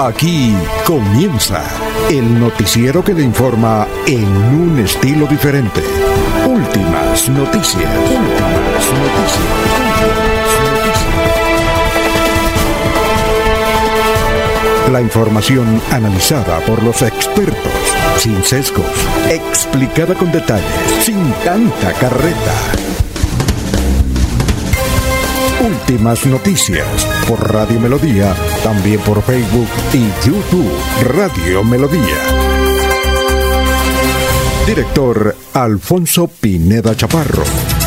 Aquí comienza el noticiero que le informa en un estilo diferente. Últimas noticias. La información analizada por los expertos, sin sesgos, explicada con detalles, sin tanta carreta. Últimas noticias por Radio Melodía, también por Facebook y YouTube Radio Melodía. Director Alfonso Pineda Chaparro.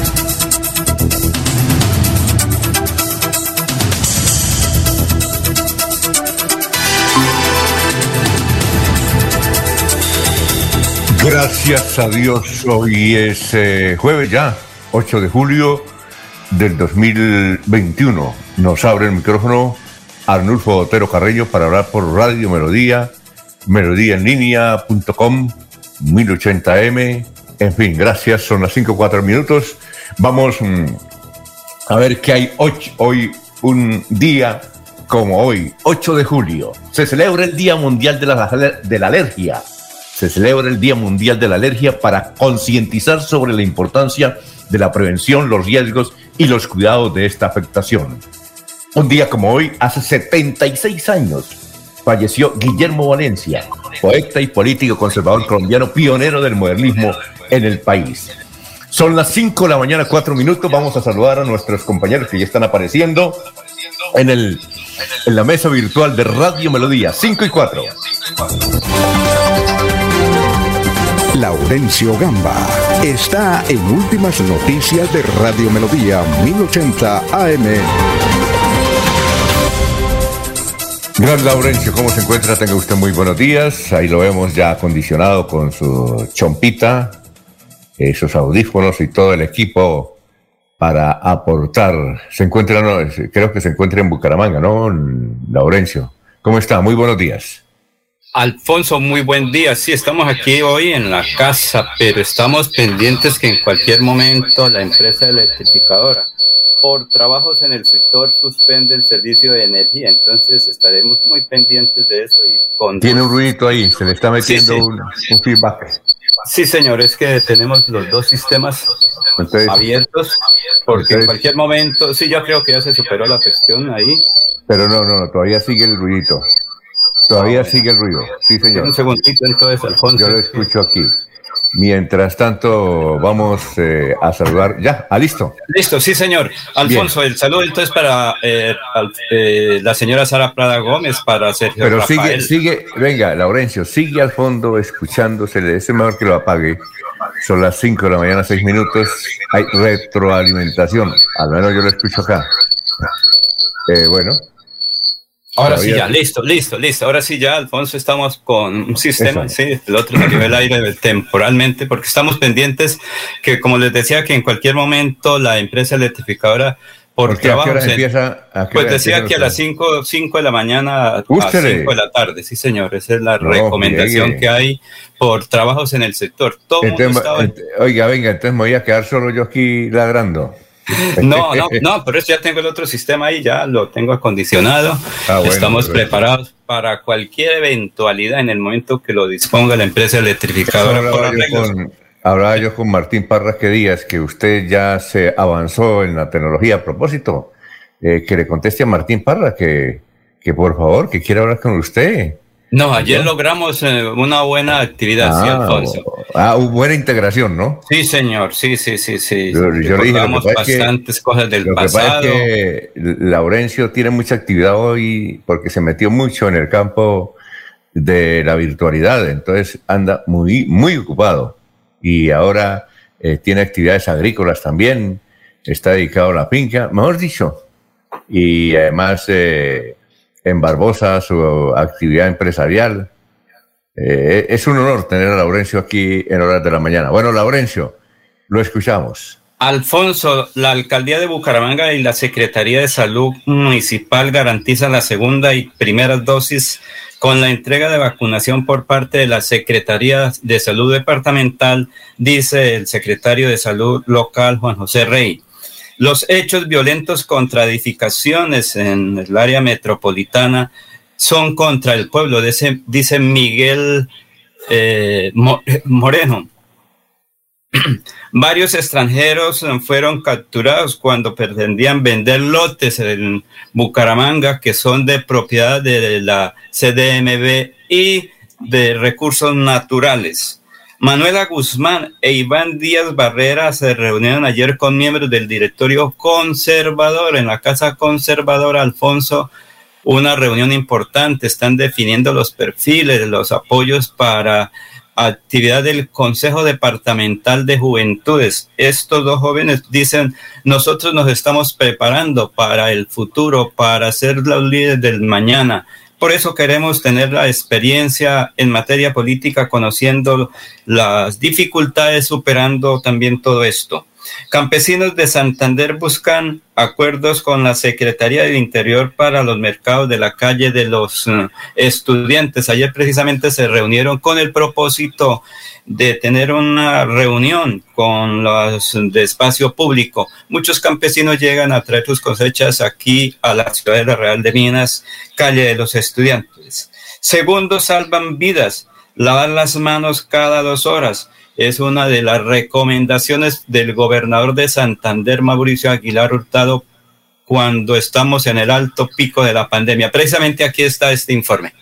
Gracias a Dios, hoy es jueves ya, 8 de julio del 2021. Nos abre el micrófono Arnulfo Otero Carreño para hablar por Radio Melodía, melodíaenlínea.com, 1080m, en fin, gracias, son las 5:04. Vamos a ver qué hay hoy, un día como hoy, 8 de julio. Se celebra el Día Mundial de la Alergia. Se celebra el Día Mundial de la Alergia para concientizar sobre la importancia de la prevención, los riesgos y los cuidados de esta afectación. Un día como hoy, hace 76 años, falleció Guillermo Valencia, poeta y político conservador colombiano, pionero del modernismo en el país. Son las 5 de la mañana, 4 minutos. Vamos a saludar a nuestros compañeros que ya están apareciendo en la mesa virtual de Radio Melodía, 5:04. Laurencio Gamba está en Últimas Noticias de Radio Melodía 1080 AM. Gran Laurencio, ¿cómo se encuentra? Tenga usted muy buenos días. Ahí lo vemos ya acondicionado con su chompita, sus audífonos y todo el equipo para aportar. Se encuentra, creo que se encuentra en Bucaramanga, ¿no, Laurencio? ¿Cómo está? Muy buenos días. Alfonso, muy buen día. Sí, estamos aquí hoy en la casa, pero estamos pendientes que en cualquier momento la empresa electrificadora, por trabajos en el sector, suspende el servicio de energía. Entonces estaremos muy pendientes de eso. Tiene un ruidito ahí, se le está metiendo un feedback. Sí, señor, es que tenemos los dos sistemas abiertos, porque en cualquier momento, sí, yo creo que ya se superó la cuestión ahí. Pero no, todavía sigue el ruidito. Todavía sigue el ruido, sí, señor. Un segundito entonces, Alfonso. Yo lo escucho aquí. Mientras tanto, vamos a saludar. ¿Ya? ¿Listo? Listo, sí, señor. Alfonso, bien. El saludo entonces para la señora Sara Prada Gómez, para Sergio Pero Rafael. sigue, venga, Laurencio, sigue al fondo escuchándose. Es mejor que lo apague. Son las 5 de la mañana, 6 minutos. Hay retroalimentación. Al menos yo lo escucho acá. Bueno. Ahora sí ya, listo. Ahora sí ya, Alfonso, estamos con un sistema, sí, el otro salió del aire temporalmente, porque estamos pendientes que, como les decía, que en cualquier momento la empresa electrificadora, por trabajo, pues decía que a las 5 de la mañana a 5 de la tarde, sí señor, esa es la recomendación que hay por trabajos en el sector. Oiga, venga, entonces me voy a quedar solo yo aquí ladrando. No, por eso ya tengo el otro sistema ahí, ya lo tengo acondicionado. Bueno, estamos preparados para cualquier eventualidad en el momento que lo disponga la empresa electrificadora. Hablaba yo con Martín Parras Díaz, que usted ya se avanzó en la tecnología. A propósito, que le conteste a Martín Parras que por favor, que quiere hablar con usted. No, ayer logramos una buena actividad, sí, Alfonso. Buena integración, ¿no? Sí, señor, sí. Yo le dije, bastantes cosas del pasado. Lo que pasa es que Laurencio tiene mucha actividad hoy porque se metió mucho en el campo de la virtualidad, entonces anda muy, muy ocupado. Y ahora tiene actividades agrícolas también, está dedicado a la finca, mejor dicho. Y además en Barbosa su actividad empresarial. Es un honor tener a Laurencio aquí en horas de la mañana. Bueno, Laurencio, lo escuchamos. Alfonso, la Alcaldía de Bucaramanga y la Secretaría de Salud Municipal garantizan la segunda y primera dosis con la entrega de vacunación por parte de la Secretaría de Salud Departamental, dice el secretario de Salud local, Juan José Rey. Los hechos violentos contra edificaciones en el área metropolitana son contra el pueblo, dice Miguel Moreno. Varios extranjeros fueron capturados cuando pretendían vender lotes en Bucaramanga que son de propiedad de la CDMV y de recursos naturales. Manuela Guzmán e Iván Díaz Barrera se reunieron ayer con miembros del directorio conservador en la Casa Conservadora Alfonso. Una reunión importante, están definiendo los perfiles, los apoyos para actividad del Consejo Departamental de Juventudes. Estos dos jóvenes dicen, nosotros nos estamos preparando para el futuro, para ser los líderes del mañana. Por eso queremos tener la experiencia en materia política, conociendo las dificultades, superando también todo esto. Campesinos de Santander buscan acuerdos con la Secretaría del Interior para los mercados de la calle de los estudiantes. Ayer precisamente se reunieron con el propósito de tener una reunión con los de espacio público. Muchos campesinos llegan a traer sus cosechas aquí a la ciudad de la Real de Minas, calle de los estudiantes. Segundos salvan vidas. Lavar las manos cada 2 horas. Es una de las recomendaciones del gobernador de Santander, Mauricio Aguilar Hurtado, cuando estamos en el alto pico de la pandemia. Precisamente aquí está este informe.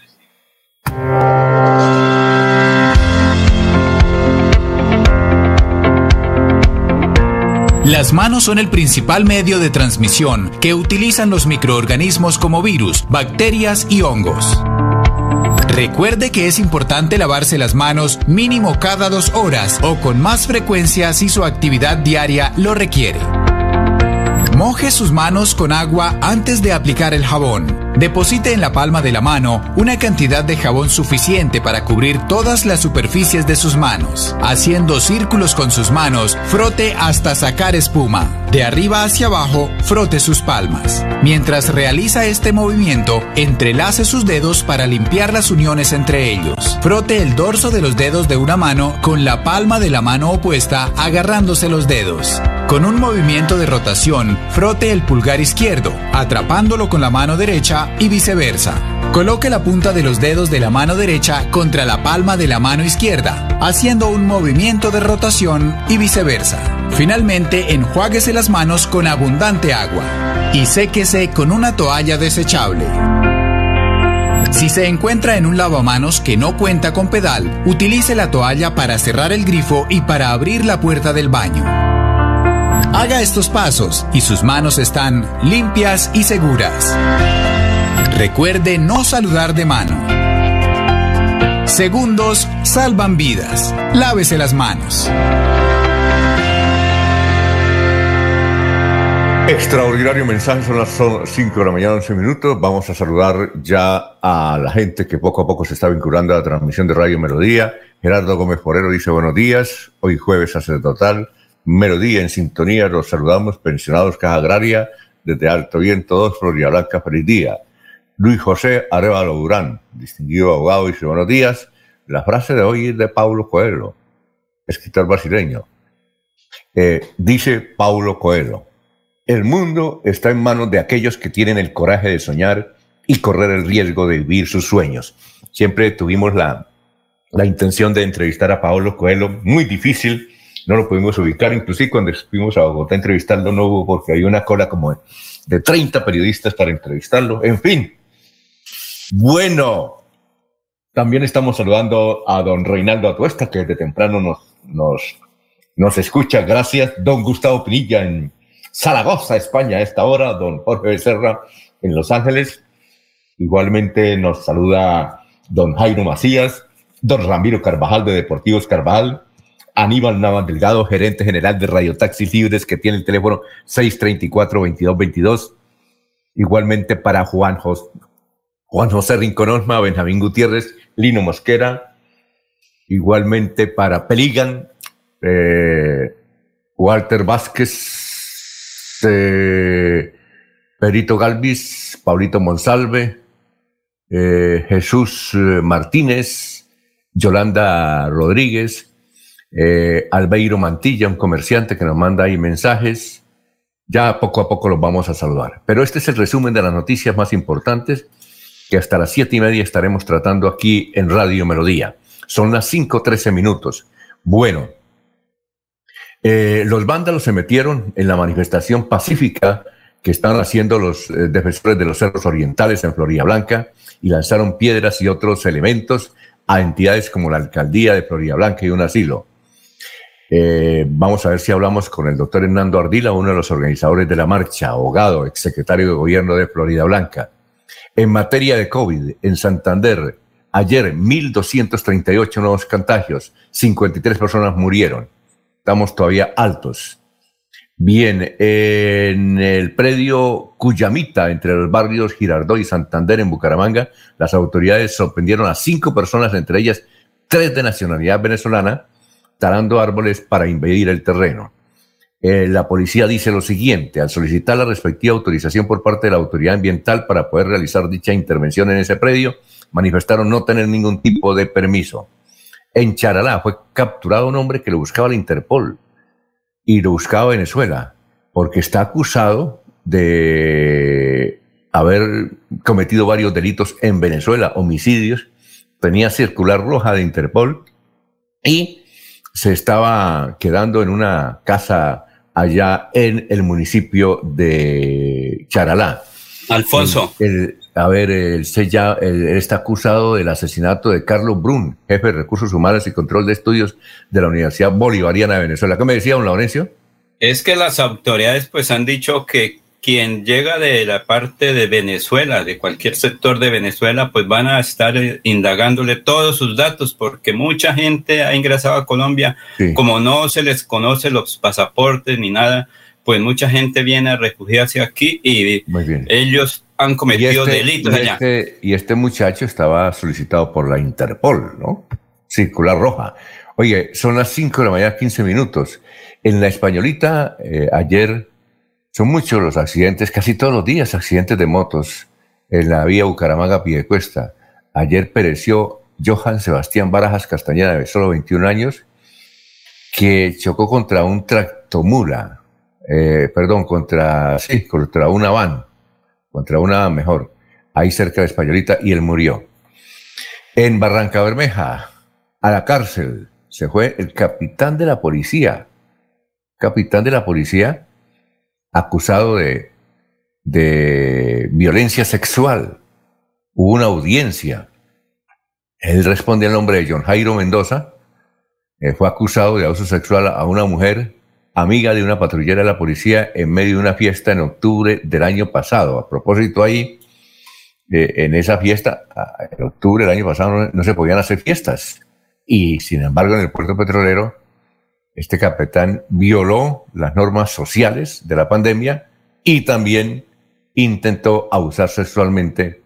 Las manos son el principal medio de transmisión que utilizan los microorganismos como virus, bacterias y hongos. Recuerde que es importante lavarse las manos mínimo cada 2 horas o con más frecuencia si su actividad diaria lo requiere. Moje sus manos con agua antes de aplicar el jabón. Deposite en la palma de la mano una cantidad de jabón suficiente para cubrir todas las superficies de sus manos. Haciendo círculos con sus manos, frote hasta sacar espuma. De arriba hacia abajo, frote sus palmas. Mientras realiza este movimiento, entrelace sus dedos para limpiar las uniones entre ellos. Frote el dorso de los dedos de una mano con la palma de la mano opuesta, agarrándose los dedos. Con un movimiento de rotación, frote el pulgar izquierdo, atrapándolo con la mano derecha y viceversa. Coloque la punta de los dedos de la mano derecha contra la palma de la mano izquierda, haciendo un movimiento de rotación y viceversa. Finalmente, enjuáguese las manos con abundante agua y séquese con una toalla desechable. Si se encuentra en un lavamanos que no cuenta con pedal, utilice la toalla para cerrar el grifo y para abrir la puerta del baño. Haga estos pasos y sus manos están limpias y seguras. Recuerde no saludar de mano. Segundos salvan vidas. Lávese las manos. Extraordinario mensaje, son las 5 de la mañana, 11 minutos. Vamos a saludar ya a la gente que poco a poco se está vinculando a la transmisión de Radio Melodía. Gerardo Gómez Porero dice buenos días, hoy jueves sacerdotal. Melodía en sintonía, los saludamos, pensionados Caja Agraria, desde Alto Viento 2, Florida Blanca, feliz día. Luis José Arévalo Durán, distinguido abogado, dice buenos días. La frase de hoy es de Paulo Coelho, escritor brasileño. Dice Paulo Coelho, el mundo está en manos de aquellos que tienen el coraje de soñar y correr el riesgo de vivir sus sueños. Siempre tuvimos la intención de entrevistar a Paulo Coelho, muy difícil. No lo pudimos ubicar, inclusive cuando fuimos a Bogotá a entrevistarlo no hubo, porque había una cola como de 30 periodistas para entrevistarlo. En fin, bueno, también estamos saludando a don Reinaldo Atuesta, que desde temprano nos escucha. Gracias, don Gustavo Pinilla en Zaragoza, España, a esta hora, don Jorge Becerra en Los Ángeles. Igualmente nos saluda don Jairo Macías, don Ramiro Carvajal de Deportivos Carvajal, Aníbal Navas Delgado, gerente general de Radio Taxis Libres, que tiene el teléfono 634-2222. Igualmente para Juan José Rincón Osma, Benjamín Gutiérrez, Lino Mosquera. Igualmente para Peligan, Walter Vázquez, Perito Galvis, Paulito Monsalve, Jesús Martínez, Yolanda Rodríguez, Albeiro Mantilla, un comerciante que nos manda ahí mensajes. Ya poco a poco los vamos a saludar. Pero este es el resumen de las noticias más importantes que hasta las 7:30 estaremos tratando aquí en Radio Melodía. Son las 5:13 minutos. Bueno, los vándalos se metieron en la manifestación pacífica que están haciendo los defensores de los cerros orientales en Floridablanca y lanzaron piedras y otros elementos a entidades como la alcaldía de Floridablanca y un asilo. Vamos a ver si hablamos con el doctor Hernando Ardila, uno de los organizadores de la marcha, abogado, exsecretario de gobierno de Floridablanca. En materia de COVID, en Santander, ayer 1.238 nuevos contagios, 53 personas murieron. Estamos todavía altos. Bien, en el predio Cuyamita, entre los barrios Girardot y Santander, en Bucaramanga, las autoridades sorprendieron a 5 personas, entre ellas 3 de nacionalidad venezolana, talando árboles para invadir el terreno. La policía dice lo siguiente: al solicitar la respectiva autorización por parte de la autoridad ambiental para poder realizar dicha intervención en ese predio, manifestaron no tener ningún tipo de permiso. En Charalá fue capturado un hombre que lo buscaba la Interpol y lo buscaba Venezuela, porque está acusado de haber cometido varios delitos en Venezuela, homicidios, tenía circular roja de Interpol y se estaba quedando en una casa allá en el municipio de Charalá. Alfonso. Él está acusado del asesinato de Carlos Brun, jefe de Recursos Humanos y Control de Estudios de la Universidad Bolivariana de Venezuela. ¿Qué me decía, don Laurencio? Es que las autoridades pues han dicho que quien llega de la parte de Venezuela, de cualquier sector de Venezuela, pues van a estar indagándole todos sus datos, porque mucha gente ha ingresado a Colombia, sí. Como no se les conoce los pasaportes ni nada, pues mucha gente viene a refugiarse aquí y ellos han cometido delitos allá. Y este muchacho estaba solicitado por la Interpol, ¿no? Circular roja. Oye, son las 5 de la mañana, 15 minutos. En La Españolita, ayer, son muchos los accidentes, casi todos los días accidentes de motos en la vía Bucaramanga-Piedecuesta. Ayer pereció Johan Sebastián Barajas Castañeda, de solo 21 años, que chocó contra un tractomula, contra una van, mejor, ahí cerca de Españolita, y él murió. En Barranca Bermeja, a la cárcel, se fue el capitán de la policía, acusado de violencia sexual. Hubo una audiencia. Él responde al nombre de John Jairo Mendoza. Fue acusado de abuso sexual a una mujer amiga de una patrullera de la policía en medio de una fiesta en octubre del año pasado. A propósito, ahí, en esa fiesta, en octubre del año pasado, no se podían hacer fiestas. Y, sin embargo, en el puerto petrolero, este capitán violó las normas sociales de la pandemia y también intentó abusar sexualmente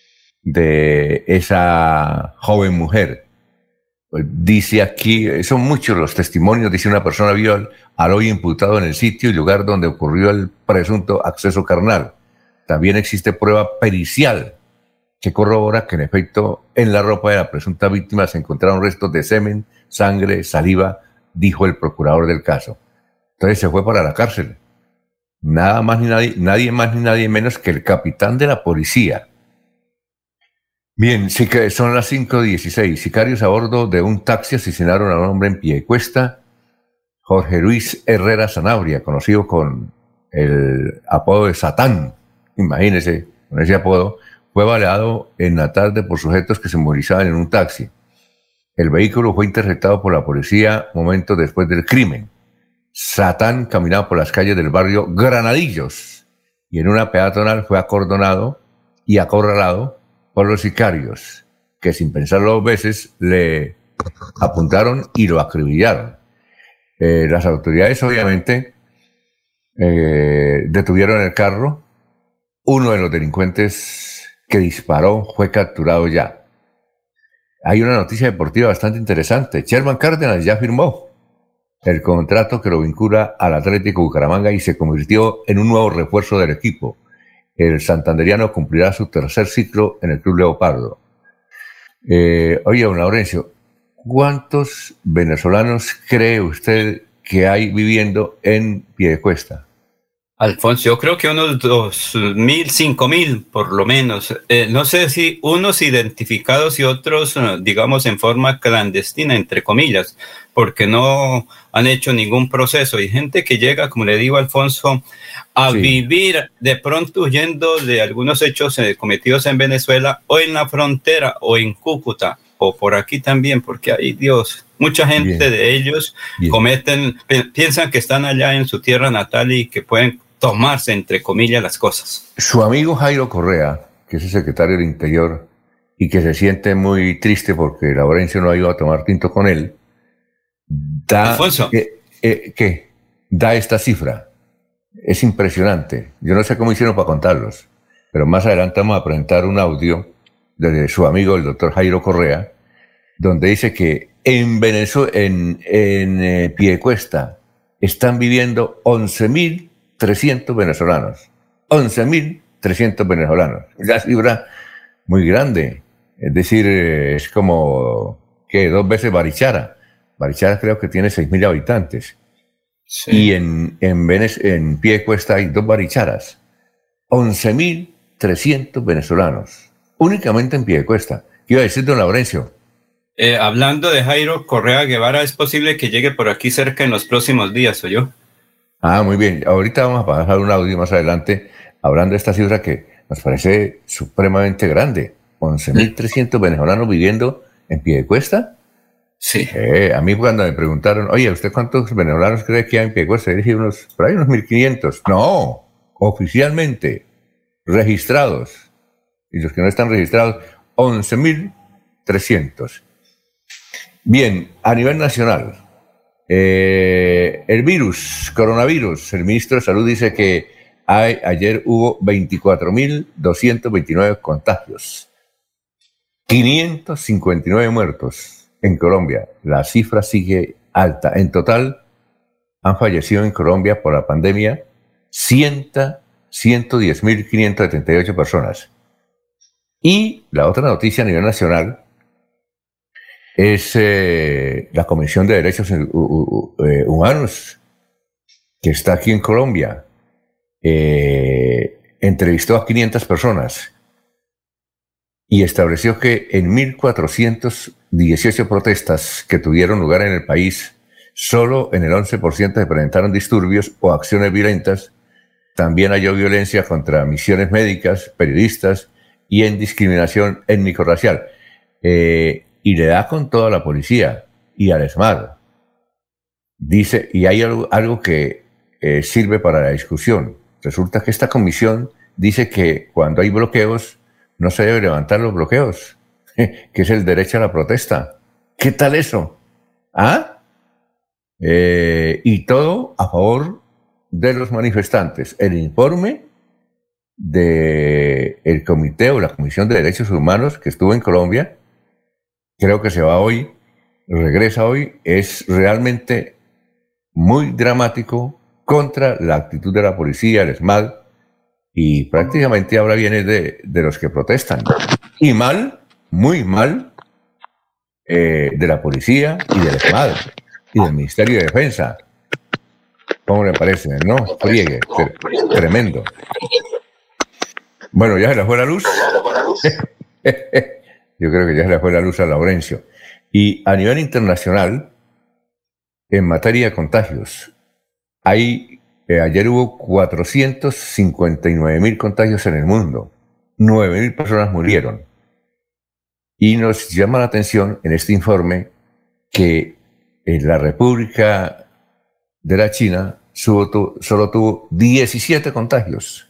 de esa joven mujer. Pues dice aquí, son muchos los testimonios, dice una persona vio al hoy imputado en el sitio y lugar donde ocurrió el presunto acceso carnal. También existe prueba pericial que corrobora que en efecto en la ropa de la presunta víctima se encontraron restos de semen, sangre, saliva, dijo el procurador del caso. Entonces se fue para la cárcel. Nadie más ni nadie menos que el capitán de la policía. Bien, sí que son las 5:16. Sicarios a bordo de un taxi asesinaron a un hombre en Piedecuesta, Jorge Luis Herrera Zanabria, conocido con el apodo de Satán. Imagínese, con ese apodo, fue baleado en la tarde por sujetos que se movilizaban en un taxi. El vehículo fue interceptado por la policía momentos después del crimen. Satán caminaba por las calles del barrio Granadillos y en una peatonal fue acordonado y acorralado por los sicarios, que sin pensarlo 2 veces le apuntaron y lo acribillaron. Las autoridades obviamente detuvieron el carro. Uno de los delincuentes que disparó fue capturado ya. Hay una noticia deportiva bastante interesante. Sherman Cárdenas ya firmó el contrato que lo vincula al Atlético Bucaramanga y se convirtió en un nuevo refuerzo del equipo. El santanderiano cumplirá su 3er ciclo en el Club Leopardo. Oye, don Laurencio, ¿cuántos venezolanos cree usted que hay viviendo en Piedecuesta? Alfonso, yo creo que unos 2.000, 5.000 por lo menos. No sé si unos identificados y otros, digamos, en forma clandestina, entre comillas, porque no han hecho ningún proceso. Y gente que llega, como le digo, Alfonso, a vivir de pronto huyendo de algunos hechos cometidos en Venezuela o en la frontera o en Cúcuta o por aquí también, porque hay Dios. Mucha gente de ellos piensan que están allá en su tierra natal y que pueden tomarse, entre comillas, las cosas. Su amigo Jairo Correa, que es el secretario del Interior y que se siente muy triste porque Laurencio no ha ido a tomar tinto con él, da, Alfonso, da esta cifra. Es impresionante. Yo no sé cómo hicieron para contarlos, pero más adelante vamos a presentar un audio de su amigo, el doctor Jairo Correa, donde dice que en Venezuela, en Piedecuesta, están viviendo 11.300 venezolanos. 11.300 venezolanos. Una cifra muy grande. Es decir, es como que 2 veces Barichara. Barichara creo que tiene 6.000 habitantes. Sí. Y en Piedecuesta hay 2 Baricharas. 11.300 venezolanos. Únicamente en Piedecuesta. ¿Qué iba a decir don Laurencio? Hablando de Jairo Correa Guevara, es posible que llegue por aquí cerca en los próximos días, ¿o yo? Ah, muy bien. Ahorita vamos a pasar un audio más adelante hablando de esta cifra que nos parece supremamente grande. 11.300 venezolanos viviendo en Piedecuesta. Sí. A mí cuando me preguntaron, oye, ¿usted cuántos venezolanos cree que hay en Piedecuesta? Yo dije por ahí unos 1.500. No, oficialmente registrados. Y los que no están registrados, 11.300. Bien, a nivel nacional, el coronavirus, el ministro de Salud dice que ayer hubo 24.229 contagios, 559 muertos en Colombia. La cifra sigue alta. En total, han fallecido en Colombia por la pandemia 110.578 personas. Y la otra noticia a nivel nacional es la Comisión de Derechos Humanos, que está aquí en Colombia. Entrevistó a 500 personas y estableció que en 1.418 protestas que tuvieron lugar en el país, solo en el 11% se presentaron disturbios o acciones violentas. También hay violencia contra misiones médicas, periodistas y en discriminación étnico-racial. Y le da con toda la policía y al ESMAD. Dice, y hay algo que sirve para la discusión. Resulta que esta comisión dice que cuando hay bloqueos, no se debe levantar los bloqueos, que es el derecho a la protesta. ¿Qué tal eso? ¿Ah? Y todo a favor de los manifestantes. El informe del comité o la Comisión de Derechos Humanos que estuvo en Colombia, creo que se va hoy, regresa hoy, es realmente muy dramático contra la actitud de la policía, el ESMAD, y prácticamente ahora viene de los que protestan. Y mal, muy mal, de la policía y del ESMAD y del Ministerio de Defensa. ¿Cómo le parece? ¿No? Friegue, tremendo. Bueno, ¿ya se le fue la luz? Yo creo que ya se le fue la luz a Laurencio. Y a nivel internacional, en materia de contagios, ayer hubo 459.000 contagios en el mundo. 9.000 personas murieron. Y nos llama la atención en este informe que en la República de la China solo tuvo 17 contagios.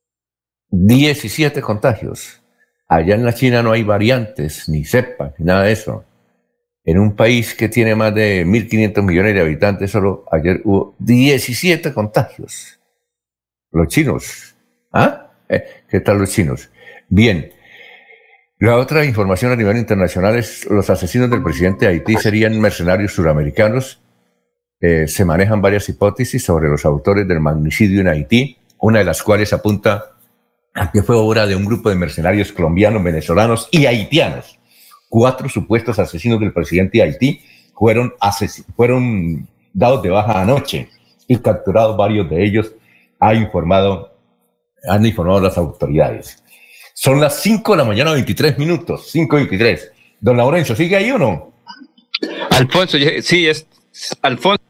17 contagios. Allá en la China no hay variantes, ni cepas, ni nada de eso. En un país que tiene más de 1.500 millones de habitantes, solo ayer hubo 17 contagios. Los chinos. ¿Ah? ¿Qué tal los chinos? Bien. La otra información a nivel internacional es los asesinos del presidente de Haití serían mercenarios suramericanos. Se manejan varias hipótesis sobre los autores del magnicidio en Haití, una de las cuales apunta a que fue obra de un grupo de mercenarios colombianos, venezolanos y haitianos. 4 supuestos asesinos del presidente de Haití fueron dados de baja anoche y capturados varios de ellos han informado las autoridades. Son las 5 de la mañana, 23 minutos, 5:23. Don Laurencio, ¿sigue ahí o no? Alfonso, sí, es Alfonso.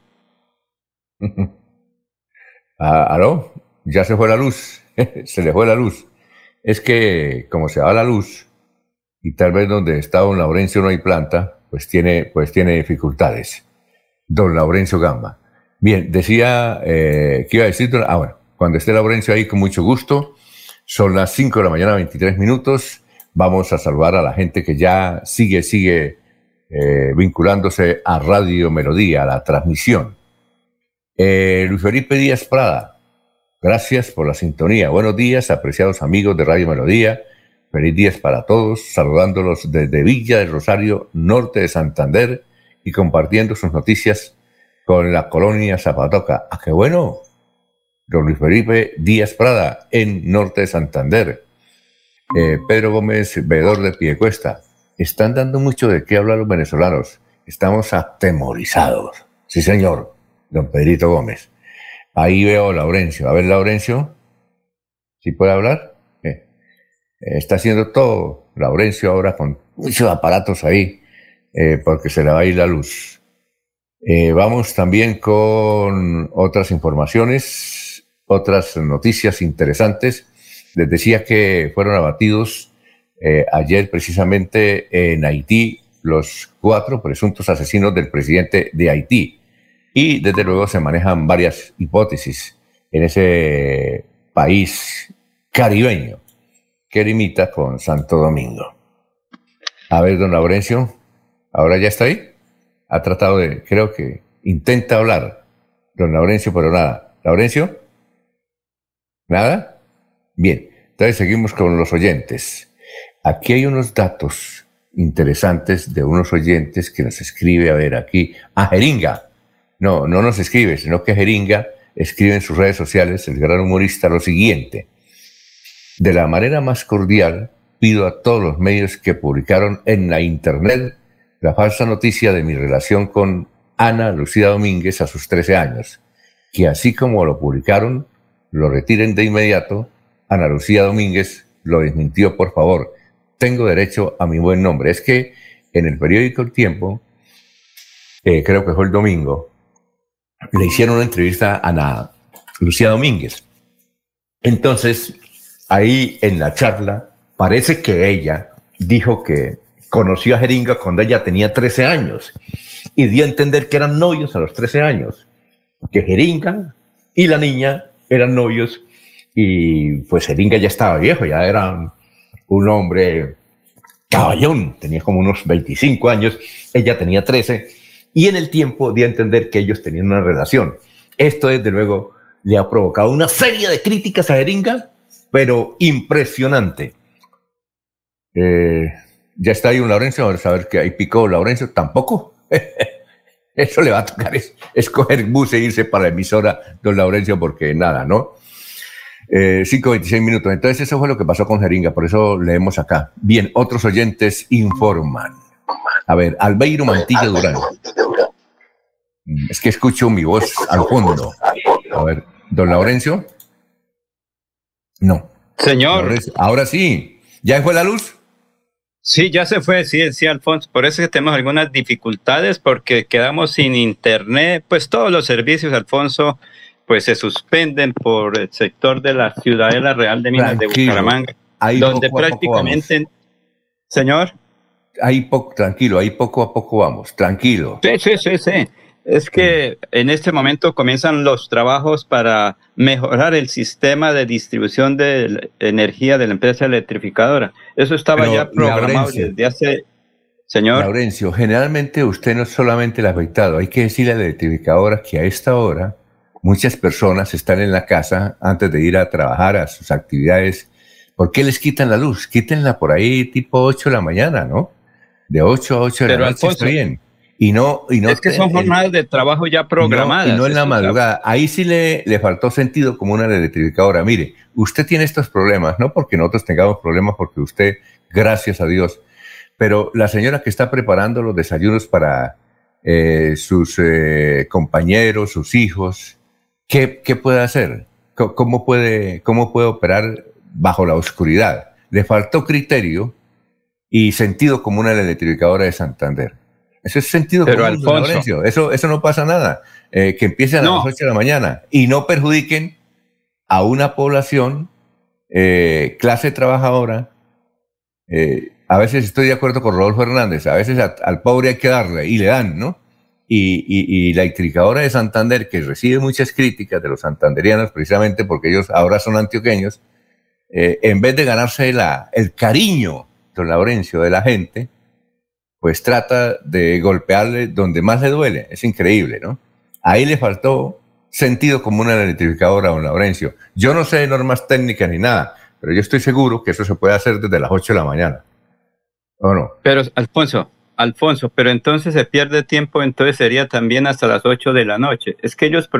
¿Aló? Ya se fue la luz, se le fue la luz. Es que como se va la luz y tal vez donde está don Laurencio no hay planta, pues tiene dificultades. Don Laurencio Gamba. Bien, decía, ¿qué iba a decir? Bueno, cuando esté Laurencio ahí, con mucho gusto. Son las 5 de la mañana, 23 minutos. Vamos a saludar a la gente que ya sigue vinculándose a Radio Melodía, a la transmisión. Luis Felipe Díaz Prada, gracias por la sintonía. Buenos días, apreciados amigos de Radio Melodía. Feliz días para todos, saludándolos desde Villa del Rosario, norte de Santander, y compartiendo sus noticias con la colonia Zapatoca. ¡Ah, qué bueno! Don Luis Felipe Díaz Prada, en norte de Santander. Pedro Gómez, veedor de Piedecuesta. Están dando mucho de qué hablar los venezolanos. Estamos atemorizados. Sí, señor, don Pedrito Gómez. Ahí veo a Laurencio. A ver, Laurencio, ¿sí puede hablar? Está haciendo todo Laurencio ahora con muchos aparatos ahí, porque se le va a ir la luz. Vamos también con otras informaciones, otras noticias interesantes. Les decía que fueron abatidos ayer precisamente en Haití los 4 presuntos asesinos del presidente de Haití. Y desde luego se manejan varias hipótesis en ese país caribeño que limita con Santo Domingo. A ver, don Laurencio, ¿ahora ya está ahí? Ha tratado creo que intenta hablar, don Laurencio, pero nada. ¿Laurencio? ¿Nada? Bien, entonces seguimos con los oyentes. Aquí hay unos datos interesantes de unos oyentes que nos escribe, a ver, aquí, Jeringa. No nos escribe, sino que Jeringa escribe en sus redes sociales, el gran humorista, lo siguiente. De la manera más cordial, pido a todos los medios que publicaron en la internet la falsa noticia de mi relación con Ana Lucía Domínguez a sus 13 años, que así como lo publicaron, lo retiren de inmediato. Ana Lucía Domínguez lo desmintió, por favor. Tengo derecho a mi buen nombre. Es que en el periódico El Tiempo, creo que fue el domingo, le hicieron una entrevista a Ana Lucía Domínguez. Entonces, ahí en la charla, parece que ella dijo que conoció a Jeringa cuando ella tenía 13 años y dio a entender que eran novios a los 13 años, que Jeringa y la niña eran novios y pues Jeringa ya estaba viejo, ya era un hombre caballón, tenía como unos 25 años, ella tenía 13 y en el tiempo dio a entender que ellos tenían una relación. Esto desde luego le ha provocado una serie de críticas a Jeringa, pero impresionante. Ya está ahí un Laurencio, a saber que ahí picó Laurencio, tampoco. Eso le va a tocar escoger bus e irse para la emisora, don Laurencio, porque nada, ¿no? 5:26 minutos. Entonces eso fue lo que pasó con Jeringa, por eso leemos acá. Bien, otros oyentes informan. A ver, Albeiro Mantilla Durán. Es que escucho mi voz al fondo. A ver, don Laurencio. No. Señor. Laurencio. Ahora sí. ¿Ya fue la luz? Sí, ya se fue, sí, Alfonso. Por eso es que tenemos algunas dificultades porque quedamos sin internet. Pues todos los servicios, Alfonso, pues se suspenden por el sector de la Ciudadela Real de Minas de Bucaramanga, donde prácticamente... Señor. Tranquilo, ahí poco a poco vamos, tranquilo. Sí. Es que en este momento comienzan los trabajos para mejorar el sistema de distribución de energía de la empresa electrificadora. Eso estaba ya programado desde hace... Señor. Laurencio, generalmente usted no es solamente el afectado, hay que decirle a la electrificadora que a esta hora muchas personas están en la casa antes de ir a trabajar a sus actividades. ¿Por qué les quitan la luz? Quítenla por ahí tipo 8 de la mañana, ¿no? De 8 a 8 de la noche, Alfonso, está bien. Y no es que son jornadas de trabajo ya programadas. Y no en la madrugada. Ahí sí le faltó sentido como una electrificadora. Mire, usted tiene estos problemas, no porque nosotros tengamos problemas, porque usted, gracias a Dios, pero la señora que está preparando los desayunos para sus compañeros, sus hijos, ¿qué puede hacer? ¿cómo puede operar bajo la oscuridad? Le faltó criterio y sentido común a la electrificadora de Santander. Eso es sentido común, Alfonso, Laurencio. Eso no pasa nada. Que empiecen a las 8 de la mañana y no perjudiquen a una población, clase trabajadora. A veces estoy de acuerdo con Rodolfo Hernández, a veces al pobre hay que darle, y le dan, ¿no? Y la electrificadora de Santander, que recibe muchas críticas de los santanderianos, precisamente porque ellos ahora son antioqueños, en vez de ganarse el cariño, don Laurencio, de la gente, pues trata de golpearle donde más le duele. Es increíble, ¿no? Ahí le faltó sentido común a la electrificadora, don Laurencio. Yo no sé de normas técnicas ni nada, pero yo estoy seguro que eso se puede hacer desde las 8 de la mañana. ¿O no? Pero, Alfonso, pero entonces se pierde tiempo, entonces sería también hasta las 8 de la noche. Es que ellos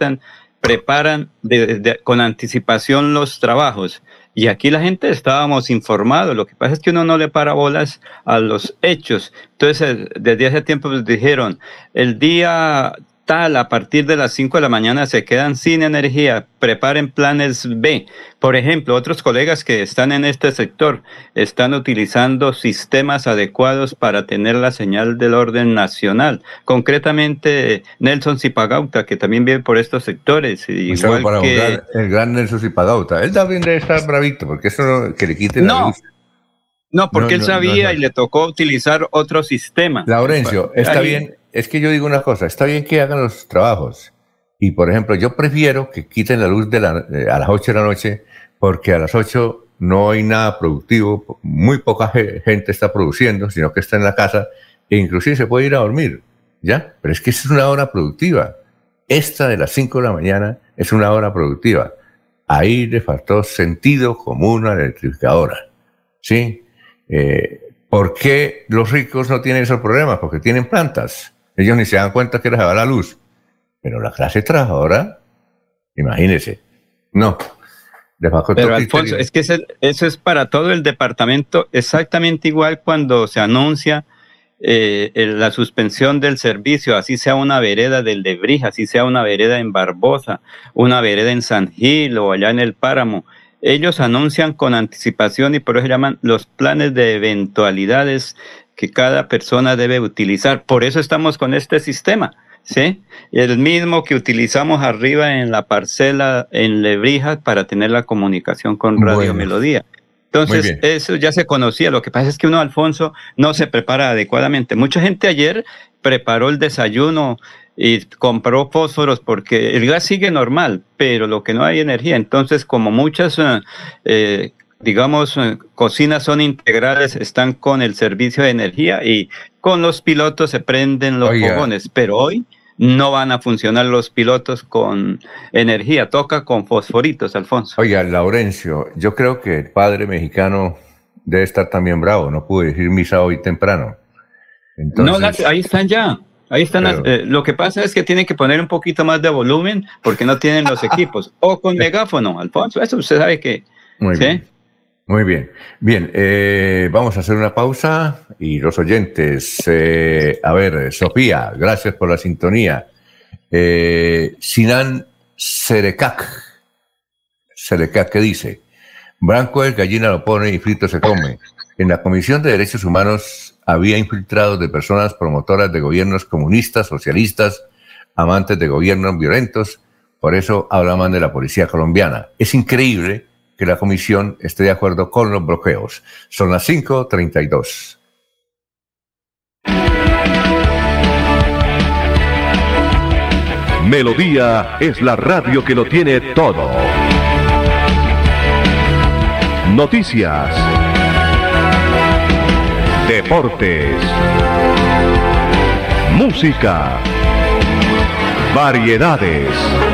preparan con anticipación los trabajos. Y aquí la gente estábamos informados. Lo que pasa es que uno no le para bolas a los hechos. Entonces, desde hace tiempo pues, dijeron, el día tal, a partir de las 5 de la mañana se quedan sin energía, preparen planes B. Por ejemplo, otros colegas que están en este sector están utilizando sistemas adecuados para tener la señal del orden nacional. Concretamente, Nelson Zipagauta, que también vive por estos sectores. Igual para que el gran Nelson Zipagauta. Él también debe estar bravito, porque eso no, que le quiten la luz. No, porque él sabía y le tocó utilizar otro sistema. Laurencio, está bien. Es que yo digo una cosa, está bien que hagan los trabajos. Y, por ejemplo, yo prefiero que quiten la luz a las 8 de la noche, porque a las 8 no hay nada productivo, muy poca gente está produciendo, sino que está en la casa, e inclusive se puede ir a dormir, ¿ya? Pero es que esa es una hora productiva. Esta de las 5 de la mañana es una hora productiva. Ahí le faltó sentido común a la electrificadora, ¿sí? ¿Por qué los ricos no tienen esos problemas? Porque tienen plantas. Ellos ni se dan cuenta que les va la luz. Pero la clase trabajadora, imagínense, no. Pero Alfonso, es que eso es para todo el departamento exactamente igual cuando se anuncia la suspensión del servicio, así sea una vereda del Lebrija, así sea una vereda en Barbosa, una vereda en San Gil o allá en el Páramo. Ellos anuncian con anticipación y por eso llaman los planes de eventualidades que cada persona debe utilizar. Por eso estamos con este sistema, ¿sí? El mismo que utilizamos arriba en la parcela en Lebrija para tener la comunicación con Radio Melodía. Entonces, eso ya se conocía. Lo que pasa es que uno, Alfonso, no se prepara adecuadamente. Mucha gente ayer preparó el desayuno y compró fósforos porque el gas sigue normal, pero lo que no hay energía. Entonces, como muchas, cocinas son integrales, están con el servicio de energía y con los pilotos se prenden los fogones. Pero hoy no van a funcionar los pilotos con energía, toca con fosforitos, Alfonso. Oiga, Laurencio, yo creo que el padre mexicano debe estar también bravo, no pude decir misa hoy temprano. Entonces, no, ahí están ya. Ahí están. Lo que pasa es que tienen que poner un poquito más de volumen porque no tienen los equipos. O con megáfono, Alfonso. Eso usted sabe que. Muy bien. Muy bien. Bien, vamos a hacer una pausa y los oyentes. A ver, Sofía, gracias por la sintonía. Sinan Serecac, ¿qué dice? Branco es gallina lo pone y frito se come. En la Comisión de Derechos Humanos había infiltrados de personas promotoras de gobiernos comunistas, socialistas, amantes de gobiernos violentos. Por eso hablaban de la policía colombiana. Es increíble que la comisión esté de acuerdo con los bloqueos. Son las 5:32. Melodía es la radio que lo tiene todo. Noticias, deportes, música, variedades.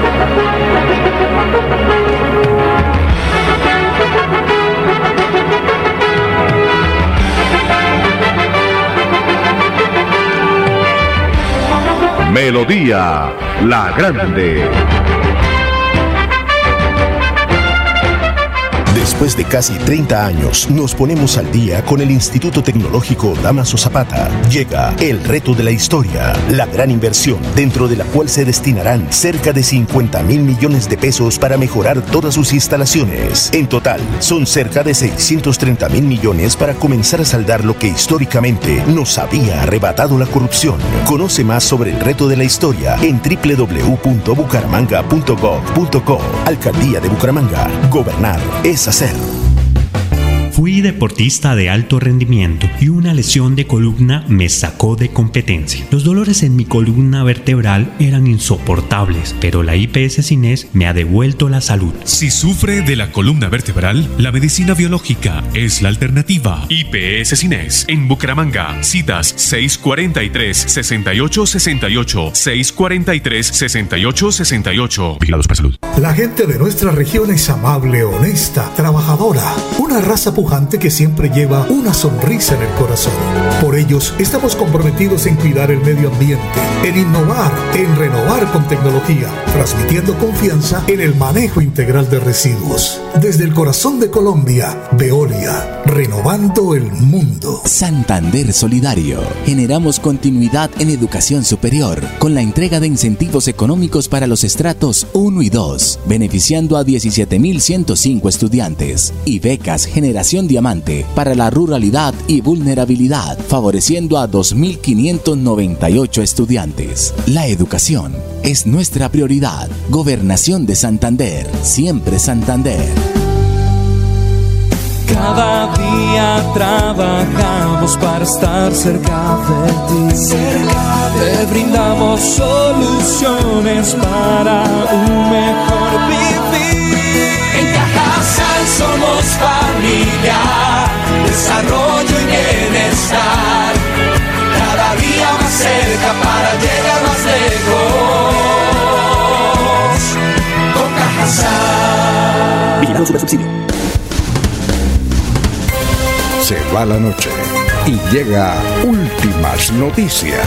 Melodía, la grande. Después de casi 30 años, nos ponemos al día con el Instituto Tecnológico Damaso Zapata. Llega el reto de la historia, la gran inversión dentro de la cual se destinarán cerca de 50.000 millones de pesos para mejorar todas sus instalaciones. En total, son cerca de 630.000 millones para comenzar a saldar lo que históricamente nos había arrebatado la corrupción. Conoce más sobre el reto de la historia en www.bucaramanga.gov.co. Alcaldía de Bucaramanga. Gobernar es hacer. Fui deportista de alto rendimiento y una lesión de columna me sacó de competencia. Los dolores en mi columna vertebral eran insoportables, pero la IPS Cines me ha devuelto la salud. Si sufre de la columna vertebral, la medicina biológica es la alternativa. IPS Cines en Bucaramanga. Citas 643-6868, 643-6868. Vigilados para salud. La gente de nuestra región es amable, honesta, trabajadora. Una raza pujante que siempre lleva una sonrisa en el corazón. Por ellos estamos comprometidos en cuidar el medio ambiente, en innovar, en renovar con tecnología, transmitiendo confianza en el manejo integral de residuos. Desde el corazón de Colombia, Veolia, renovando el mundo. Santander Solidario. Generamos continuidad en educación superior con la entrega de incentivos económicos para los estratos 1 y 2, beneficiando a 17.105 estudiantes, y becas Generación Diamante para la ruralidad y vulnerabilidad, favoreciendo a 2.598 estudiantes. La educación es nuestra prioridad. Gobernación de Santander, siempre Santander. Cada día trabajamos para estar cerca de ti. Te brindamos soluciones para un mejor vivir. En Cajasal somos familia, desarrollo y bienestar. Cada día más cerca para llegar más lejos. Con Cajasal. Vigilado Supersubsidio. Se va la noche y llega Últimas Noticias.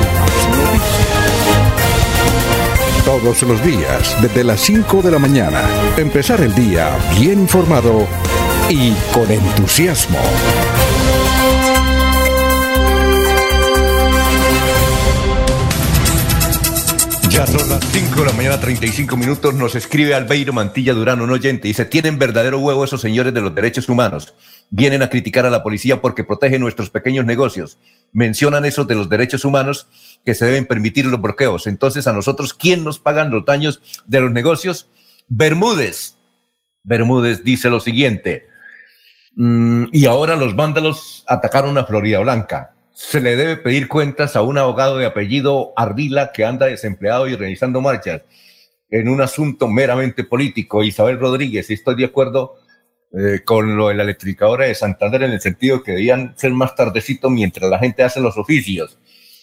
Todos los días, desde las 5 de la mañana, empezar el día bien informado y con entusiasmo. Ya son las 5 de la mañana, 35 minutos. Nos escribe Albeiro Mantilla Durán, un oyente. Dice: tienen verdadero huevo esos señores de los derechos humanos. Vienen a criticar a la policía porque protege nuestros pequeños negocios. Mencionan esos de los derechos humanos, que se deben permitir los bloqueos. Entonces, a nosotros, ¿quién nos pagan los daños de los negocios? Bermúdez dice lo siguiente: y ahora los vándalos atacaron a Florida Blanca. Se le debe pedir cuentas a un abogado de apellido Ardila que anda desempleado y realizando marchas en un asunto meramente político. Isabel Rodríguez, estoy de acuerdo con lo de la electrificadora de Santander, en el sentido que debían ser más tardecito mientras la gente hace los oficios.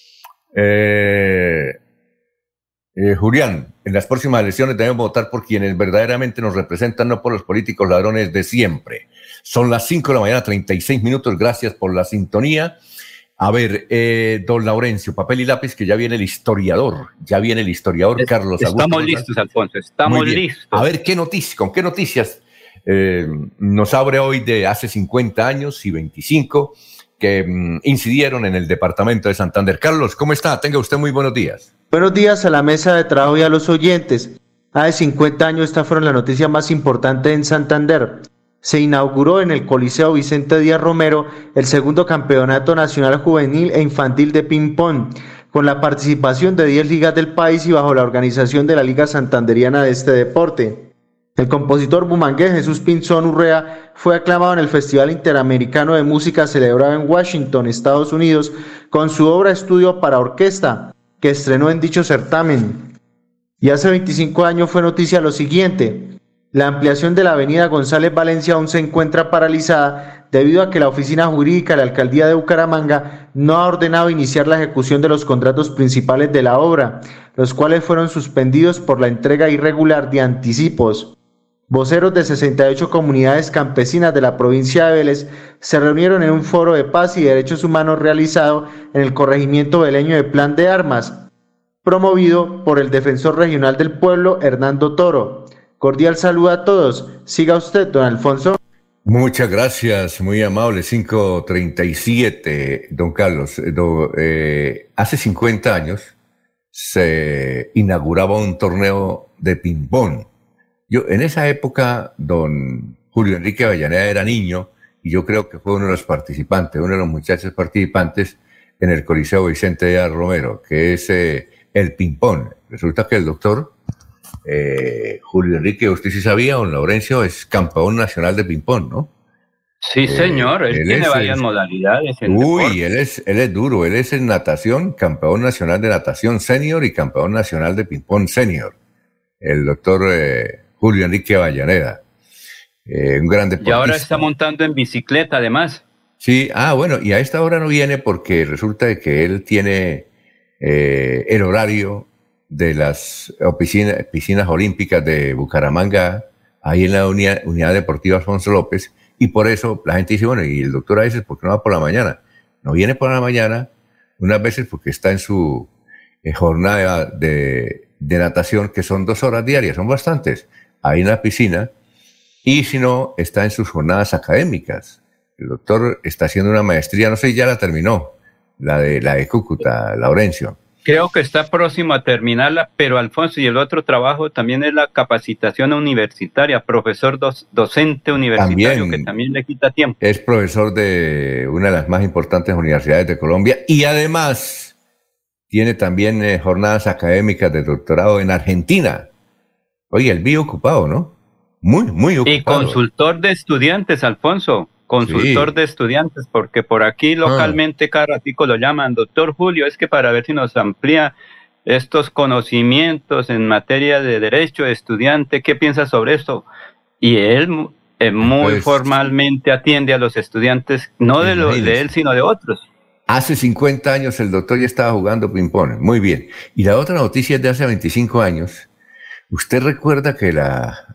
Julián, en las próximas elecciones debemos votar por quienes verdaderamente nos representan, no por los políticos ladrones de siempre. Son las 5 de la mañana, 36 minutos. Gracias por la sintonía. A ver, don Laurencio, papel y lápiz, que ya viene el historiador. Carlos Augusto. Estamos listos, Alfonso, estamos listos. A ver, ¿con qué noticias nos abre hoy de hace 50 años y 25 que incidieron en el departamento de Santander? Carlos, ¿cómo está? Tenga usted muy buenos días. Buenos días a la mesa de trabajo y a los oyentes. Hace 50 años esta fueron la noticia más importante en Santander. Se inauguró en el Coliseo Vicente Díaz Romero el segundo Campeonato Nacional Juvenil e Infantil de Ping-Pong, con la participación de 10 ligas del país y bajo la organización de la Liga Santanderiana de este deporte. El compositor bumangués Jesús Pinzón Urrea fue aclamado en el Festival Interamericano de Música celebrado en Washington, Estados Unidos, con su obra Estudio para Orquesta, que estrenó en dicho certamen. Y hace 25 años fue noticia lo siguiente: la ampliación de la avenida González Valencia aún se encuentra paralizada debido a que la oficina jurídica de la alcaldía de Bucaramanga no ha ordenado iniciar la ejecución de los contratos principales de la obra, los cuales fueron suspendidos por la entrega irregular de anticipos. Voceros de 68 comunidades campesinas de la provincia de Vélez se reunieron en un foro de paz y derechos humanos realizado en el corregimiento veleño de Plan de Armas, promovido por el defensor regional del pueblo, Hernando Toro. Cordial saludo a todos. Siga usted, don Alfonso. Muchas gracias, muy amable. 5:37, don Carlos. Hace 50 años se inauguraba un torneo de ping-pong. En esa época, don Julio Enrique Avellaneda era niño y yo creo que fue uno de los participantes, uno de los muchachos participantes en el Coliseo Vicente Díaz Romero, que es el ping-pong. Resulta que el doctor Julio Enrique, usted sí sabía, don Laurencio, es campeón nacional de ping-pong, ¿no? Sí, señor, él tiene varias modalidades. Uy, él es duro, él es en natación, campeón nacional de natación senior y campeón nacional de ping-pong senior. El doctor Julio Enrique Avellaneda, un gran deportista. Y ahora está montando en bicicleta, además. Sí, bueno, y a esta hora no viene porque resulta de que él tiene el horario de las piscinas olímpicas de Bucaramanga, ahí en la unidad deportiva Alfonso López, y por eso la gente dice, bueno, y el doctor a veces, ¿por qué no va por la mañana? No viene por la mañana, unas veces porque está en su jornada de natación, que son 2 horas diarias, son bastantes, ahí en la piscina, y si no, está en sus jornadas académicas. El doctor está haciendo una maestría, no sé, ya la terminó, la de Cúcuta, Laurencio. Creo que está próximo a terminarla, pero Alfonso, y el otro trabajo también es la capacitación universitaria, profesor docente universitario, que también le quita tiempo. Es profesor de una de las más importantes universidades de Colombia y además tiene también jornadas académicas de doctorado en Argentina. Oye, él vive ocupado, ¿no? Muy, muy ocupado. Y consultor de estudiantes, Alfonso. Consultor de estudiantes, porque por aquí localmente cada ratico lo llaman, doctor Julio, es que para ver si nos amplía estos conocimientos en materia de derecho de estudiante, ¿qué piensa sobre esto? Y él muy formalmente atiende a los estudiantes, no de él, sino de otros. Hace 50 años el doctor ya estaba jugando ping-pong, muy bien. Y la otra noticia es de hace 25 años. ¿Usted recuerda que la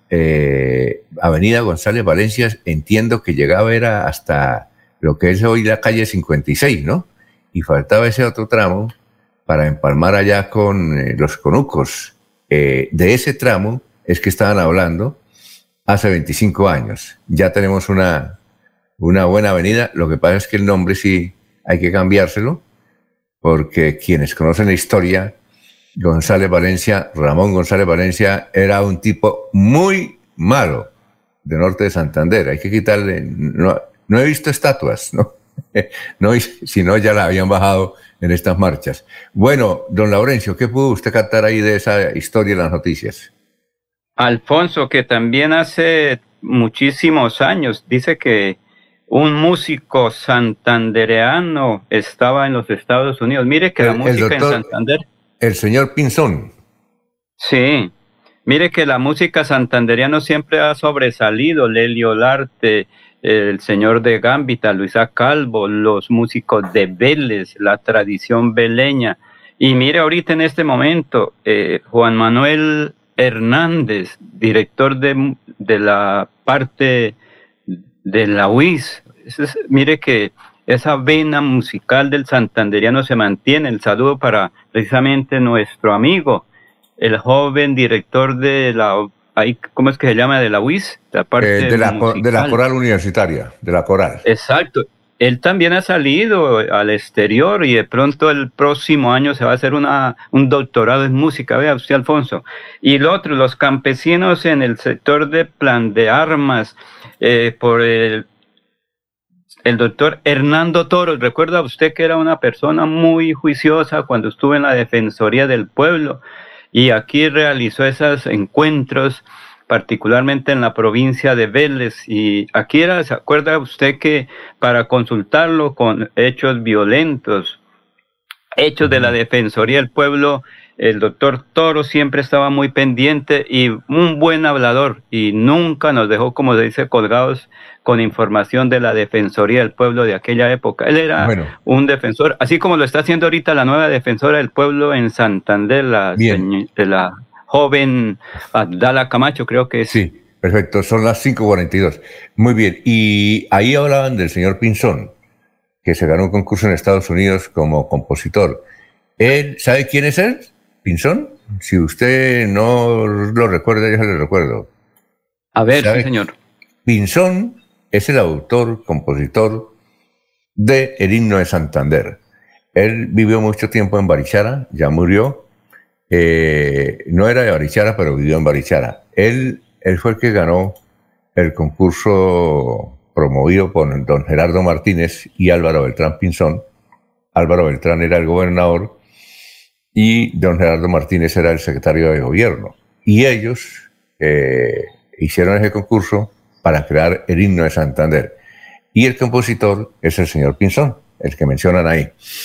avenida González Valencia, entiendo que llegaba era hasta lo que es hoy la calle 56, ¿no? Y faltaba ese otro tramo para empalmar allá con los conucos. De ese tramo es que estaban hablando hace 25 años. Ya tenemos una buena avenida. Lo que pasa es que el nombre sí hay que cambiárselo, porque quienes conocen la historia, Ramón González Valencia era un tipo muy malo de Norte de Santander. Hay que quitarle, no he visto estatuas, ¿no? No, si no ya la habían bajado en estas marchas. Bueno, don Laurencio, ¿qué pudo usted captar ahí de esa historia en las noticias? Alfonso, que también hace muchísimos años dice que un músico santandereano estaba en los Estados Unidos. Mire que la música en Santander... El señor Pinzón. Sí, mire que la música santandereana siempre ha sobresalido. Lelio Olarte, el señor de Gambita, Luisa Calvo, los músicos de Vélez, la tradición veleña. Y mire ahorita en este momento, Juan Manuel Hernández, director de la parte de la UIS. Mire que esa vena musical del santanderiano se mantiene. El saludo para precisamente nuestro amigo, el joven director de la, ¿cómo es que se llama? De la UIS, la parte de la coral universitaria, de la coral. Exacto. Él también ha salido al exterior y de pronto el próximo año se va a hacer un doctorado en música, vea usted, Alfonso. Y lo otro, los campesinos en el sector de Plan de Armas, por el doctor Hernando Toro. ¿Recuerda usted que era una persona muy juiciosa cuando estuvo en la Defensoría del Pueblo? Y aquí realizó esos encuentros, particularmente en la provincia de Vélez. Y aquí ¿se acuerda usted que para consultarlo con hechos violentos, hechos de la Defensoría del Pueblo, el doctor Toro siempre estaba muy pendiente y un buen hablador, y nunca nos dejó, como se dice, colgados con información de la Defensoría del Pueblo de aquella época. Él era un defensor, así como lo está haciendo ahorita la nueva Defensora del Pueblo en Santander, de la joven Abdala Camacho, creo que es. Sí, perfecto, son las 5:42. Muy bien, y ahí hablaban del señor Pinzón, que se ganó un concurso en Estados Unidos como compositor. ¿Él sabe quién es él? ¿Pinzón? Si usted no lo recuerda, yo se lo recuerdo. A ver, sí, señor. Pinzón es el autor, compositor de El Himno de Santander. Él vivió mucho tiempo en Barichara, ya murió. No era de Barichara, pero vivió en Barichara. Él fue el que ganó el concurso promovido por don Gerardo Martínez y Álvaro Beltrán Pinzón. Álvaro Beltrán era el gobernador y don Gerardo Martínez era el secretario de gobierno. Y ellos hicieron ese concurso para crear el Himno de Santander. Y el compositor es el señor Pinzón, el que mencionan ahí.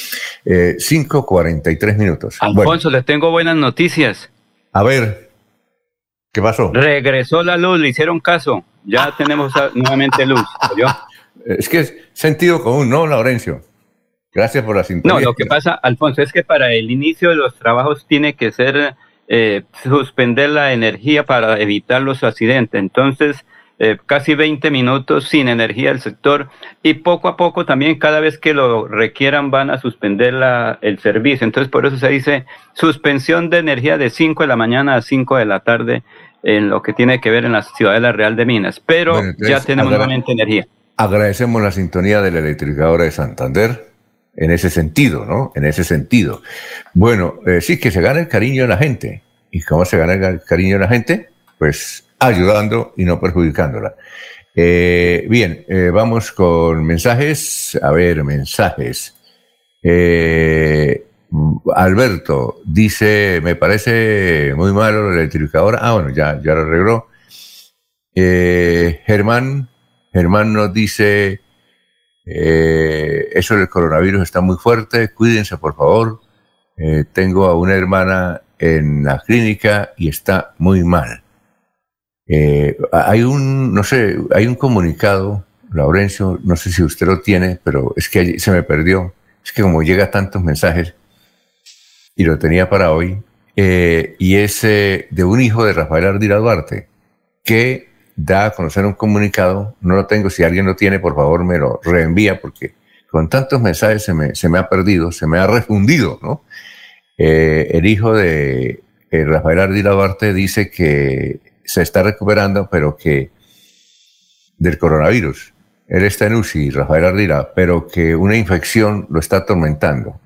5:43 minutos. Alfonso, les tengo buenas noticias. A ver, ¿qué pasó? Regresó la luz, le hicieron caso. Ya tenemos nuevamente luz. ¿Oyó? Es que es sentido común, ¿no, Laurencio? Gracias por la sintonía. No, lo que pasa, Alfonso, es que para el inicio de los trabajos tiene que ser suspender la energía para evitar los accidentes. Entonces, casi 20 minutos sin energía del sector y poco a poco también cada vez que lo requieran van a suspender el servicio. Entonces por eso se dice suspensión de energía de 5 de la mañana a 5 de la tarde en lo que tiene que ver en la Ciudadela Real de Minas. Pero bueno, ya tenemos nuevamente energía. Agradecemos la sintonía de la Electrificadora de Santander en ese sentido, ¿no? En ese sentido. Bueno, sí, que se gane el cariño de la gente. ¿Y cómo se gana el cariño de la gente? Pues ayudando y no perjudicándola. Bien, vamos con mensajes. A ver, mensajes. Alberto dice, me parece muy malo la electrificadora. Ah, bueno, ya lo arregló. Germán nos dice, eso del coronavirus está muy fuerte, cuídense por favor. Tengo a una hermana en la clínica y está muy mal. Hay un comunicado, Laurencio, no sé si usted lo tiene, pero es que se me perdió. Es que como llega tantos mensajes y lo tenía para hoy, y es de un hijo de Rafael Ardila Duarte, que da a conocer un comunicado. No lo tengo, si alguien lo tiene, por favor me lo reenvía, porque con tantos mensajes se me ha perdido, se me ha refundido, ¿no? El hijo de Rafael Ardila Duarte dice que se está recuperando, pero que del coronavirus. Él está en UCI, Rafael Ardila, pero que una infección lo está atormentando.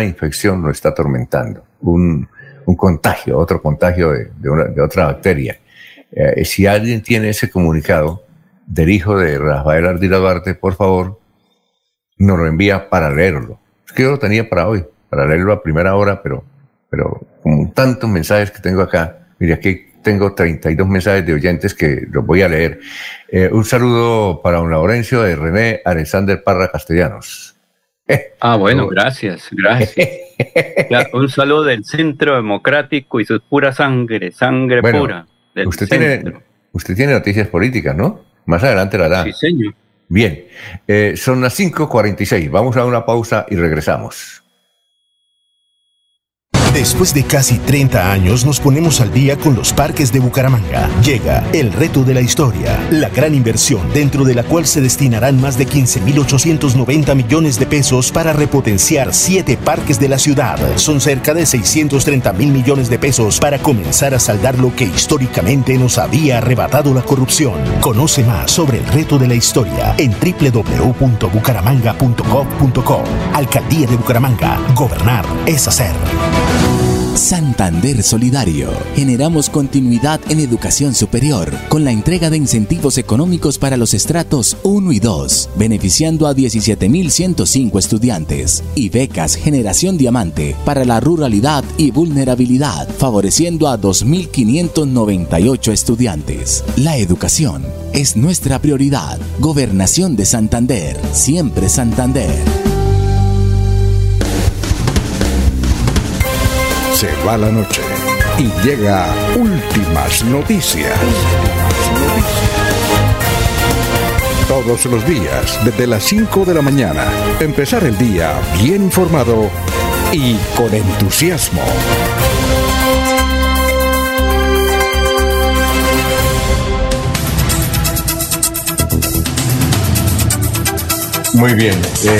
Un contagio, otro contagio de otra bacteria. Si alguien tiene ese comunicado del hijo de Rafael Ardila Duarte, por favor, nos lo envía para leerlo. Es que yo lo tenía para hoy, para leerlo a primera hora, pero con tantos mensajes que tengo acá, mire, aquí tengo 32 mensajes de oyentes que los voy a leer. Un saludo para don Laurencio de René Alexander Parra Castellanos. Bueno, gracias. Ya, un saludo del Centro Democrático y su pura sangre pura. Usted tiene noticias políticas, ¿no? Más adelante la da. Sí, señor. Bien, son las 5:46. Vamos a una pausa y regresamos. Después de casi 30 años nos ponemos al día con los parques de Bucaramanga. Llega el reto de la historia, la gran inversión dentro de la cual se destinarán más de 15.890 millones de pesos para repotenciar 7 parques de la ciudad. Son cerca de 630.000 millones de pesos para comenzar a saldar lo que históricamente nos había arrebatado la corrupción. Conoce más sobre el reto de la historia en www.bucaramanga.gov.co. Alcaldía de Bucaramanga. Gobernar es hacer. Santander Solidario. Generamos continuidad en educación superior con la entrega de incentivos económicos para los estratos 1 y 2, beneficiando a 17.105 estudiantes, y becas Generación Diamante para la ruralidad y vulnerabilidad, favoreciendo a 2.598 estudiantes. La educación es nuestra prioridad. Gobernación de Santander. Siempre Santander. Se va la noche y llega Últimas Noticias. Todos los días, desde las 5 de la mañana, empezar el día bien informado y con entusiasmo. Muy bien.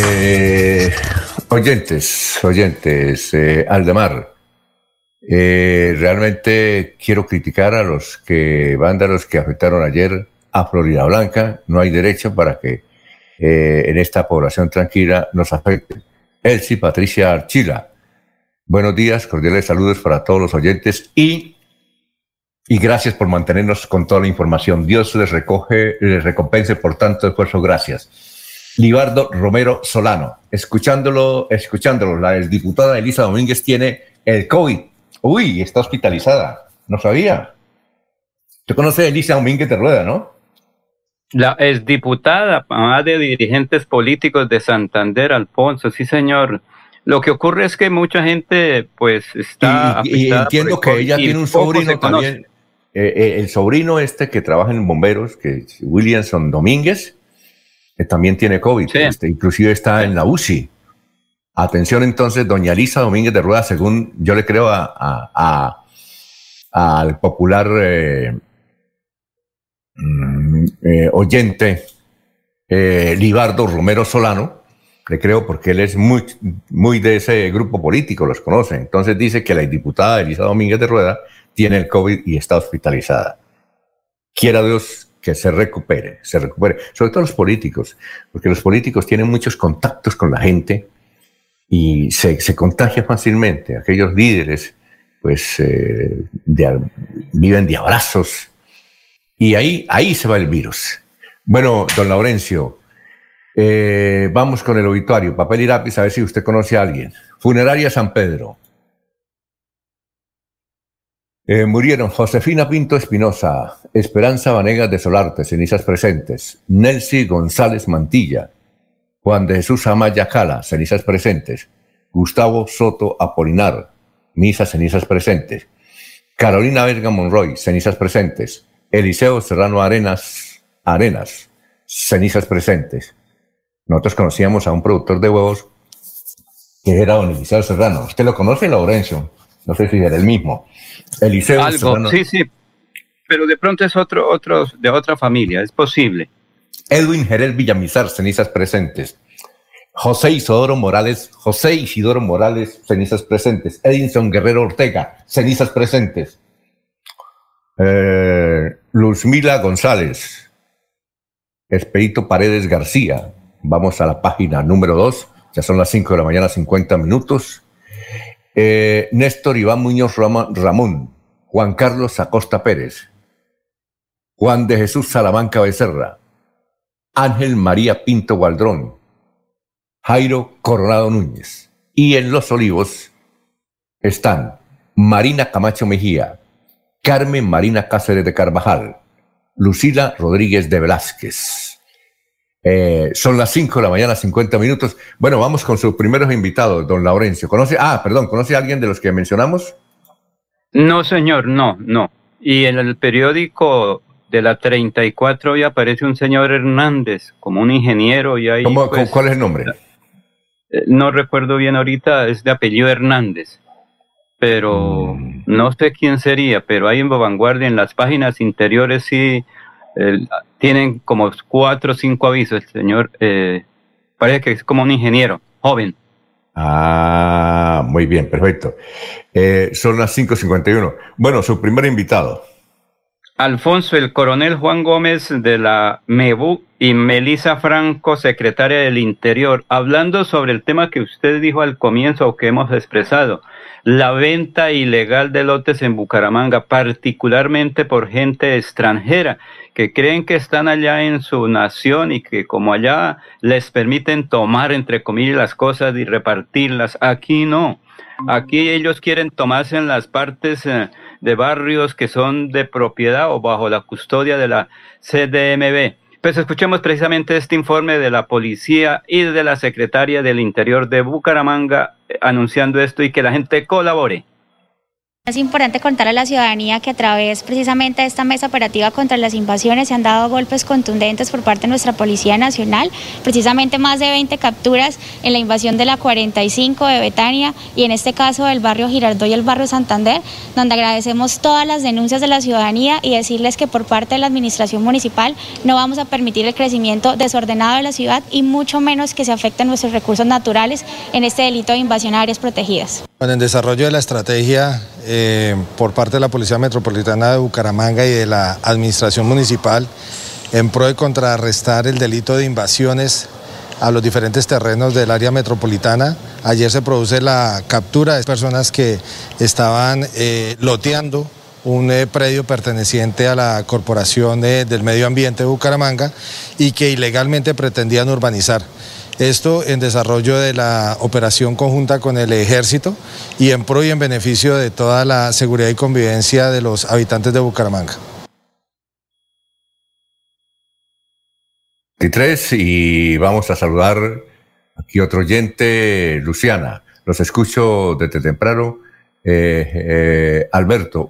Oyentes, Aldemar. Realmente quiero criticar a los vándalos que afectaron ayer a Florida Blanca, no hay derecho para que en esta población tranquila nos afecte. Elsie Patricia Archila, buenos días, cordiales saludos para todos los oyentes y gracias por mantenernos con toda la información. Dios les recompense por tanto esfuerzo, gracias. Libardo Romero Solano, escuchándolo, la diputada Elisa Domínguez tiene el COVID. Uy, está hospitalizada, no sabía. Tú conoces a Elisa Domínguez de Rueda, ¿no? La exdiputada, mamá de dirigentes políticos de Santander, Alfonso, sí señor. Lo que ocurre es que mucha gente pues está... Y entiendo que ella tiene un sobrino también, el sobrino que trabaja en bomberos, que es Williamson Domínguez, que también tiene COVID, sí. Inclusive está en la UCI. Atención entonces, doña Elisa Domínguez de Rueda, según yo le creo al popular oyente Libardo Romero Solano, le creo porque él es muy de ese grupo político, los conoce. Entonces dice que la diputada Elisa Domínguez de Rueda tiene el COVID y está hospitalizada. Quiera Dios que se recupere, sobre todo los políticos, porque los políticos tienen muchos contactos con la gente y se contagia fácilmente. Aquellos líderes pues viven de abrazos y ahí se va el virus. Bueno, don Laurencio, vamos con el obituario, papel y lápiz, a ver si usted conoce a alguien. Funeraria San Pedro. Murieron Josefina Pinto Espinosa, Esperanza Vanegas de Solarte, cenizas presentes. Nelcy González Mantilla, Juan de Jesús Amaya Cala, cenizas presentes. Gustavo Soto Apolinar, Misa, cenizas presentes. Carolina Verga Monroy, cenizas presentes. Eliseo Serrano Arenas, cenizas presentes. Nosotros conocíamos a un productor de huevos que era don Eliseo Serrano. ¿Usted lo conoce, Laurencio? No sé si era el mismo. Eliseo Serrano. Sí, pero de pronto es otro de otra familia, es posible. Edwin Jerez Villamizar, cenizas presentes. José Isidoro Morales, cenizas presentes. Edinson Guerrero Ortega, cenizas presentes. Luzmila González, Expedito Paredes García. Vamos a la página número 2, ya son las 5 de la mañana, 50 minutos. Néstor Iván Muñoz Ramón, Juan Carlos Acosta Pérez, Juan de Jesús Salamanca Becerra, Ángel María Pinto Gualdrón, Jairo Coronado Núñez. Y en Los Olivos están Marina Camacho Mejía, Carmen Marina Cáceres de Carvajal, Lucila Rodríguez de Velázquez. Son las 5 de la mañana, 50 minutos. Bueno, vamos con sus primeros invitados, don Laurencio. ¿Conoce a alguien de los que mencionamos? No, señor, no. Y en el periódico de la 34 hoy aparece un señor Hernández, como un ingeniero. Y ahí, ¿cuál es el nombre? No recuerdo bien ahorita, es de apellido Hernández. Pero no sé quién sería, pero ahí en Vanguardia, en las páginas interiores sí... tienen como 4 o 5 avisos. El señor parece que es como un ingeniero joven. Ah, muy bien, perfecto. Son las 5:51. Bueno, su primer invitado. Alfonso, el coronel Juan Gómez de la MEBU y Melisa Franco, secretaria del Interior, hablando sobre el tema que usted dijo al comienzo o que hemos expresado, la venta ilegal de lotes en Bucaramanga, particularmente por gente extranjera, que creen que están allá en su nación y que como allá les permiten tomar, entre comillas, las cosas y repartirlas. Aquí no. Aquí ellos quieren tomarse en las partes de barrios que son de propiedad o bajo la custodia de la CDMB. Pues escuchemos precisamente este informe de la policía y de la secretaria del Interior de Bucaramanga anunciando esto y que la gente colabore. Es importante contar a la ciudadanía que a través precisamente de esta mesa operativa contra las invasiones se han dado golpes contundentes por parte de nuestra Policía Nacional, precisamente más de 20 capturas en la invasión de la 45 de Betania y en este caso del barrio Girardot y el barrio Santander, donde agradecemos todas las denuncias de la ciudadanía y decirles que por parte de la administración municipal no vamos a permitir el crecimiento desordenado de la ciudad y mucho menos que se afecten nuestros recursos naturales en este delito de invasión a áreas protegidas. En el desarrollo de la estrategia por parte de la Policía Metropolitana de Bucaramanga y de la Administración Municipal, en pro de contrarrestar el delito de invasiones a los diferentes terrenos del área metropolitana. Ayer se produce la captura de personas que estaban loteando un predio perteneciente a la Corporación del Medio Ambiente de Bucaramanga y que ilegalmente pretendían urbanizar. Esto en desarrollo de la operación conjunta con el Ejército y en pro y en beneficio de toda la seguridad y convivencia de los habitantes de Bucaramanga. Y vamos a saludar aquí otro oyente, Luciana. Los escucho desde temprano. Alberto,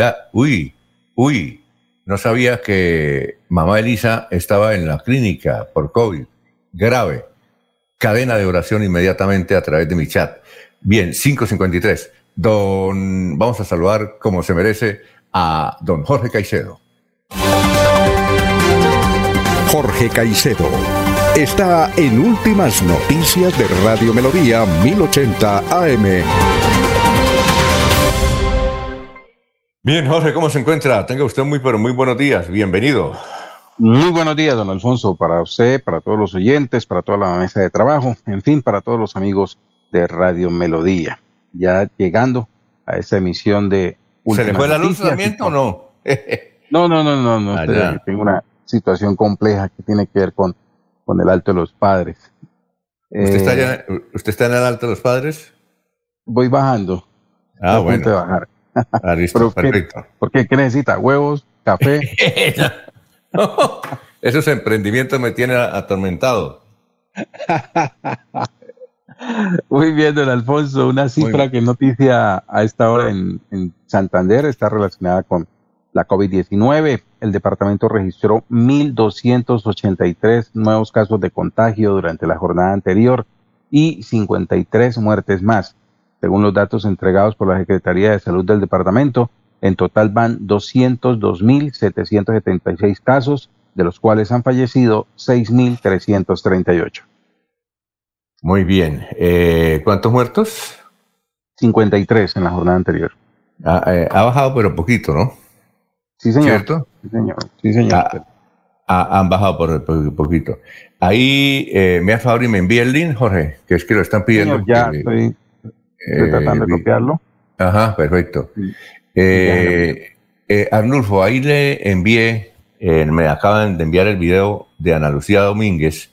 no sabía que mamá Elisa estaba en la clínica por COVID, grave. Cadena de oración inmediatamente a través de mi chat. Bien, 5:53. Vamos a saludar como se merece a don Jorge Caicedo. Jorge Caicedo está en Últimas Noticias de Radio Melodía 1080 AM. Bien, Jorge, ¿cómo se encuentra? Tenga usted muy buenos días. Bienvenido. Muy buenos días, don Alfonso, para usted, para todos los oyentes, para toda la mesa de trabajo, en fin, para todos los amigos de Radio Melodía. Ya llegando a esta emisión de Últimas ¿Se le fue la luz Noticias, también o no? No. Tengo una situación compleja que tiene que ver con el Alto de los Padres. ¿Usted está en el Alto de los Padres? Voy bajando. Ah, bueno. Punto de bajar. Listo, perfecto. ¿Por qué? ¿Qué necesita? ¿Huevos? ¿Café? No, esos emprendimientos me tienen atormentado. Muy bien, don Alfonso. Una cifra que noticia a esta hora en Santander está relacionada con la COVID-19. El departamento registró 1.283 nuevos casos de contagio durante la jornada anterior y 53 muertes más. Según los datos entregados por la Secretaría de Salud del departamento, en total van 202.776 casos, de los cuales han fallecido 6.338. Muy bien. ¿Cuántos muertos? 53 en la jornada anterior. Ha bajado, pero poquito, ¿no? Sí, señor. ¿Cierto? Sí, señor. Han bajado por poquito. Ahí me hace favor y me envía el link, Jorge, que es que lo están pidiendo. Señor, ya estoy tratando de copiarlo. Ajá, perfecto. Sí. Arnulfo, ahí le envié, me acaban de enviar el video de Ana Lucía Domínguez,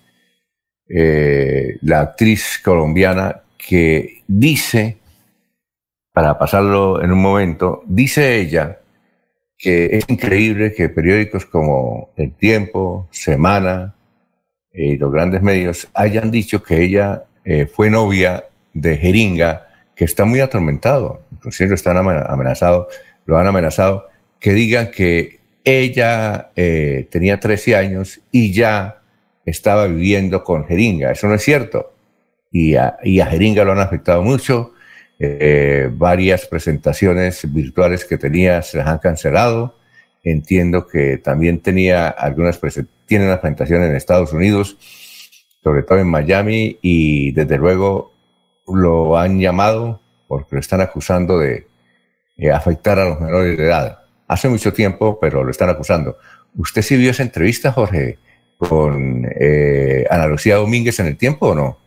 la actriz colombiana, que dice, para pasarlo en un momento, dice ella que es increíble que periódicos como El Tiempo, Semana y los grandes medios hayan dicho que ella fue novia de Jeringa, que está muy atormentado, inclusive lo han amenazado, que digan que ella tenía 13 años y ya estaba viviendo con Jeringa. Eso no es cierto. Y a Jeringa lo han afectado mucho. Varias presentaciones virtuales que tenía se las han cancelado. Entiendo que también tiene unas presentaciones en Estados Unidos, sobre todo en Miami, y desde luego lo han llamado porque lo están acusando de afectar a los menores de edad. Hace mucho tiempo, pero lo están acusando. ¿Usted sí vio esa entrevista, Jorge, con Ana Lucía Domínguez en El Tiempo o no?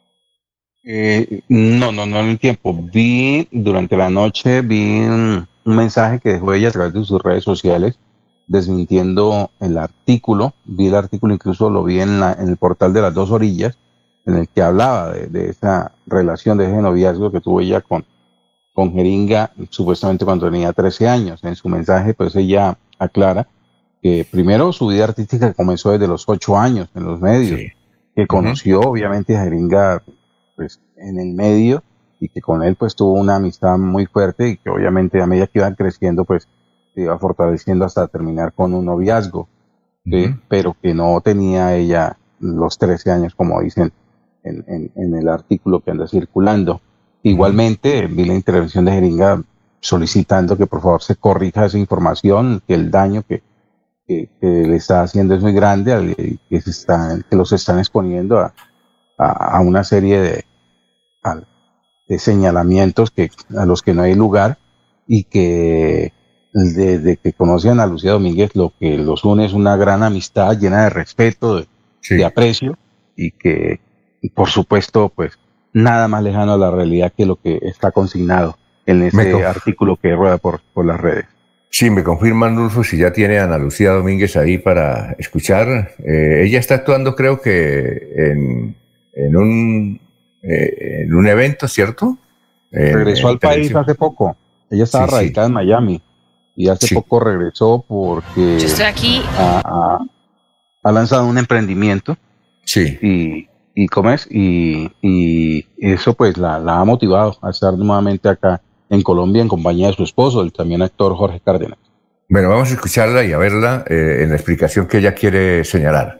No en El Tiempo. Durante la noche un mensaje que dejó ella a través de sus redes sociales desmintiendo el artículo. Vi el artículo, incluso lo vi en el portal de Las Dos Orillas, en el que hablaba de esa relación, de ese noviazgo que tuvo ella con Jeringa, supuestamente cuando tenía 13 años. En su mensaje, pues ella aclara que primero su vida artística comenzó desde los 8 años en los medios, sí, que conoció obviamente a Jeringa pues en el medio y que con él pues tuvo una amistad muy fuerte y que obviamente a medida que iban creciendo pues se iba fortaleciendo hasta terminar con un noviazgo, pero que no tenía ella los 13 años como dicen en el artículo que anda circulando. Igualmente vi la intervención de Jeringa solicitando que por favor se corrija esa información, que el daño que le está haciendo es muy grande, que los están exponiendo a una serie de señalamientos a los que no hay lugar, y que desde que conocían a Lucía Domínguez, lo que los une es una gran amistad llena de respeto, de aprecio, y que, por supuesto, pues nada más lejano a la realidad que lo que está consignado en ese artículo que rueda por las redes. Sí, me confirman, Rulfo, si ya tiene a Ana Lucía Domínguez ahí para escuchar. Ella está actuando, creo que en un evento, ¿cierto? Regresó al país hace poco. Ella estaba radicada en Miami y hace poco regresó porque yo estoy aquí. Ha lanzado un emprendimiento. Sí. Y ¿cómo es? Y eso pues la ha motivado a estar nuevamente acá en Colombia en compañía de su esposo, el también actor Jorge Cárdenas. Bueno, vamos a escucharla y a verla en la explicación que ella quiere señalar.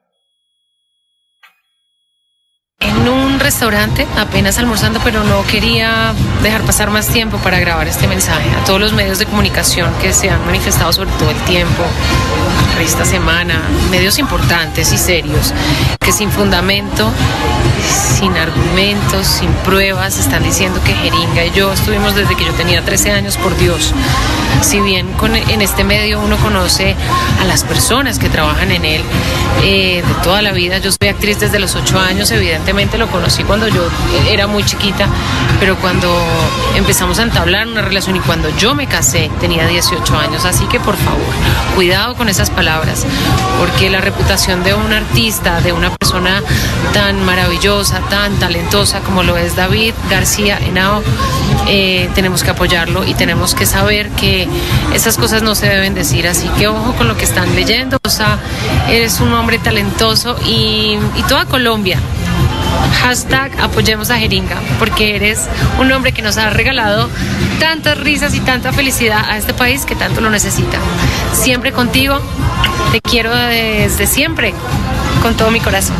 En un restaurante, apenas almorzando, pero no quería dejar pasar más tiempo para grabar este mensaje a todos los medios de comunicación que se han manifestado sobre todo el tiempo, esta semana, medios importantes y serios, que sin fundamento, sin argumentos, sin pruebas, están diciendo que Jeringa y yo estuvimos desde que yo tenía 13 años, por Dios. Si bien en este medio uno conoce a las personas que trabajan en él de toda la vida, yo soy actriz desde los 8 años, evidentemente lo conocí cuando yo era muy chiquita, pero cuando empezamos a entablar una relación y cuando yo me casé tenía 18 años, así que por favor, cuidado con esas palabras, porque la reputación de un artista, de una persona tan maravillosa, tan talentosa como lo es David García Henao, tenemos que apoyarlo y tenemos que saber que esas cosas no se deben decir, así que ojo con lo que están leyendo. O sea, eres un hombre talentoso y toda Colombia, hashtag apoyemos a Jeringa, porque eres un hombre que nos ha regalado tantas risas y tanta felicidad a este país que tanto lo necesita. Siempre contigo, te quiero desde siempre, con todo mi corazón.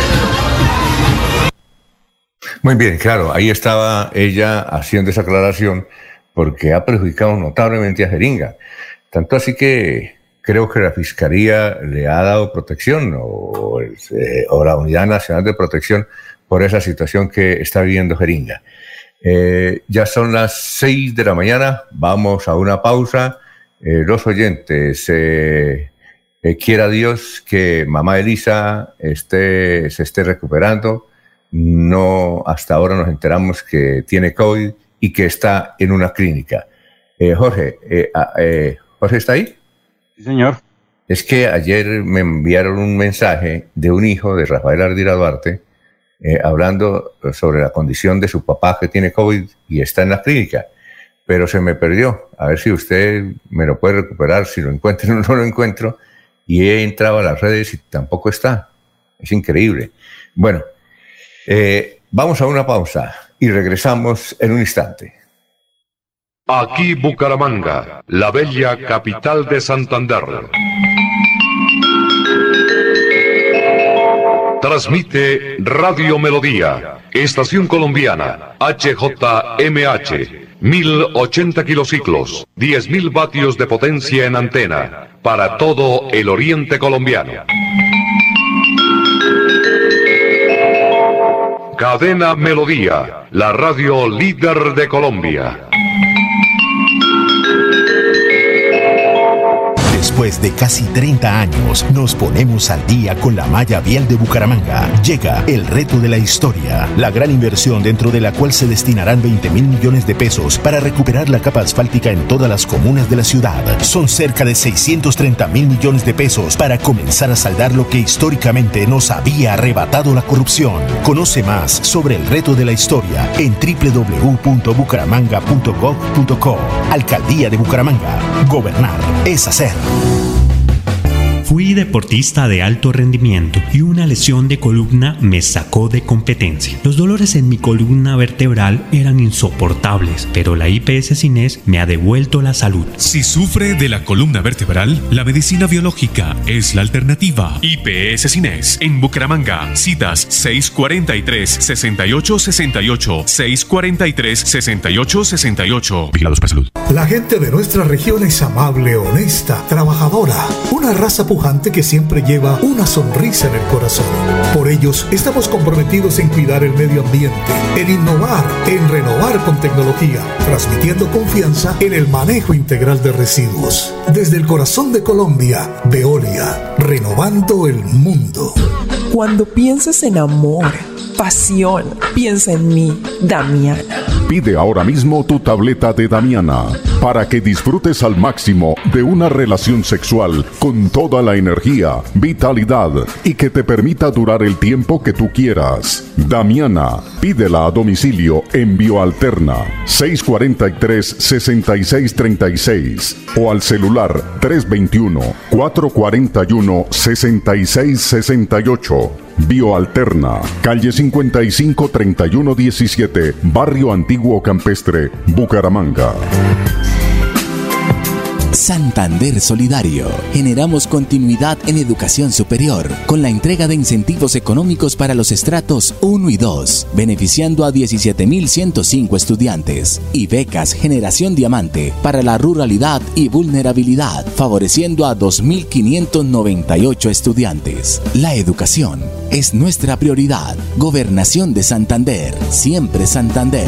Muy bien, claro, ahí estaba ella haciendo esa aclaración porque ha perjudicado notablemente a Jeringa. Tanto así que creo que la Fiscalía le ha dado protección o la Unidad Nacional de Protección por esa situación que está viviendo Jeringa. Ya son las 6 de la mañana, vamos a una pausa. Los oyentes, quiera Dios que mamá Elisa se esté recuperando. No, hasta ahora nos enteramos que tiene COVID y que está en una clínica. Jorge ¿está ahí? Sí, señor. Es que ayer me enviaron un mensaje de un hijo de Rafael Ardila Duarte hablando sobre la condición de su papá que tiene COVID y está en la clínica, pero se me perdió. A ver si usted me lo puede recuperar, si lo encuentro o no lo encuentro. Y he entrado a las redes y tampoco está. Es increíble. Bueno, vamos a una pausa y regresamos en un instante. Aquí Bucaramanga, la bella capital de Santander. Transmite Radio Melodía, Estación Colombiana, HJMH, 1080 kilociclos, 10.000 vatios de potencia en antena, para todo el oriente colombiano. Cadena Melodía, la radio líder de Colombia. Después de casi 30 años, nos ponemos al día con la malla vial de Bucaramanga. Llega el reto de la historia, la gran inversión dentro de la cual se destinarán 20.000 millones de pesos para recuperar la capa asfáltica en todas las comunas de la ciudad. Son cerca de 630.000 millones de pesos para comenzar a saldar lo que históricamente nos había arrebatado la corrupción. Conoce más sobre el reto de la historia en www.bucaramanga.gov.co. Alcaldía de Bucaramanga. Gobernar es hacer. Fui deportista de alto rendimiento y una lesión de columna me sacó de competencia. Los dolores en mi columna vertebral eran insoportables, pero la IPS Cines me ha devuelto la salud. Si sufre de la columna vertebral, la medicina biológica es la alternativa. IPS Cines en Bucaramanga. Citas 643-6868, 643-6868. Vigilados para salud. La gente de nuestra región es amable, honesta, trabajadora, una raza pujante pujante que siempre lleva una sonrisa en el corazón. Por ellos estamos comprometidos en cuidar el medio ambiente, en innovar, en renovar con tecnología, transmitiendo confianza en el manejo integral de residuos. Desde el corazón de Colombia, Veolia, renovando el mundo. Cuando pienses en amor, pasión, piensa en mí, Damiana. Pide ahora mismo tu tableta de Damiana para que disfrutes al máximo de una relación sexual con toda la energía, vitalidad y que te permita durar el tiempo que tú quieras. Damiana, pídela a domicilio en Bioalterna 643-6636 o al celular 321-441-6668. Bioalterna, calle 55 3117, Barrio Antiguo Campestre, Bucaramanga. Santander Solidario. Generamos continuidad en educación superior con la entrega de incentivos económicos para los estratos 1 y 2, beneficiando a 17.105 estudiantes, y becas Generación Diamante para la ruralidad y vulnerabilidad, favoreciendo a 2.598 estudiantes. La educación es nuestra prioridad. Gobernación de Santander, siempre Santander.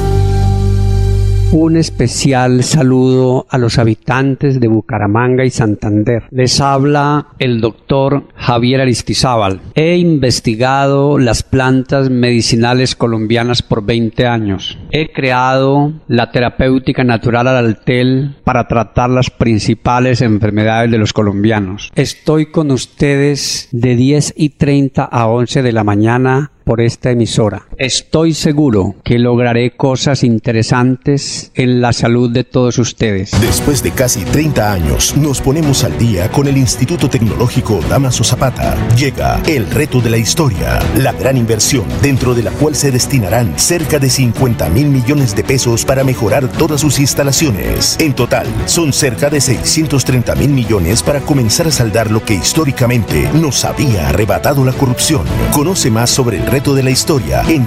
Un especial saludo a los habitantes de Bucaramanga y Santander. Les habla el doctor Javier Aristizábal. He investigado las plantas medicinales colombianas por 20 años. He creado la terapéutica natural Araltel para tratar las principales enfermedades de los colombianos. Estoy con ustedes de 10:30 a 11 de la mañana por esta emisora. Estoy seguro que lograré cosas interesantes en la salud de todos ustedes. Después de casi 30 años, nos ponemos al día con el Instituto Tecnológico Damaso Zapata. Llega el reto de la historia, la gran inversión dentro de la cual se destinarán cerca de 50.000 millones de pesos para mejorar todas sus instalaciones. En total, son cerca de 630.000 millones para comenzar a saldar lo que históricamente nos había arrebatado la corrupción. Conoce más sobre el reto de la historia en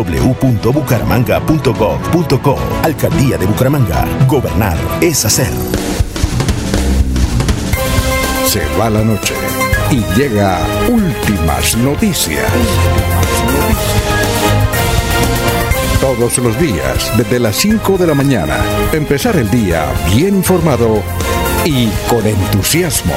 www.bucaramanga.gov.co. Alcaldía de Bucaramanga. Gobernar es hacer. Se va la noche y llega Últimas Noticias. Todos los días, desde las 5 de la mañana, empezar el día bien informado y con entusiasmo.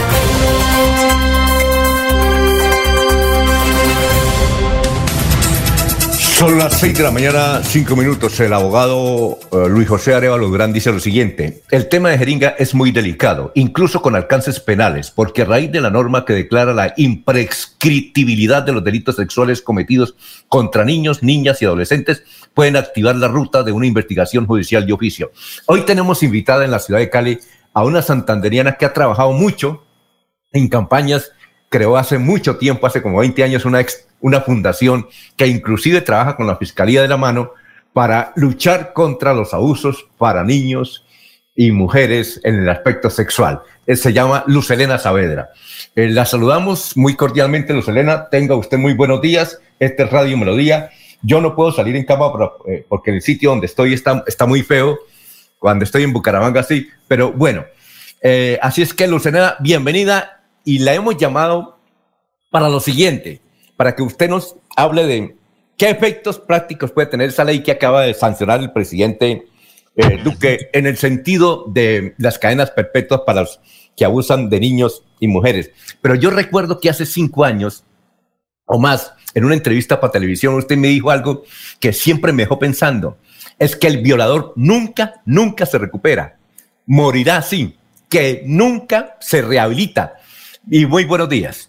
Son las 6 de la mañana, 5 minutos. El abogado Luis José Arévalo Durán dice lo siguiente: el tema de jeringa es muy delicado, incluso con alcances penales, porque a raíz de la norma que declara la imprescriptibilidad de los delitos sexuales cometidos contra niños, niñas y adolescentes, pueden activar la ruta de una investigación judicial de oficio. Hoy tenemos invitada en la ciudad de Cali a una santanderiana que ha trabajado mucho en campañas. Creó hace mucho tiempo, hace como 20 años, una fundación que inclusive trabaja con la Fiscalía de la mano para luchar contra los abusos para niños y mujeres en el aspecto sexual. Se llama Luz Helena Saavedra. La saludamos muy cordialmente, Luz Helena. Tenga usted muy buenos días. Este es Radio Melodía. Yo no puedo salir en cámara porque el sitio donde estoy está muy feo. Cuando estoy en Bucaramanga, sí. Pero bueno, así es que, Luz Helena, bienvenida. Y la hemos llamado para lo siguiente, para que usted nos hable de qué efectos prácticos puede tener esa ley que acaba de sancionar el presidente Duque en el sentido de las cadenas perpetuas para los que abusan de niños y mujeres. Pero yo recuerdo que hace 5 años o más, en una entrevista para televisión, usted me dijo algo que siempre me dejó pensando: es que el violador nunca se recupera, morirá así, que nunca se rehabilita. Y muy buenos días.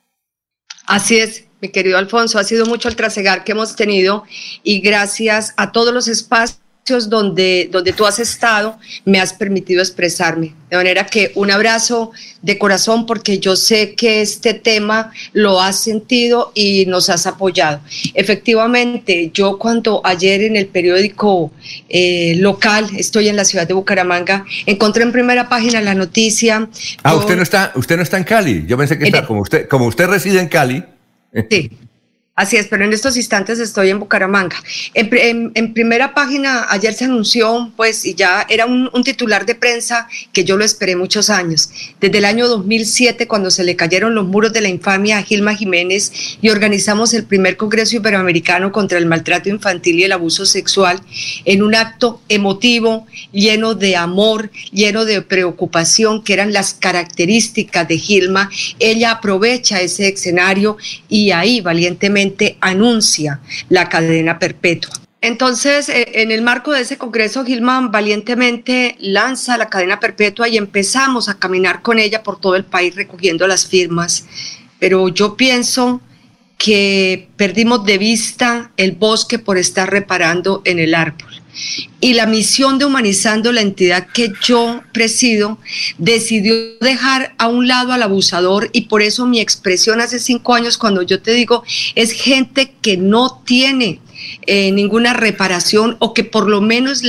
Así es, mi querido Alfonso, ha sido mucho el trasegar que hemos tenido y gracias a todos los espacios donde tú has estado, me has permitido expresarme. De manera que un abrazo de corazón, porque yo sé que este tema lo has sentido y nos has apoyado. Efectivamente, yo cuando ayer en el periódico local, estoy en la ciudad de Bucaramanga, encontré en primera página la noticia. Usted no está en Cali. Yo pensé que está, como usted reside en Cali. Sí. Así es, pero en estos instantes estoy en Bucaramanga. En primera página, ayer se anunció, pues, y ya era un titular de prensa que yo lo esperé muchos años. Desde el año 2007, cuando se le cayeron los muros de la infamia a Gilma Jiménez y organizamos el primer Congreso Iberoamericano contra el maltrato infantil y el abuso sexual, en un acto emotivo, lleno de amor, lleno de preocupación, que eran las características de Gilma. Ella aprovecha ese escenario y ahí valientemente anuncia la cadena perpetua. Entonces, en el marco de ese congreso, Gilma valientemente lanza la cadena perpetua y empezamos a caminar con ella por todo el país recogiendo las firmas. Pero yo pienso que perdimos de vista el bosque por estar reparando en el árbol. Y la misión de Humanizando, la entidad que yo presido, decidió dejar a un lado al abusador, y por eso mi expresión hace 5 años, cuando yo te digo, es gente que no tiene ninguna reparación, o que por lo menos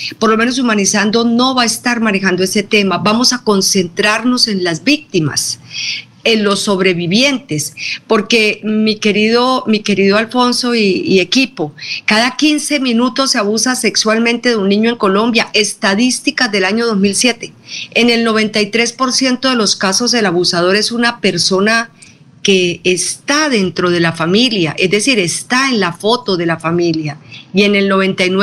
Humanizando no va a estar manejando ese tema. Vamos a concentrarnos en las víctimas, en los sobrevivientes, porque mi querido Alfonso y equipo, cada 15 minutos se abusa sexualmente de un niño en Colombia. Estadísticas del año 2007. En el 93% de los casos el abusador es una persona que está dentro de la familia, es decir, está en la foto de la familia, y en el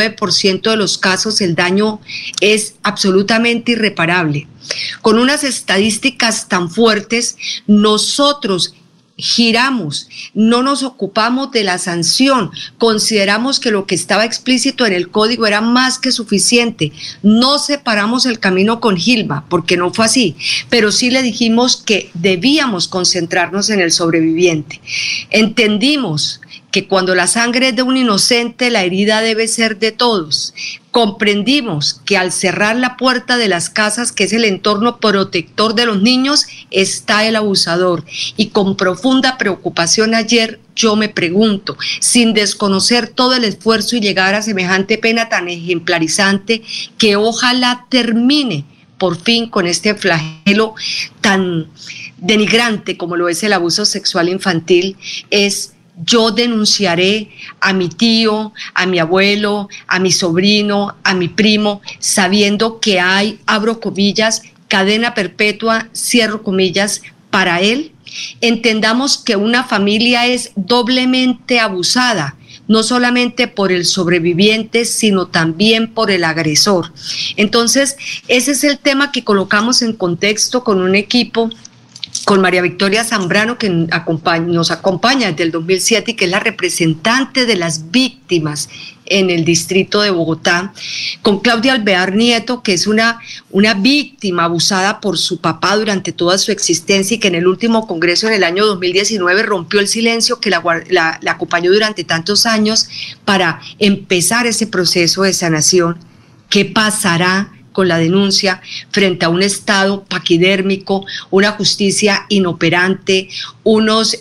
99% de los casos el daño es absolutamente irreparable. Con unas estadísticas tan fuertes, nosotros giramos, no nos ocupamos de la sanción, consideramos que lo que estaba explícito en el código era más que suficiente. No separamos el camino con Gilma, porque no fue así, pero sí le dijimos que debíamos concentrarnos en el sobreviviente. Entendimos que cuando la sangre es de un inocente, la herida debe ser de todos. Comprendimos que al cerrar la puerta de las casas, que es el entorno protector de los niños, está el abusador. Y con profunda preocupación ayer yo me pregunto, sin desconocer todo el esfuerzo y llegar a semejante pena tan ejemplarizante, que ojalá termine por fin con este flagelo tan denigrante como lo es el abuso sexual infantil, es: yo denunciaré a mi tío, a mi abuelo, a mi sobrino, a mi primo, sabiendo que hay, abro comillas, cadena perpetua, cierro comillas, para él. Entendamos que una familia es doblemente abusada, no solamente por el sobreviviente, sino también por el agresor. Entonces, ese es el tema que colocamos en contexto con un equipo, con María Victoria Zambrano, que nos acompaña desde el 2007 y que es la representante de las víctimas en el distrito de Bogotá, con Claudia Alvear Nieto, que es una víctima abusada por su papá durante toda su existencia y que en el último congreso en el año 2019 rompió el silencio que la acompañó durante tantos años para empezar ese proceso de sanación. ¿Qué pasará con la denuncia frente a un Estado paquidérmico, una justicia inoperante, unos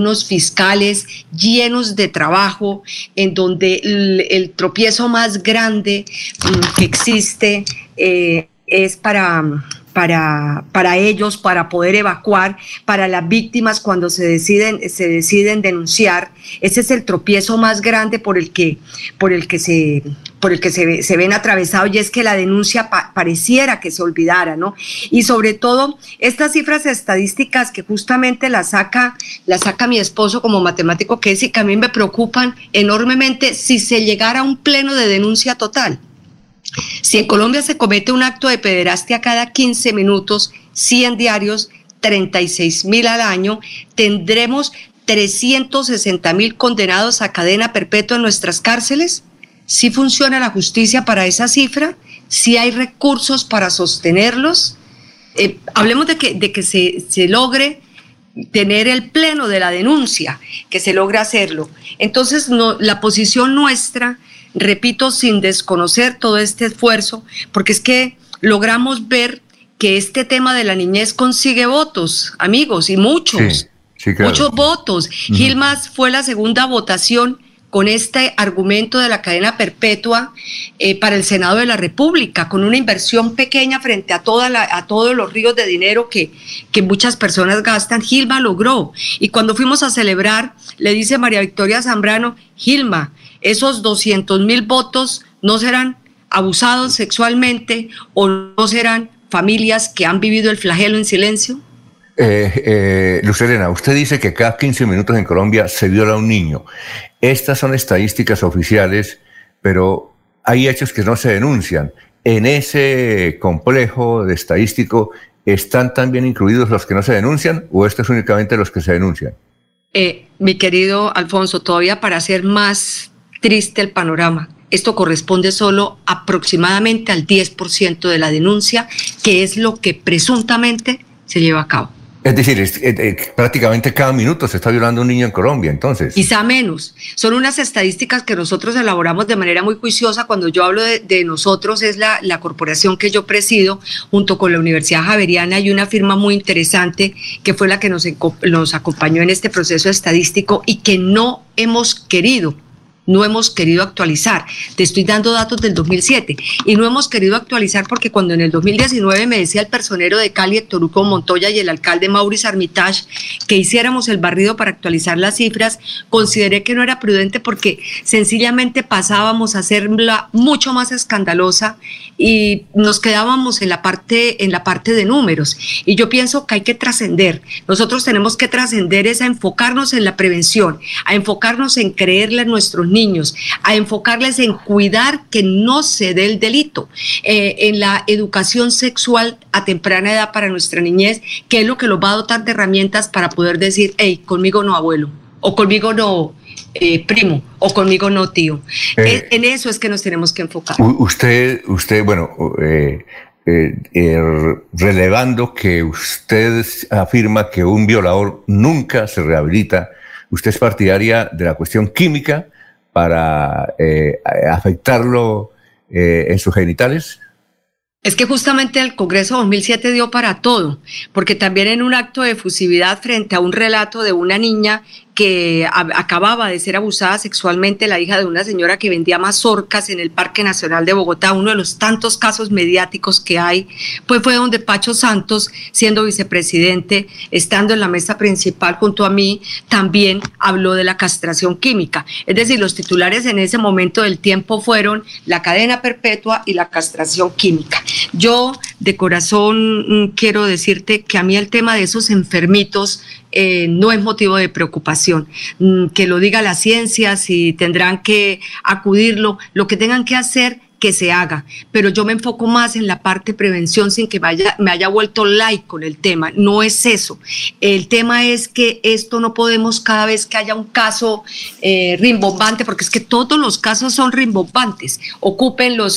fiscales llenos de trabajo, en donde el tropiezo más grande que existe es para ellos, para poder evacuar, para las víctimas cuando se deciden denunciar? Ese es el tropiezo más grande por el que se ven atravesados, y es que la denuncia pareciera que se olvidara, ¿no? Y sobre todo estas cifras estadísticas que justamente las saca mi esposo como matemático que es, y que a mí me preocupan enormemente si se llegara a un pleno de denuncia total. Si en Colombia se comete un acto de pederastia cada 15 minutos, 100 diarios, 36.000 al año, tendremos 360.000 condenados a cadena perpetua en nuestras cárceles. ¿Sí funciona la justicia para esa cifra? ¿Sí hay recursos para sostenerlos? Hablemos de que se logre tener el pleno de la denuncia, que se logre hacerlo. Entonces, la posición nuestra, repito, sin desconocer todo este esfuerzo, porque es que logramos ver que este tema de la niñez consigue votos, amigos, y muchos, sí, claro. Muchos votos. Gilma fue la segunda votación con este argumento de la cadena perpetua para el Senado de la República, con una inversión pequeña frente a todos los ríos de dinero que muchas personas gastan. Gilma logró, y cuando fuimos a celebrar, le dice María Victoria Zambrano: Gilma, esos 200.000 votos no serán abusados sexualmente o no serán familias que han vivido el flagelo en silencio. Luz Helena, usted dice que cada 15 minutos en Colombia se viola a un niño. Estas son estadísticas oficiales, pero hay hechos que no se denuncian. ¿En ese complejo de estadístico están también incluidos los que no se denuncian o estos únicamente los que se denuncian? Mi querido Alfonso, todavía para hacer más triste el panorama, esto corresponde solo aproximadamente al 10% de la denuncia, que es lo que presuntamente se lleva a cabo. Es decir, prácticamente cada minuto se está violando a un niño en Colombia, entonces. Quizá menos. Son unas estadísticas que nosotros elaboramos de manera muy juiciosa. Cuando yo hablo de nosotros, es la corporación que yo presido, junto con la Universidad Javeriana y una firma muy interesante que fue la que nos acompañó en este proceso estadístico y que no hemos querido actualizar. Te estoy dando datos del 2007 y no hemos querido actualizar porque cuando en el 2019 me decía el personero de Cali, Héctor Hugo Montoya, y el alcalde Maurice Armitage que hiciéramos el barrido para actualizar las cifras, consideré que no era prudente porque sencillamente pasábamos a hacerla mucho más escandalosa y nos quedábamos en la parte de números. Y yo pienso que hay que trascender. Nosotros tenemos que trascender, es a enfocarnos en la prevención, a enfocarnos en creerle a nuestros niños, a enfocarles en cuidar que no se dé el delito, en la educación sexual a temprana edad para nuestra niñez, que es lo que los va a dotar de herramientas para poder decir: hey, conmigo no, abuelo, o conmigo no, primo, o conmigo no, tío. En eso es que nos tenemos que enfocar. Usted, bueno, relevando que usted afirma que un violador nunca se rehabilita, ¿usted es partidaria de la cuestión química para afectarlo en sus genitales? Es que justamente el Congreso 2007 dio para todo, porque también en un acto de efusividad frente a un relato de una niña que acababa de ser abusada sexualmente, la hija de una señora que vendía mazorcas en el Parque Nacional de Bogotá, uno de los tantos casos mediáticos que hay, pues fue donde Pacho Santos, siendo vicepresidente, estando en la mesa principal junto a mí, también habló de la castración química. Es decir, los titulares en ese momento del tiempo fueron la cadena perpetua y la castración química. Yo de corazón quiero decirte que a mí el tema de esos enfermitos no es motivo de preocupación. Que lo diga la ciencia, si tendrán que acudirlo, lo que tengan que hacer, que se haga, pero yo me enfoco más en la parte de prevención sin que me haya vuelto like con el tema. No es eso. El tema es que esto no podemos, cada vez que haya un caso rimbombante, porque es que todos los casos son rimbombantes, ocupen las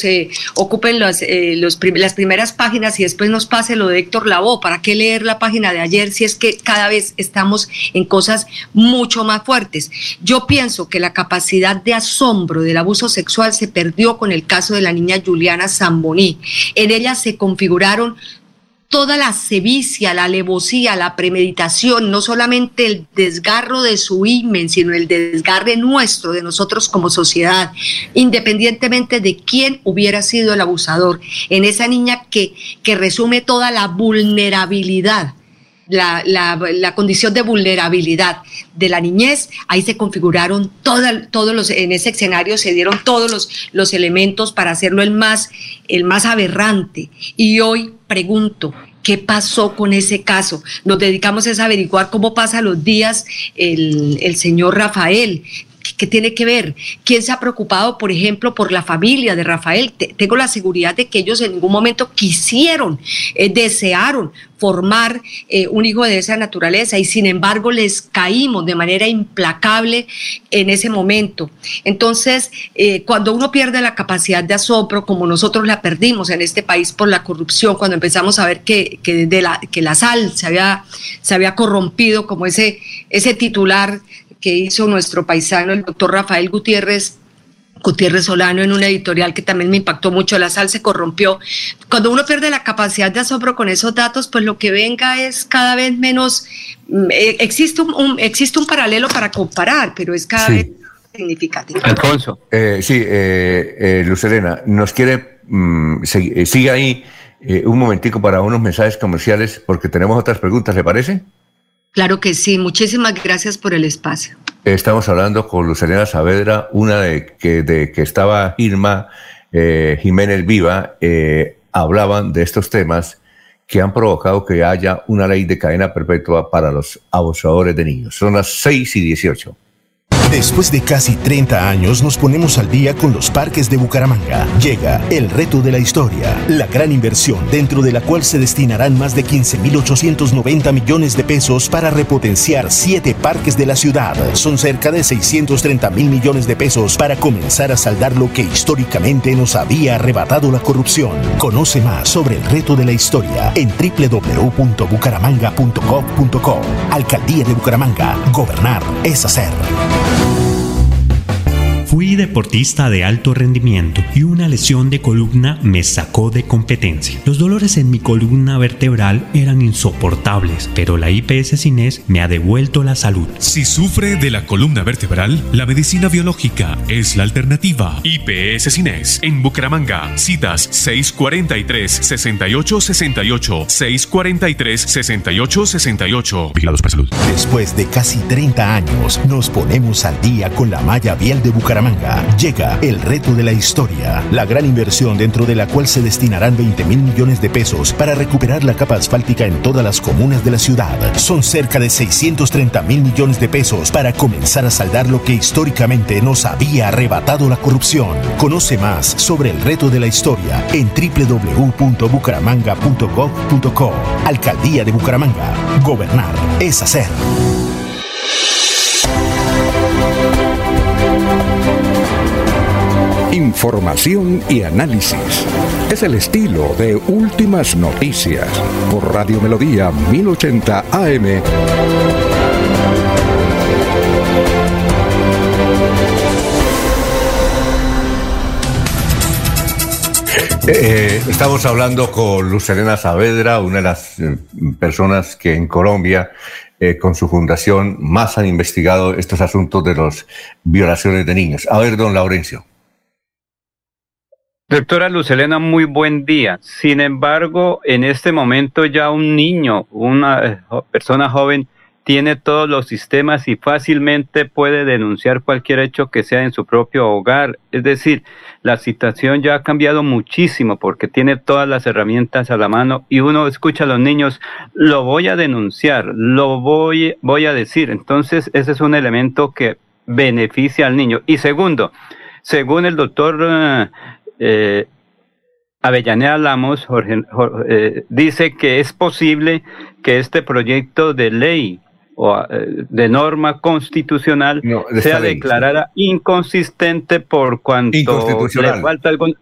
primeras páginas y después nos pase lo de Héctor Lavoe. ¿Para qué leer la página de ayer si es que cada vez estamos en cosas mucho más fuertes? Yo pienso que la capacidad de asombro del abuso sexual se perdió con el caso de la niña Juliana Zamboní. En ella se configuraron toda la sevicia, la alevosía, la premeditación, no solamente el desgarro de su himen, sino el desgarre nuestro, de nosotros como sociedad, independientemente de quién hubiera sido el abusador. En esa niña que resume toda la vulnerabilidad, la condición de vulnerabilidad de la niñez, ahí se configuraron en ese escenario se dieron todos los elementos para hacerlo el más aberrante. Y hoy pregunto, ¿qué pasó con ese caso? Nos dedicamos a averiguar cómo pasa los días el señor Rafael. ¿Qué tiene que ver? ¿Quién se ha preocupado, por ejemplo, por la familia de Rafael? Tengo la seguridad de que ellos en ningún momento quisieron, desearon formar un hijo de esa naturaleza y sin embargo les caímos de manera implacable en ese momento. Entonces, cuando uno pierde la capacidad de asombro, como nosotros la perdimos en este país por la corrupción, cuando empezamos a ver que la sal se había corrompido, como ese titular que hizo nuestro paisano, el doctor Rafael Gutiérrez Solano, en una editorial que también me impactó mucho: la sal se corrompió. Cuando uno pierde la capacidad de asombro con esos datos, pues lo que venga es cada vez menos. Existe un paralelo para comparar, pero es cada vez significativa. Alfonso. Luz Helena, nos quiere, sigue ahí un momentico para unos mensajes comerciales, porque tenemos otras preguntas, ¿le parece? Claro que sí, muchísimas gracias por el espacio. Estamos hablando con Luz Helena Saavedra, una de que estaba Irma Jiménez Viva, hablaban de estos temas que han provocado que haya una ley de cadena perpetua para los abusadores de niños. Son las 6:18. Después de casi 30 años nos ponemos al día con los parques de Bucaramanga. Llega el reto de la historia, la gran inversión dentro de la cual se destinarán más de 15.890 millones de pesos para repotenciar 7 parques de la ciudad. Son cerca de 630.000 millones de pesos para comenzar a saldar lo que históricamente nos había arrebatado la corrupción. Conoce más sobre el reto de la historia en www.bucaramanga.gov.co. Alcaldía de Bucaramanga. Gobernar es hacer. Fui deportista de alto rendimiento y una lesión de columna me sacó de competencia. Los dolores en mi columna vertebral eran insoportables, pero la IPS Cines me ha devuelto la salud. Si sufre de la columna vertebral, la medicina biológica es la alternativa. IPS Cines en Bucaramanga. Citas 643-6868, 643-6868. Vigilados para salud. Después de casi 30 años, nos ponemos al día con la malla vial de Bucaramanga. Llega el reto de la historia, la gran inversión dentro de la cual se destinarán 20.000 millones de pesos para recuperar la capa asfáltica en todas las comunas de la ciudad. Son cerca de 630.000 millones de pesos para comenzar a saldar lo que históricamente nos había arrebatado la corrupción. Conoce más sobre el reto de la historia en www.bucaramanga.gov.co. Alcaldía de Bucaramanga. Gobernar es hacer. Información y análisis. Es el estilo de Últimas Noticias por Radio Melodía 1080 AM. Estamos hablando con Luz Helena Saavedra, una de las personas que en Colombia, con su fundación, más han investigado estos asuntos de las violaciones de niños. A ver, don Laurencio. Doctora Luz Helena, muy buen día. Sin embargo, en este momento ya un niño, una persona joven, tiene todos los sistemas y fácilmente puede denunciar cualquier hecho que sea en su propio hogar. Es decir, la situación ya ha cambiado muchísimo porque tiene todas las herramientas a la mano y uno escucha a los niños, lo voy a denunciar, lo voy a decir. Entonces, ese es un elemento que beneficia al niño. Y segundo, según el doctor Avellaneda Lamos, dice que es posible que este proyecto de ley o de norma constitucional sea declarada inconsistente por cuanto le falta algún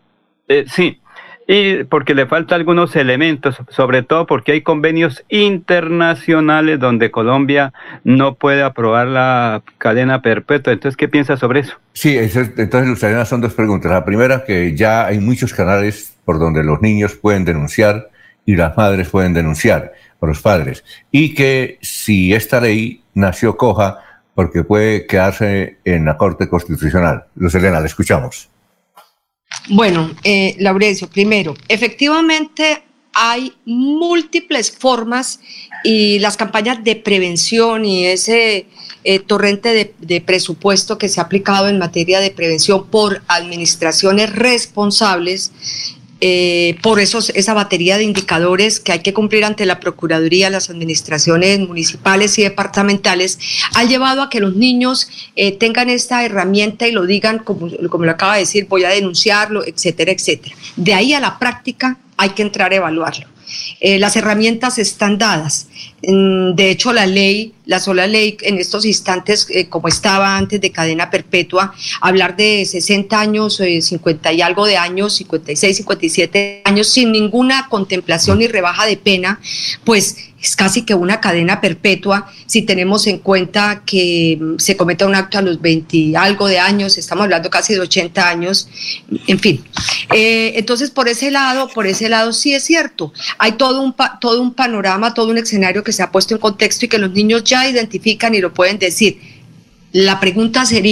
y porque le falta algunos elementos, sobre todo porque hay convenios internacionales donde Colombia no puede aprobar la cadena perpetua. Entonces, ¿qué piensa sobre eso? Sí, entonces, Luz Helena, son dos preguntas. La primera, que ya hay muchos canales por donde los niños pueden denunciar y las madres pueden denunciar a los padres. Y que si esta ley nació coja, porque puede quedarse en la Corte Constitucional. Luz Helena, le escuchamos. Bueno, Laurencio, primero, efectivamente hay múltiples formas y las campañas de prevención y ese torrente de presupuesto que se ha aplicado en materia de prevención por administraciones responsables, por eso esa batería de indicadores que hay que cumplir ante la Procuraduría, las administraciones municipales y departamentales, ha llevado a que los niños tengan esta herramienta y lo digan, como lo acaba de decir, voy a denunciarlo, etcétera, etcétera. De ahí a la práctica hay que entrar a evaluarlo. Las herramientas están dadas. De hecho, la sola ley en estos instantes, como estaba antes de cadena perpetua, hablar de 60 años, 50 y algo de años, 56, 57 años, sin ninguna contemplación ni rebaja de pena, pues es casi que una cadena perpetua si tenemos en cuenta que se cometa un acto a los 20 y algo de años, estamos hablando casi de 80 años, en fin. Entonces, por ese lado sí es cierto. Hay todo un panorama, todo un escenario que se ha puesto en contexto y que los niños ya identifican y lo pueden decir. La pregunta sería,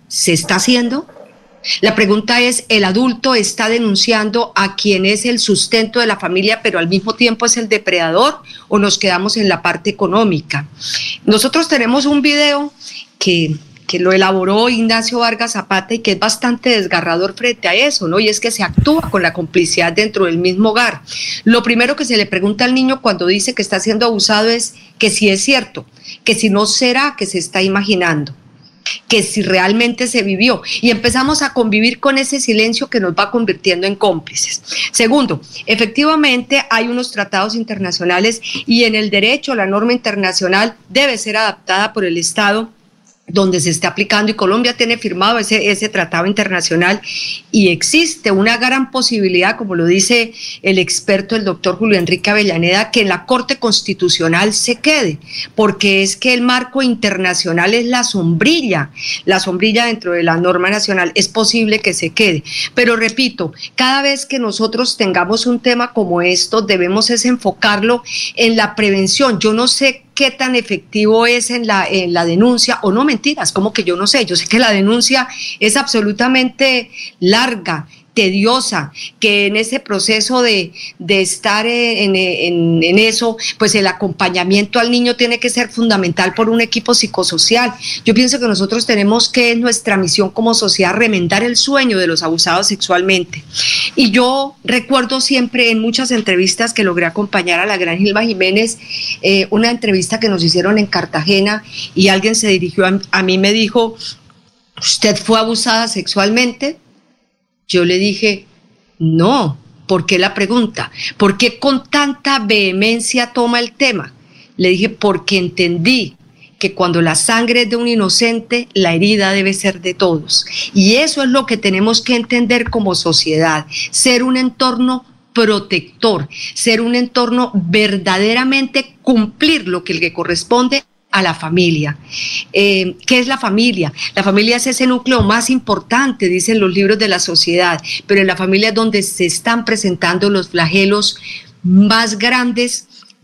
¿Se está haciendo? La pregunta es, ¿el adulto está denunciando a quien es el sustento de la familia, pero al mismo tiempo es el depredador, o nos quedamos en la parte económica? Nosotros tenemos un video que lo elaboró Ignacio Vargas Zapata y que es bastante desgarrador frente a eso, ¿no? Y es que se actúa con la complicidad dentro del mismo hogar. Lo primero que se le pregunta al niño cuando dice que está siendo abusado es que si es cierto, que si no será que se está imaginando, que si realmente se vivió, y empezamos a convivir con ese silencio que nos va convirtiendo en cómplices. Segundo, efectivamente hay unos tratados internacionales y en el derecho la norma internacional debe ser adaptada por el Estado donde se está aplicando, y Colombia tiene firmado ese tratado internacional, y existe una gran posibilidad, como lo dice el experto, el doctor Julio Enrique Avellaneda, que en la Corte Constitucional se quede, porque es que el marco internacional es la sombrilla dentro de la norma nacional, es posible que se quede. Pero repito, cada vez que nosotros tengamos un tema como esto, debemos es enfocarlo en la prevención. Yo no sé qué tan efectivo es en la denuncia, o no, mentiras, como que yo no sé, yo sé que la denuncia es absolutamente larga, tediosa, que en ese proceso de estar en eso, pues el acompañamiento al niño tiene que ser fundamental por un equipo psicosocial. Yo pienso que nosotros tenemos que, en nuestra misión como sociedad, remendar el sueño de los abusados sexualmente. Y yo recuerdo siempre en muchas entrevistas que logré acompañar a la gran Gilma Jiménez, una entrevista que nos hicieron en Cartagena, y alguien se dirigió a mí y me dijo: ¿usted fue abusada sexualmente? Yo le dije, no. ¿Por qué la pregunta? ¿Por qué con tanta vehemencia toma el tema? Le dije, porque entendí que cuando la sangre es de un inocente, la herida debe ser de todos. Y eso es lo que tenemos que entender como sociedad, ser un entorno protector, ser un entorno verdaderamente cumplir lo que le corresponde a la familia. ¿Qué es la familia? La familia es ese núcleo más importante, dicen los libros de la sociedad, pero en la familia es donde se están presentando los flagelos más grandes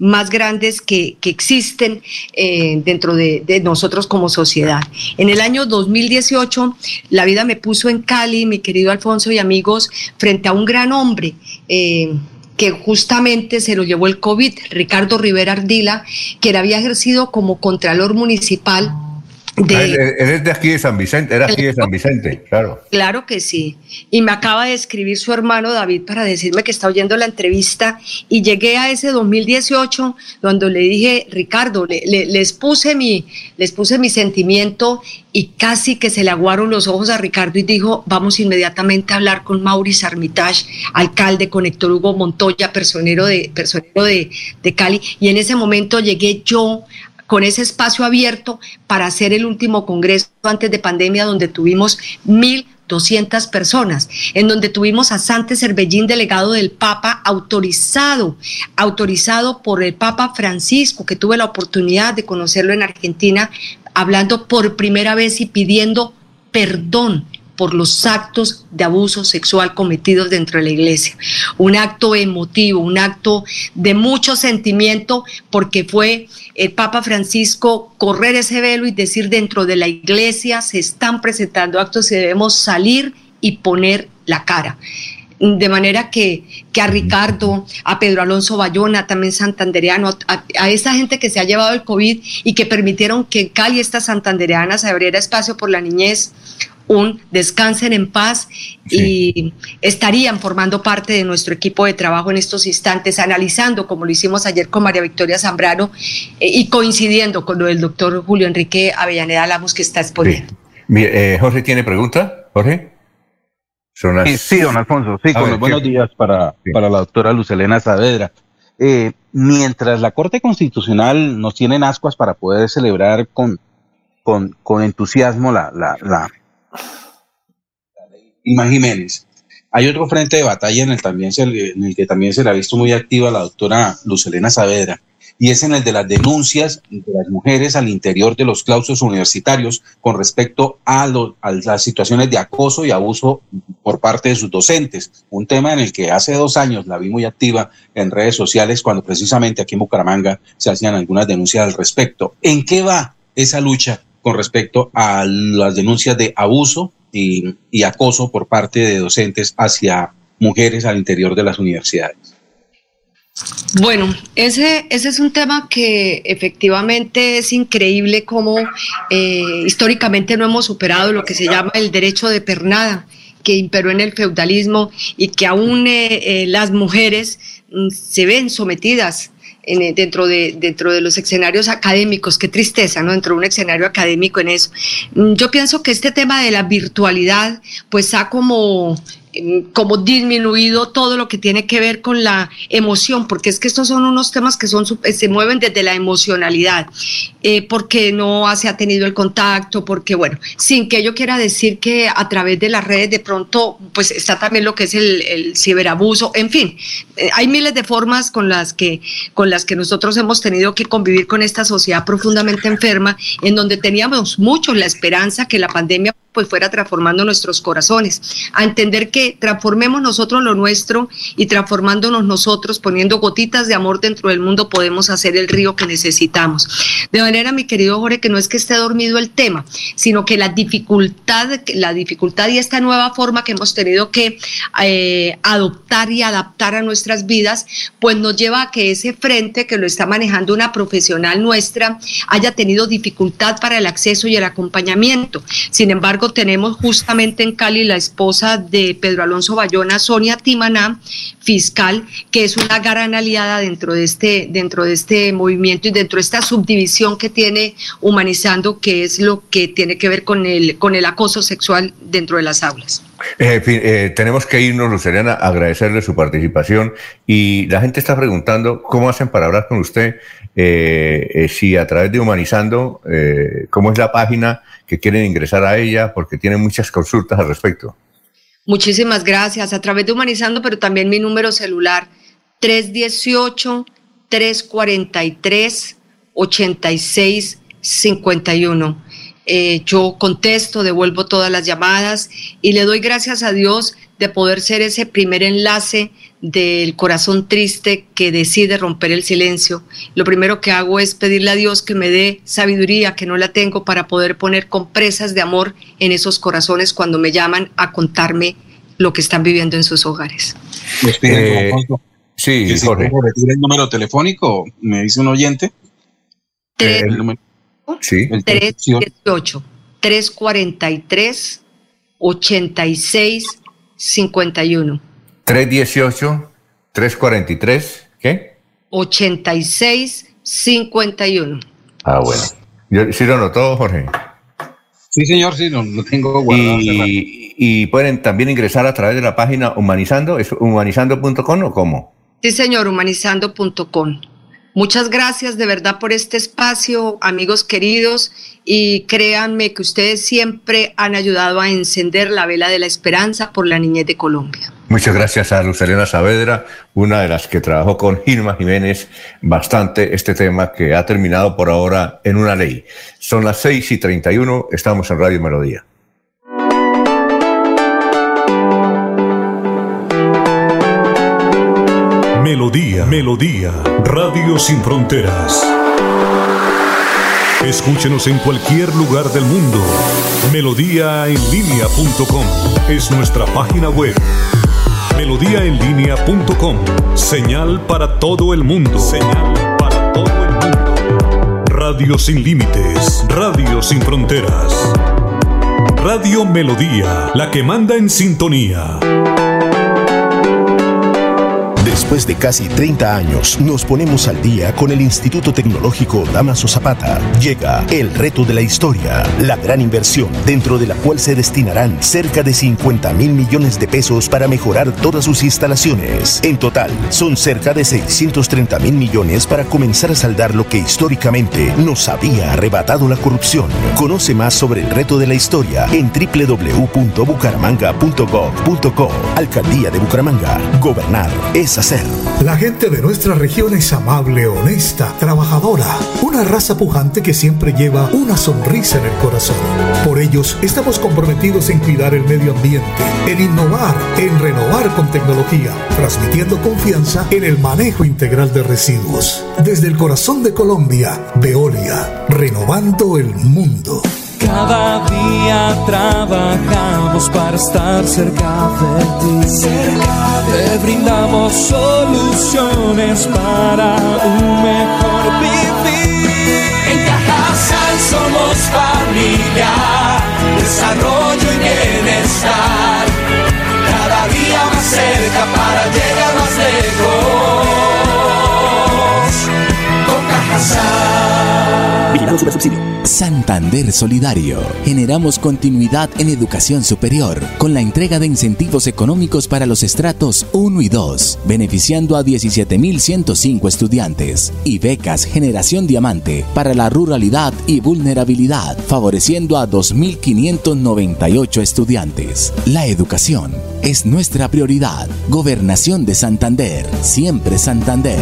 que existen dentro de nosotros como sociedad. En el año 2018, la vida me puso en Cali, mi querido Alfonso y amigos, frente a un gran hombre, que justamente se lo llevó el COVID, Ricardo Rivera Ardila, quien había ejercido como contralor municipal. Él es de aquí de San Vicente, era aquí de San Vicente, claro. Claro que sí. Y me acaba de escribir su hermano David para decirme que está oyendo la entrevista, y llegué a ese 2018 donde le dije, Ricardo, les puse mi sentimiento, y casi que se le aguaron los ojos a Ricardo y dijo, vamos inmediatamente a hablar con Maurice Armitage, alcalde, con Héctor Hugo Montoya, personero de Cali, y en ese momento llegué yo con ese espacio abierto para hacer el último congreso antes de pandemia, donde tuvimos 1.200 personas, en donde tuvimos a Santi Cervellín, delegado del Papa, autorizado por el Papa Francisco, que tuve la oportunidad de conocerlo en Argentina, hablando por primera vez y pidiendo perdón por los actos de abuso sexual cometidos dentro de la iglesia. Un acto emotivo, un acto de mucho sentimiento, porque fue el Papa Francisco correr ese velo y decir, dentro de la iglesia se están presentando actos y debemos salir y poner la cara. De manera que a Ricardo, a Pedro Alonso Bayona, también santandereano, a esa gente que se ha llevado el COVID y que permitieron que en Cali esta santandereana se abriera espacio por la niñez, un descansen en paz, sí. Y estarían formando parte de nuestro equipo de trabajo en estos instantes, analizando, como lo hicimos ayer con María Victoria Zambrano, y coincidiendo con lo del doctor Julio Enrique Avellaneda Lamos, que está exponiendo. Sí. Jorge, ¿tiene pregunta? Jorge. Sí, don Alfonso, sí, con los buenos días para la doctora Lucelena Saavedra. Mientras la Corte Constitucional nos tiene en ascuas para poder celebrar con entusiasmo la Gilma Jiménez, hay otro frente de batalla en el que también se le ha visto muy activa la doctora Lucelena Saavedra, y es en el de las denuncias de las mujeres al interior de los claustros universitarios con respecto a las situaciones de acoso y abuso por parte de sus docentes, un tema en el que hace 2 años la vi muy activa en redes sociales, cuando precisamente aquí en Bucaramanga se hacían algunas denuncias al respecto. ¿En qué va esa lucha con respecto a las denuncias de abuso y acoso por parte de docentes hacia mujeres al interior de las universidades? Bueno, ese es un tema que efectivamente es increíble cómo históricamente no hemos superado lo que se llama el derecho de pernada, que imperó en el feudalismo y que aún las mujeres se ven sometidas dentro de los escenarios académicos. Qué tristeza, ¿no? Dentro de un escenario académico en eso. Yo pienso que este tema de la virtualidad pues ha como disminuido todo lo que tiene que ver con la emoción, porque es que estos son unos temas que se mueven desde la emocionalidad, porque no se ha tenido el contacto, porque bueno, sin que yo quiera decir que a través de las redes de pronto pues está también lo que es el ciberabuso, en fin, hay miles de formas con las que nosotros hemos tenido que convivir con esta sociedad profundamente enferma, en donde teníamos mucho la esperanza que la pandemia pues fuera transformando nuestros corazones, a entender que transformemos nosotros lo nuestro y transformándonos nosotros, poniendo gotitas de amor dentro del mundo, podemos hacer el río que necesitamos. De manera, mi querido Jorge, que no es que esté dormido el tema, sino que la dificultad y esta nueva forma que hemos tenido que adoptar y adaptar a nuestras vidas, pues nos lleva a que ese frente que lo está manejando una profesional nuestra haya tenido dificultad para el acceso y el acompañamiento. Sin embargo, tenemos justamente en Cali la esposa de Pedro Alonso Bayona, Sonia Timaná, fiscal, que es una gran aliada dentro de este movimiento y dentro de esta subdivisión que tiene Humanizando, que es lo que tiene que ver con el acoso sexual dentro de las aulas. En fin, tenemos que irnos, Luceriana, a agradecerle su participación, y la gente está preguntando cómo hacen para hablar con usted, si a través de Humanizando, cómo es la página que quieren ingresar a ella, porque tienen muchas consultas al respecto. Muchísimas gracias. A través de Humanizando, pero también mi número celular, 318-343-8651. Yo contesto, devuelvo todas las llamadas y le doy gracias a Dios de poder ser ese primer enlace del corazón triste que decide romper el silencio. Lo primero que hago es pedirle a Dios que me dé sabiduría, que no la tengo, para poder poner compresas de amor en esos corazones cuando me llaman a contarme lo que están viviendo en sus hogares. Sí, Jorge. ¿Puedo repetir el número telefónico? Me dice un oyente. El número. Sí. 318-343-8651. 318-343, ¿qué? 8651. Ah, bueno. ¿Sí lo notó, Jorge? Sí, señor, sí, lo tengo guardado. Y pueden también ingresar a través de la página Humanizando, ¿es humanizando.com o cómo? Sí, señor, humanizando.com. Muchas gracias de verdad por este espacio, amigos queridos, y créanme que ustedes siempre han ayudado a encender la vela de la esperanza por la niñez de Colombia. Muchas gracias a Luceriana Saavedra, una de las que trabajó con Gilma Jiménez bastante este tema, que ha terminado por ahora en una ley. Son las 6:31, estamos en Radio Melodía. Melodía, Radio Sin Fronteras. Escúchenos en cualquier lugar del mundo. Melodíaenlínea.com es nuestra página web. Melodíaenlínea.com, señal para todo el mundo. Radio sin límites, Radio sin fronteras. Radio Melodía, la que manda en sintonía. Después de casi 30 años, nos ponemos al día con el Instituto Tecnológico Damaso Zapata. Llega el reto de la historia, la gran inversión dentro de la cual se destinarán cerca de 50.000 millones de pesos para mejorar todas sus instalaciones. En total, son cerca de 630.000 millones para comenzar a saldar lo que históricamente nos había arrebatado la corrupción. Conoce más sobre el reto de la historia en www.bucaramanga.gov.co. Alcaldía de Bucaramanga. Gobernar es hacer. hacer. La gente de nuestra región es amable, honesta, trabajadora. Una raza pujante que siempre lleva una sonrisa en el corazón. Por ellos estamos comprometidos en cuidar el medio ambiente, en innovar, en renovar con tecnología, transmitiendo confianza en el manejo integral de residuos. Desde el corazón de Colombia, Veolia, renovando el mundo. Cada día trabajamos para estar cerca de ti. Te brindamos soluciones para un mejor vivir. En Cajasal somos familia, desarrollo y bienestar. Cada día más cerca para llegar más lejos. Con Cajasal. Vigilado Supersubsidio. Santander Solidario. Generamos continuidad en educación superior con la entrega de incentivos económicos para los estratos 1 y 2, beneficiando a 17.105 estudiantes, y becas Generación Diamante para la ruralidad y vulnerabilidad, favoreciendo a 2.598 estudiantes. La educación es nuestra prioridad. Gobernación de Santander. Siempre Santander.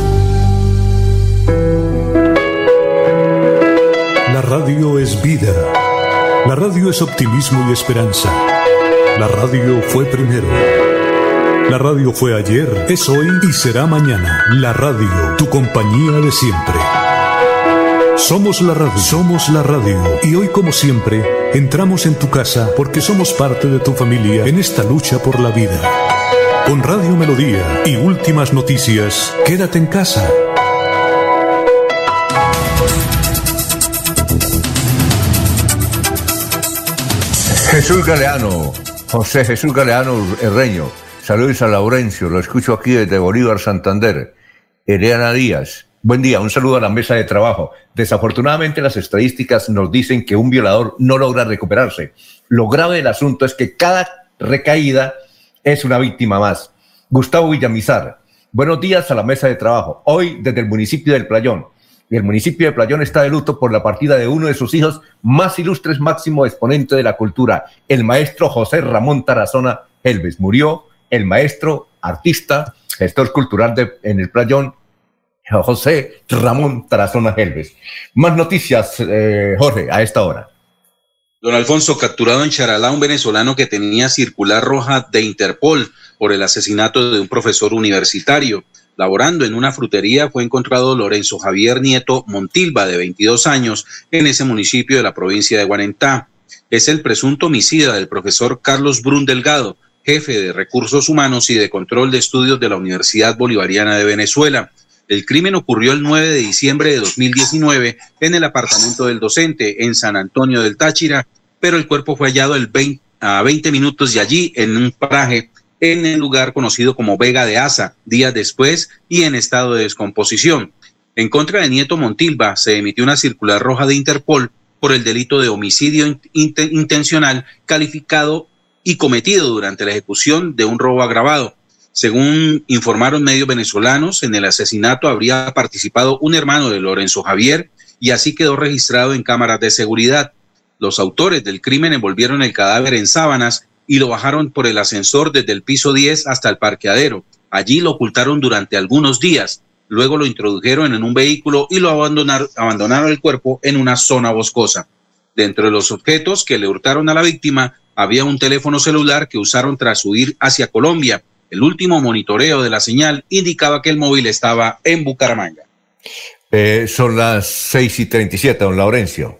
La radio es vida. La radio es optimismo y esperanza. La radio fue primero. La radio fue ayer, es hoy y será mañana. La radio, tu compañía de siempre. Somos la radio. Y hoy, como siempre, entramos en tu casa porque somos parte de tu familia en esta lucha por la vida. Con Radio Melodía y últimas noticias, quédate en casa. Jesús Galeano, José Jesús Galeano Herreño, saludos a Laurencio, lo escucho aquí desde Bolívar, Santander. Eliana Díaz, buen día, un saludo a la mesa de trabajo. Desafortunadamente las estadísticas nos dicen que un violador no logra recuperarse. Lo grave del asunto es que cada recaída es una víctima más. Gustavo Villamizar, buenos días a la mesa de trabajo. Hoy desde el municipio del Playón. Y el municipio de Playón está de luto por la partida de uno de sus hijos más ilustres, máximo exponente de la cultura, el maestro José Ramón Tarazona Helves. Murió el maestro, artista, gestor cultural en el Playón, José Ramón Tarazona Helves. Más noticias, Jorge, a esta hora. Don Alfonso, capturado en Charalá un venezolano que tenía circular roja de Interpol por el asesinato de un profesor universitario. Laborando en una frutería fue encontrado Lorenzo Javier Nieto Montilva, de 22 años, en ese municipio de la provincia de Guarentá. Es el presunto homicida del profesor Carlos Brun Delgado, jefe de Recursos Humanos y de Control de Estudios de la Universidad Bolivariana de Venezuela. El crimen ocurrió el 9 de diciembre de 2019 en el apartamento del docente en San Antonio del Táchira, pero el cuerpo fue hallado a 20 minutos de allí en un paraje en el lugar conocido como Vega de Asa, días después y en estado de descomposición. En contra de Nieto Montilva se emitió una circular roja de Interpol por el delito de homicidio intencional calificado y cometido durante la ejecución de un robo agravado. Según informaron medios venezolanos, en el asesinato habría participado un hermano de Lorenzo Javier y así quedó registrado en cámaras de seguridad. Los autores del crimen envolvieron el cadáver en sábanas y lo bajaron por el ascensor desde el piso 10 hasta el parqueadero. Allí lo ocultaron durante algunos días. Luego lo introdujeron en un vehículo y lo abandonaron el cuerpo en una zona boscosa. Dentro de los objetos que le hurtaron a la víctima había un teléfono celular que usaron tras huir hacia Colombia. El último monitoreo de la señal indicaba que el móvil estaba en Bucaramanga. Son las 6:37, don Laurencio.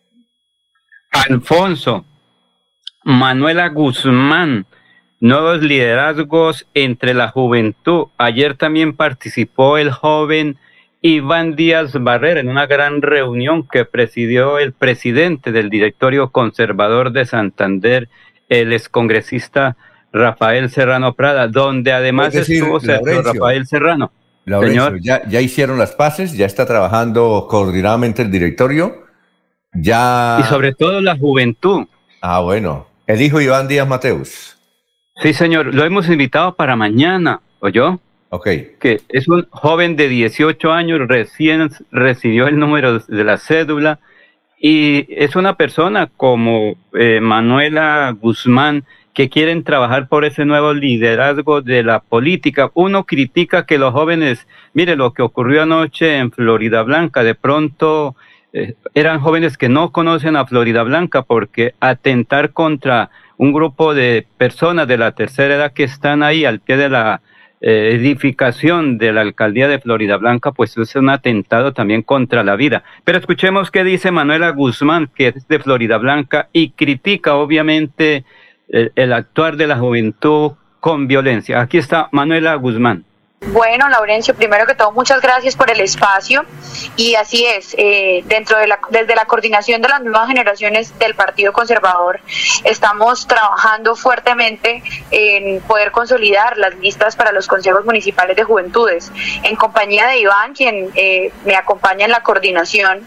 Alfonso, Manuela Guzmán, nuevos liderazgos entre la juventud. Ayer también participó el joven Iván Díaz Barrera en una gran reunión que presidió el presidente del directorio conservador de Santander, el excongresista Rafael Serrano Prada, donde además estuvo Rafael Serrano. Laurencio, ya hicieron las paces, ya está trabajando coordinadamente el directorio, ya... Y sobre todo la juventud. Ah, bueno. El hijo Iván Díaz Mateus. Sí, señor, lo hemos invitado para mañana, ¿oyó? Ok. Que es un joven de 18 años, recién recibió el número de la cédula y es una persona como Manuela Guzmán que quieren trabajar por ese nuevo liderazgo de la política. Uno critica que los jóvenes, mire lo que ocurrió anoche en Floridablanca, de pronto eran jóvenes que no conocen a Floridablanca, porque atentar contra un grupo de personas de la tercera edad que están ahí al pie de la edificación de la alcaldía de Floridablanca, pues es un atentado también contra la vida. Pero escuchemos qué dice Manuela Guzmán, que es de Floridablanca, y critica obviamente el actuar de la juventud con violencia. Aquí está Manuela Guzmán. Bueno, Laurencio, primero que todo, muchas gracias por el espacio. Y así es, desde la coordinación de las nuevas generaciones del Partido Conservador, estamos trabajando fuertemente en poder consolidar las listas para los consejos municipales de juventudes. En compañía de Iván, quien me acompaña en la coordinación,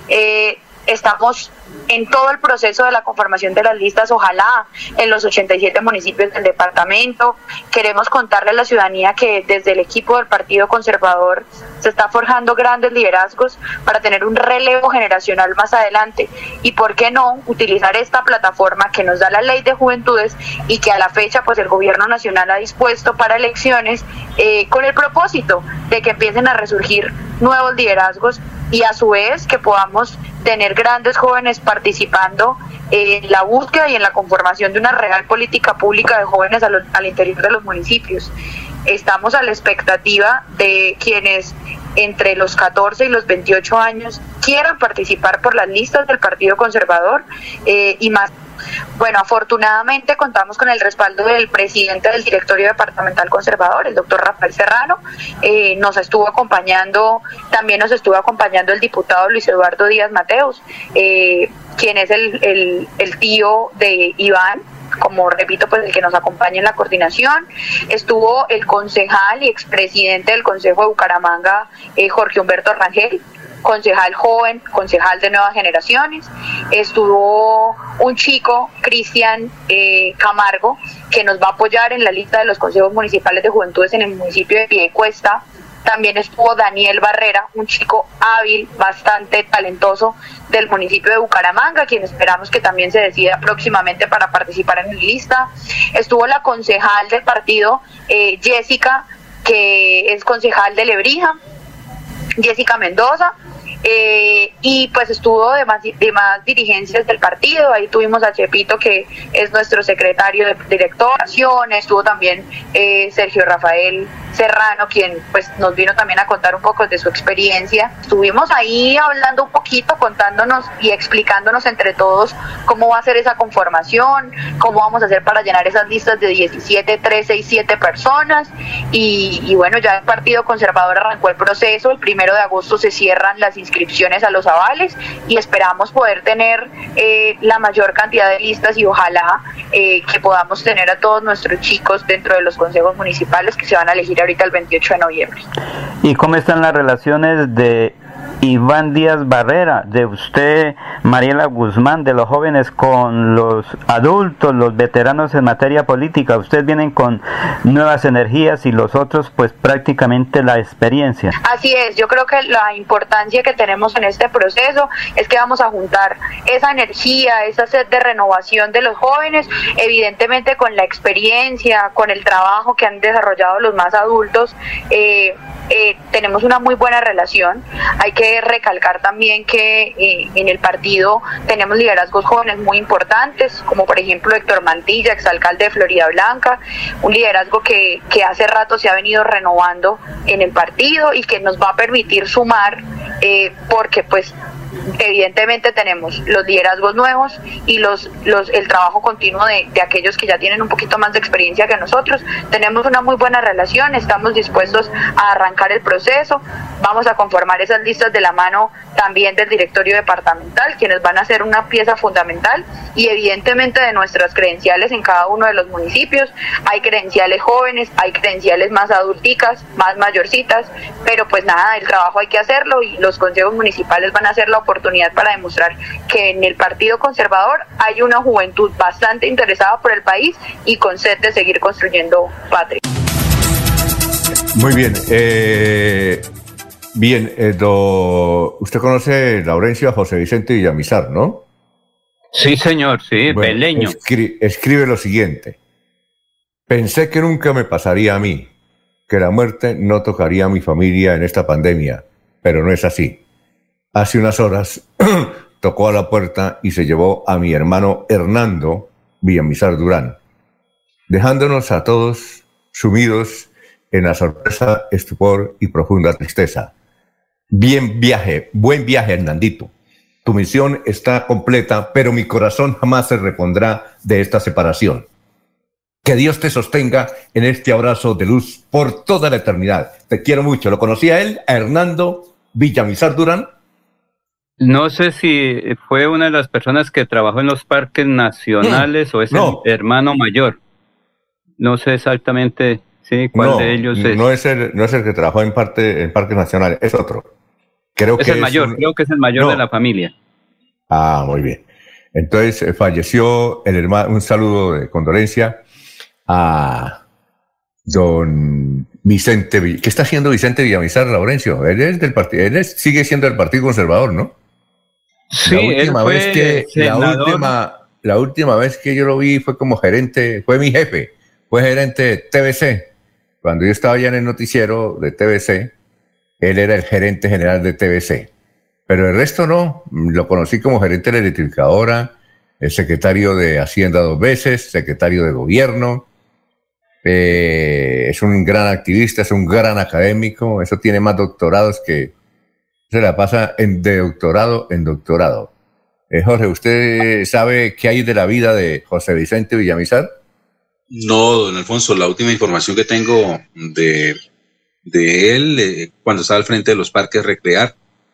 estamos en todo el proceso de la conformación de las listas, ojalá en los 87 municipios del departamento. Queremos contarle a la ciudadanía que desde el equipo del Partido Conservador se está forjando grandes liderazgos para tener un relevo generacional más adelante, y por qué no utilizar esta plataforma que nos da la Ley de Juventudes y que a la fecha pues el gobierno nacional ha dispuesto para elecciones, con el propósito de que empiecen a resurgir nuevos liderazgos y a su vez que podamos tener grandes jóvenes participando en la búsqueda y en la conformación de una real política pública de jóvenes al interior de los municipios. Estamos a la expectativa de quienes entre los 14 y los 28 años quieran participar por las listas del Partido Conservador y más. Bueno, afortunadamente contamos con el respaldo del presidente del Directorio Departamental Conservador, el doctor Rafael Serrano. Nos estuvo acompañando el diputado Luis Eduardo Díaz Mateos, quien es el tío de Iván, como repito, pues el que nos acompaña en la coordinación. Estuvo el concejal y expresidente del Consejo de Bucaramanga, Jorge Humberto Rangel, concejal joven, concejal de nuevas generaciones. Estuvo un chico, Cristian Camargo, que nos va a apoyar en la lista de los consejos municipales de juventudes en el municipio de Piedecuesta. También estuvo Daniel Barrera, un chico hábil, bastante talentoso del municipio de Bucaramanga, quien esperamos que también se decida próximamente para participar en la lista. Estuvo la concejal del partido, Jessica, que es concejal de Lebrija, Jessica Mendoza. Y pues estuvo demás dirigencias del partido. Ahí tuvimos a Chepito, que es nuestro secretario de dirección. Estuvo también Sergio Rafael Serrano, quien pues nos vino también a contar un poco de su experiencia. Estuvimos ahí hablando un poquito, contándonos y explicándonos entre todos cómo va a ser esa conformación, cómo vamos a hacer para llenar esas listas de 17, 13 y 7 personas. Y bueno, ya el Partido Conservador arrancó el proceso. El 1 de agosto se cierran las inscripciones a los avales y esperamos poder tener la mayor cantidad de listas, y ojalá que podamos tener a todos nuestros chicos dentro de los consejos municipales que se van a elegir ahorita el 28 de noviembre. ¿Y cómo están las relaciones de Iván Díaz Barrera, de usted, Mariela Guzmán, de los jóvenes con los adultos, los veteranos en materia política? Ustedes vienen con nuevas energías y los otros pues prácticamente la experiencia. Así es, yo creo que la importancia que tenemos en este proceso es que vamos a juntar esa energía, esa sed de renovación de los jóvenes, evidentemente con la experiencia, con el trabajo que han desarrollado los más adultos. Tenemos una muy buena relación. Hay que recalcar también que en el partido tenemos liderazgos jóvenes muy importantes, como por ejemplo Héctor Mantilla, exalcalde de Floridablanca, un liderazgo que hace rato se ha venido renovando en el partido y que nos va a permitir sumar, porque pues evidentemente tenemos los liderazgos nuevos y el trabajo continuo de aquellos que ya tienen un poquito más de experiencia que nosotros. Tenemos una muy buena relación, estamos dispuestos a arrancar el proceso, vamos a conformar esas listas de la mano también del directorio departamental, quienes van a ser una pieza fundamental, y evidentemente de nuestras credenciales en cada uno de los municipios. Hay credenciales jóvenes, hay credenciales más adulticas, más mayorcitas, pero pues nada, el trabajo hay que hacerlo, y los consejos municipales van a ser la oportunidad para demostrar que en el Partido Conservador hay una juventud bastante interesada por el país y con sed de seguir construyendo patria. Muy bien. Usted conoce, Laurencio, a José Vicente Villamizar, ¿no? Sí, señor, sí, bueno, peleño. Escribe lo siguiente: Pensé que nunca me pasaría a mí, que la muerte no tocaría a mi familia en esta pandemia, pero no es así. Hace unas horas tocó a la puerta y se llevó a mi hermano Hernando Villamizar Durán, dejándonos a todos sumidos en la sorpresa, estupor y profunda tristeza. Buen viaje, Hernandito. Tu misión está completa, pero mi corazón jamás se repondrá de esta separación. Que Dios te sostenga en este abrazo de luz por toda la eternidad. Te quiero mucho. ¿Lo conocía él, a Hernando Villamizar Durán? No sé si fue una de las personas que trabajó en los parques nacionales o es el hermano mayor. No sé exactamente cuál de ellos es. No es el que trabajó en parques nacionales, es otro. Creo que el mayor, creo que es el mayor de la familia. Ah, muy bien. Entonces falleció el hermano. Un saludo de condolencia a don Vicente. ¿Qué está haciendo Vicente Villamizar, Laurencio? Él es del partido, sigue siendo del Partido Conservador, ¿no? Sí, la última vez que yo lo vi fue como gerente, fue mi jefe, fue gerente de TVC. Cuando yo estaba ya en el noticiero de TVC, él era el gerente general de TVC. Pero el resto no, lo conocí como gerente de la electrificadora, el secretario de Hacienda 2 veces, secretario de Gobierno. Es un gran activista, es un gran académico, eso tiene más doctorados que... Se la pasa de doctorado en doctorado. Jorge, ¿usted sabe qué hay de la vida de José Vicente Villamizar? No, don Alfonso, la última información que tengo de él cuando estaba al frente de los parques Recrear.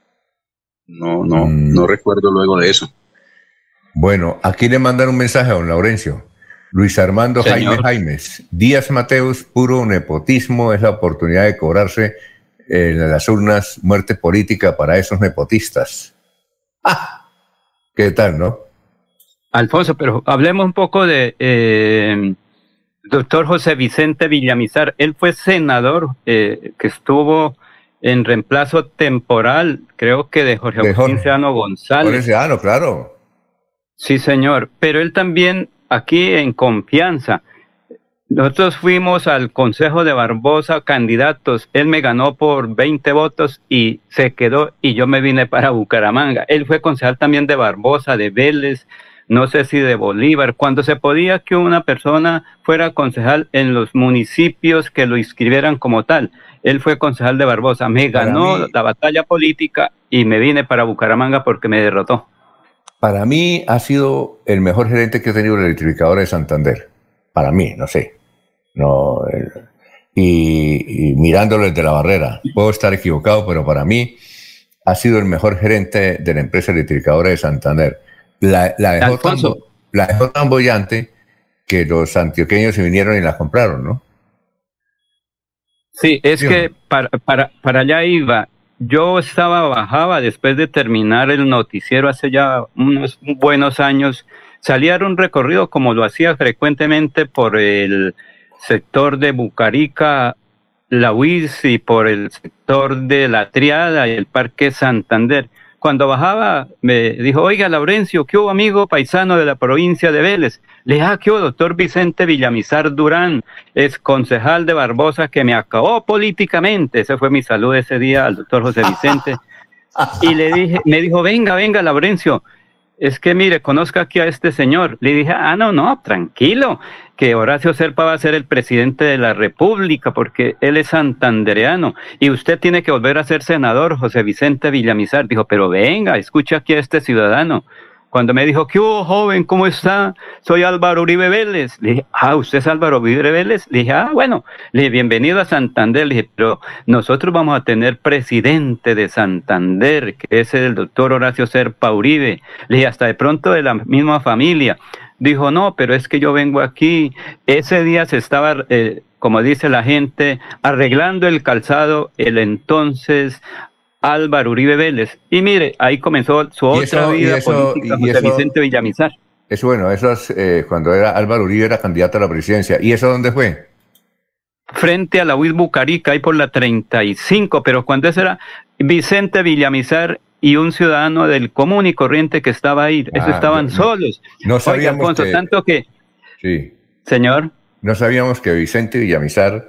No recuerdo luego de eso. Bueno, aquí le mandan un mensaje a don Laurencio. Luis Armando Jaimes. Díaz Mateus, puro nepotismo, es la oportunidad de cobrarse en las urnas muerte política para esos nepotistas. ¿Qué tal, no? Alfonso, pero hablemos un poco de doctor José Vicente Villamizar. Él fue senador que estuvo en reemplazo temporal, creo que de Jorge Agustín Sedano González. Jorge Sedano, claro. Sí, señor, pero él también aquí en confianza. Nosotros fuimos al Consejo de Barbosa, candidatos. Él me ganó por 20 votos y se quedó y yo me vine para Bucaramanga. Él fue concejal también de Barbosa, de Vélez, no sé si de Bolívar. Cuando se podía que una persona fuera concejal en los municipios que lo inscribieran como tal. Él fue concejal de Barbosa. Me ganó la batalla política y me vine para Bucaramanga porque me derrotó. Para mí ha sido el mejor gerente que ha tenido la electrificadora de Santander. Para mí, no sé. No, y mirándolo desde la barrera, puedo estar equivocado, pero para mí ha sido el mejor gerente de la empresa electrificadora de Santander. La dejó tan bollante que los antioqueños se vinieron y la compraron, ¿no? Sí, es que para allá iba. Yo bajaba después de terminar el noticiero hace ya unos buenos años. Salía a dar un recorrido como lo hacía frecuentemente por el sector de Bucarica, la UIS y por el sector de La Triada y el Parque Santander. Cuando bajaba me dijo, oiga Laurencio, ¿qué hubo amigo paisano de la provincia de Vélez? Le dije, ¿qué hubo doctor Vicente Villamizar Durán? Es concejal de Barbosa que me acabó políticamente. Ese fue mi saludo ese día al doctor José Vicente. Y me dijo, venga Laurencio, es que mire, conozca aquí a este señor. Le dije, no, tranquilo, que Horacio Serpa va a ser el presidente de la República porque él es santandereano y usted tiene que volver a ser senador, José Vicente Villamizar. Dijo, pero venga, escucha aquí a este ciudadano. Cuando me dijo, ¿qué hubo, joven? ¿Cómo está? Soy Álvaro Uribe Vélez. Le dije, ¿usted es Álvaro Uribe Vélez? Le dije, bueno. Le dije, bienvenido a Santander. Le dije, pero nosotros vamos a tener presidente de Santander, que es el doctor Horacio Serpa Uribe. Le dije, hasta de pronto de la misma familia. Dijo, no, pero es que yo vengo aquí. Ese día se estaba, como dice la gente, arreglando el calzado, el entonces Álvaro Uribe Vélez. Y mire, ahí comenzó su otra vida política, José Vicente Villamizar. Es bueno, eso es cuando Álvaro Uribe era candidato a la presidencia. ¿Y eso dónde fue? Frente a la UIS Bucarica, ahí por la 35, pero cuando eso era Vicente Villamizar y un ciudadano del común y corriente que estaba ahí, eso estaban solos. No sabíamos Alfonso, tanto que... Sí. Señor. no sabíamos que Vicente Villamizar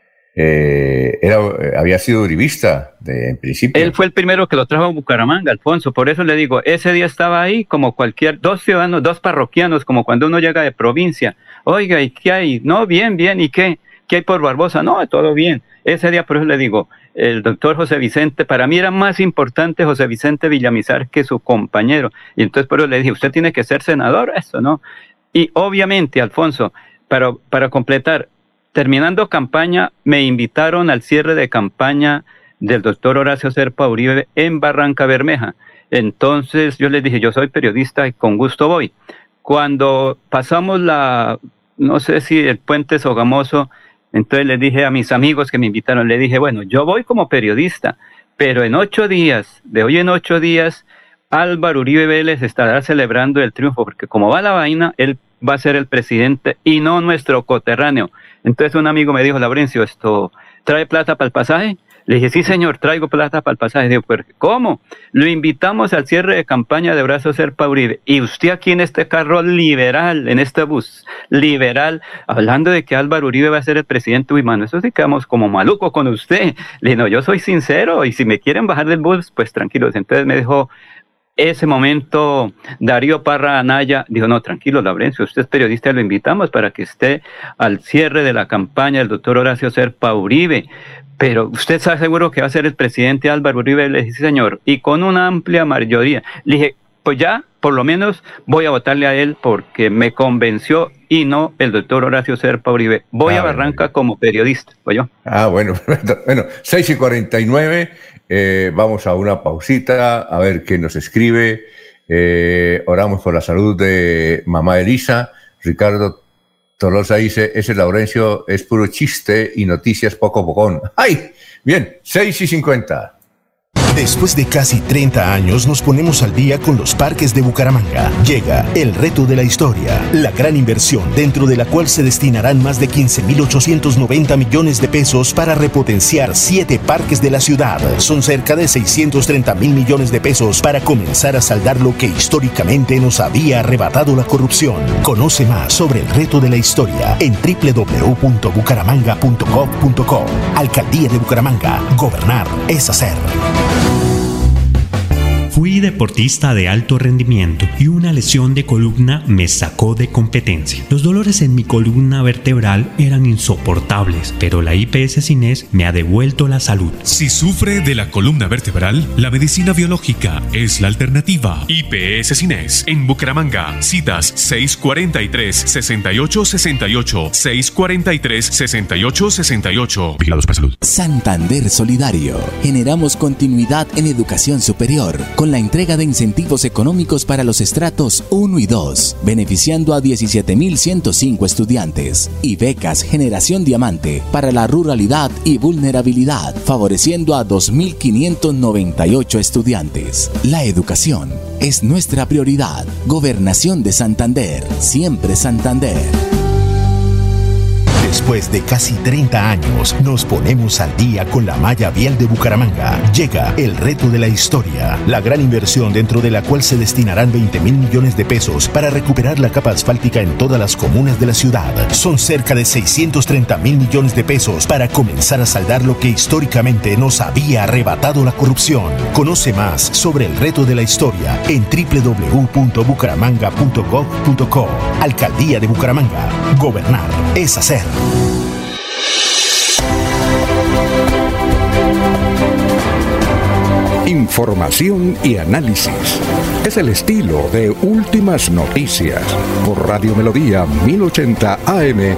había sido uribista en principio. Él fue el primero que lo trajo a Bucaramanga, Alfonso, por eso le digo, ese día estaba ahí como cualquier, dos ciudadanos, dos parroquianos, como cuando uno llega de provincia. Oiga, ¿y qué hay? No, bien, ¿y qué? ¿Qué hay por Barbosa? No, todo bien. Ese día, por eso le digo, el doctor José Vicente, para mí era más importante José Vicente Villamizar que su compañero. Y entonces por eso le dije, usted tiene que ser senador, eso, ¿no? Y obviamente, Alfonso, para completar, terminando campaña, me invitaron al cierre de campaña del doctor Horacio Serpa Uribe en Barranca Bermeja. Entonces yo les dije, yo soy periodista y con gusto voy. Cuando pasamos no sé si el puente Sogamoso, entonces les dije a mis amigos que me invitaron, le dije, bueno, yo voy como periodista, pero en 8 días, de hoy en 8 días, Álvaro Uribe Vélez estará celebrando el triunfo, porque como va la vaina, él va a ser el presidente y no nuestro coterráneo. Entonces un amigo me dijo, Laurencio, ¿trae plata para el pasaje? Le dije, sí señor, traigo plata para el pasaje. Digo, ¿pero cómo? Lo invitamos al cierre de campaña de Horacio Serpa Uribe. Y usted aquí en este carro liberal, en este bus liberal, hablando de que Álvaro Uribe va a ser el presidente. Uy, mano, eso sí quedamos como maluco con usted. Le dije, no, yo soy sincero y si me quieren bajar del bus, pues tranquilos. Entonces me dijo, ese momento, Darío Parra Anaya dijo, no, tranquilo, Laurencio, usted es periodista, lo invitamos para que esté al cierre de la campaña del doctor Horacio Serpa Uribe. Pero usted está seguro que va a ser el presidente Álvaro Uribe. Le dije, sí, señor, y con una amplia mayoría. Le dije, pues ya, por lo menos voy a votarle a él porque me convenció y no el doctor Horacio Serpa Uribe. Voy a Barranca como periodista, ¿voy yo? Bueno, 6:49, vamos a una pausita, a ver qué nos escribe. Oramos por la salud de mamá Elisa. Ricardo Tolosa dice, ese Laurencio es puro chiste y noticias poco pocón. ¡Ay! Bien, 6:50. Después de casi 30 años nos ponemos al día con los parques de Bucaramanga. Llega el reto de la historia, la gran inversión dentro de la cual se destinarán más de 15.890 millones de pesos para repotenciar 7 parques de la ciudad. Son cerca de 630.000 millones de pesos para comenzar a saldar lo que históricamente nos había arrebatado la corrupción. Conoce más sobre el reto de la historia en www.bucaramanga.gov.co. Alcaldía de Bucaramanga. Gobernar es hacer. Fui deportista de alto rendimiento y una lesión de columna me sacó de competencia. Los dolores en mi columna vertebral eran insoportables, pero la IPS Cines me ha devuelto la salud. Si sufre de la columna vertebral, la medicina biológica es la alternativa. IPS Cines en Bucaramanga. Citas 643-6868, 643-6868. Vigilados para salud. Santander Solidario. Generamos continuidad en educación superior con la entrega de incentivos económicos para los estratos 1 y 2, beneficiando a 17.105 estudiantes, y becas Generación Diamante para la ruralidad y vulnerabilidad, favoreciendo a 2.598 estudiantes. La educación es nuestra prioridad. Gobernación de Santander, siempre Santander. Después de casi 30 años, nos ponemos al día con la malla vial de Bucaramanga. Llega el reto de la historia, la gran inversión dentro de la cual se destinarán 20.000 millones de pesos para recuperar la capa asfáltica en todas las comunas de la ciudad. Son cerca de 630.000 millones de pesos para comenzar a saldar lo que históricamente nos había arrebatado la corrupción. Conoce más sobre el reto de la historia en www.bucaramanga.gov.co. Alcaldía de Bucaramanga. Gobernar es hacer. Información y análisis. Es el estilo de Últimas Noticias por Radio Melodía 1080 AM.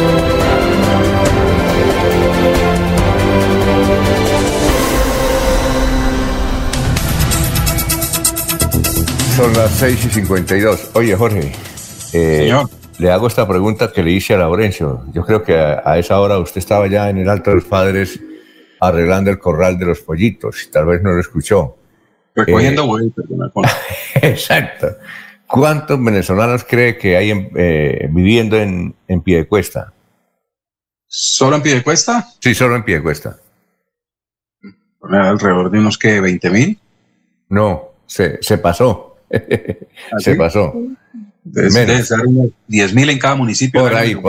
Son las 6:52. Oye, Jorge. Señor. Le hago esta pregunta que le hice a Laurencio. Yo creo que a esa hora usted estaba ya en el Alto de los Padres arreglando el corral de los pollitos y tal vez no lo escuchó. Recogiendo huevitos. Exacto. ¿Cuántos venezolanos cree que hay viviendo en Piedecuesta? ¿Solo en Piedecuesta? Sí, solo en Piedecuesta. Alrededor de unos que 20.000. No, se pasó. ¿Ah, se sí? pasó. Debe ser unos 10.000 en cada municipio. Por ahí.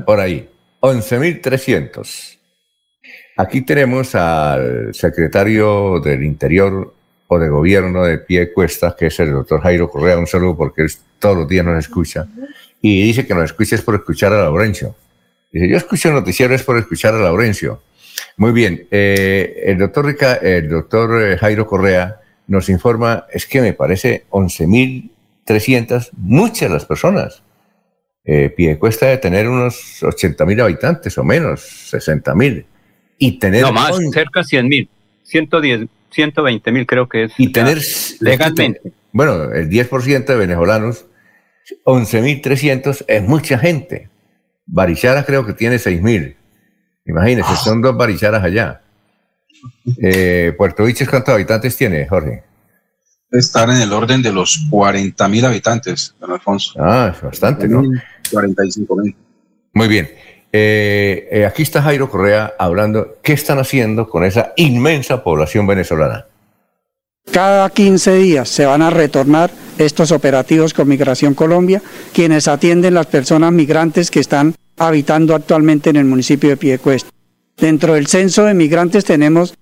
11.300. Aquí tenemos al secretario del Interior o de Gobierno de Piedecuesta, que es el doctor Jairo Correa. Un saludo porque él todos los días nos escucha. Y dice que nos escucha es por escuchar a Laurencio. Dice, yo escucho el noticiero es por escuchar a Laurencio. Muy bien. El doctor Jairo Correa nos informa, es que me parece 11.300, muchas las personas. Piedecuesta debe tener unos 80.000 habitantes o menos, 60.000. Y tener... No más, cerca de 100.000, 110, 120.000 creo que es. Y tener... Legalmente. Bueno, el 10% de venezolanos, 11.300 es mucha gente. Barichara creo que tiene 6.000. Imagínense, son 2 Baricharas allá. Puerto Viches, ¿cuántos habitantes tiene, Jorge? Están en el orden de los 40.000 habitantes, don Alfonso. Es bastante, ¿no? 45.000. Muy bien. Aquí está Jairo Correa hablando qué están haciendo con esa inmensa población venezolana. Cada 15 días se van a retornar estos operativos con Migración Colombia, quienes atienden las personas migrantes que están habitando actualmente en el municipio de Piedecuesta. Dentro del censo de migrantes tenemos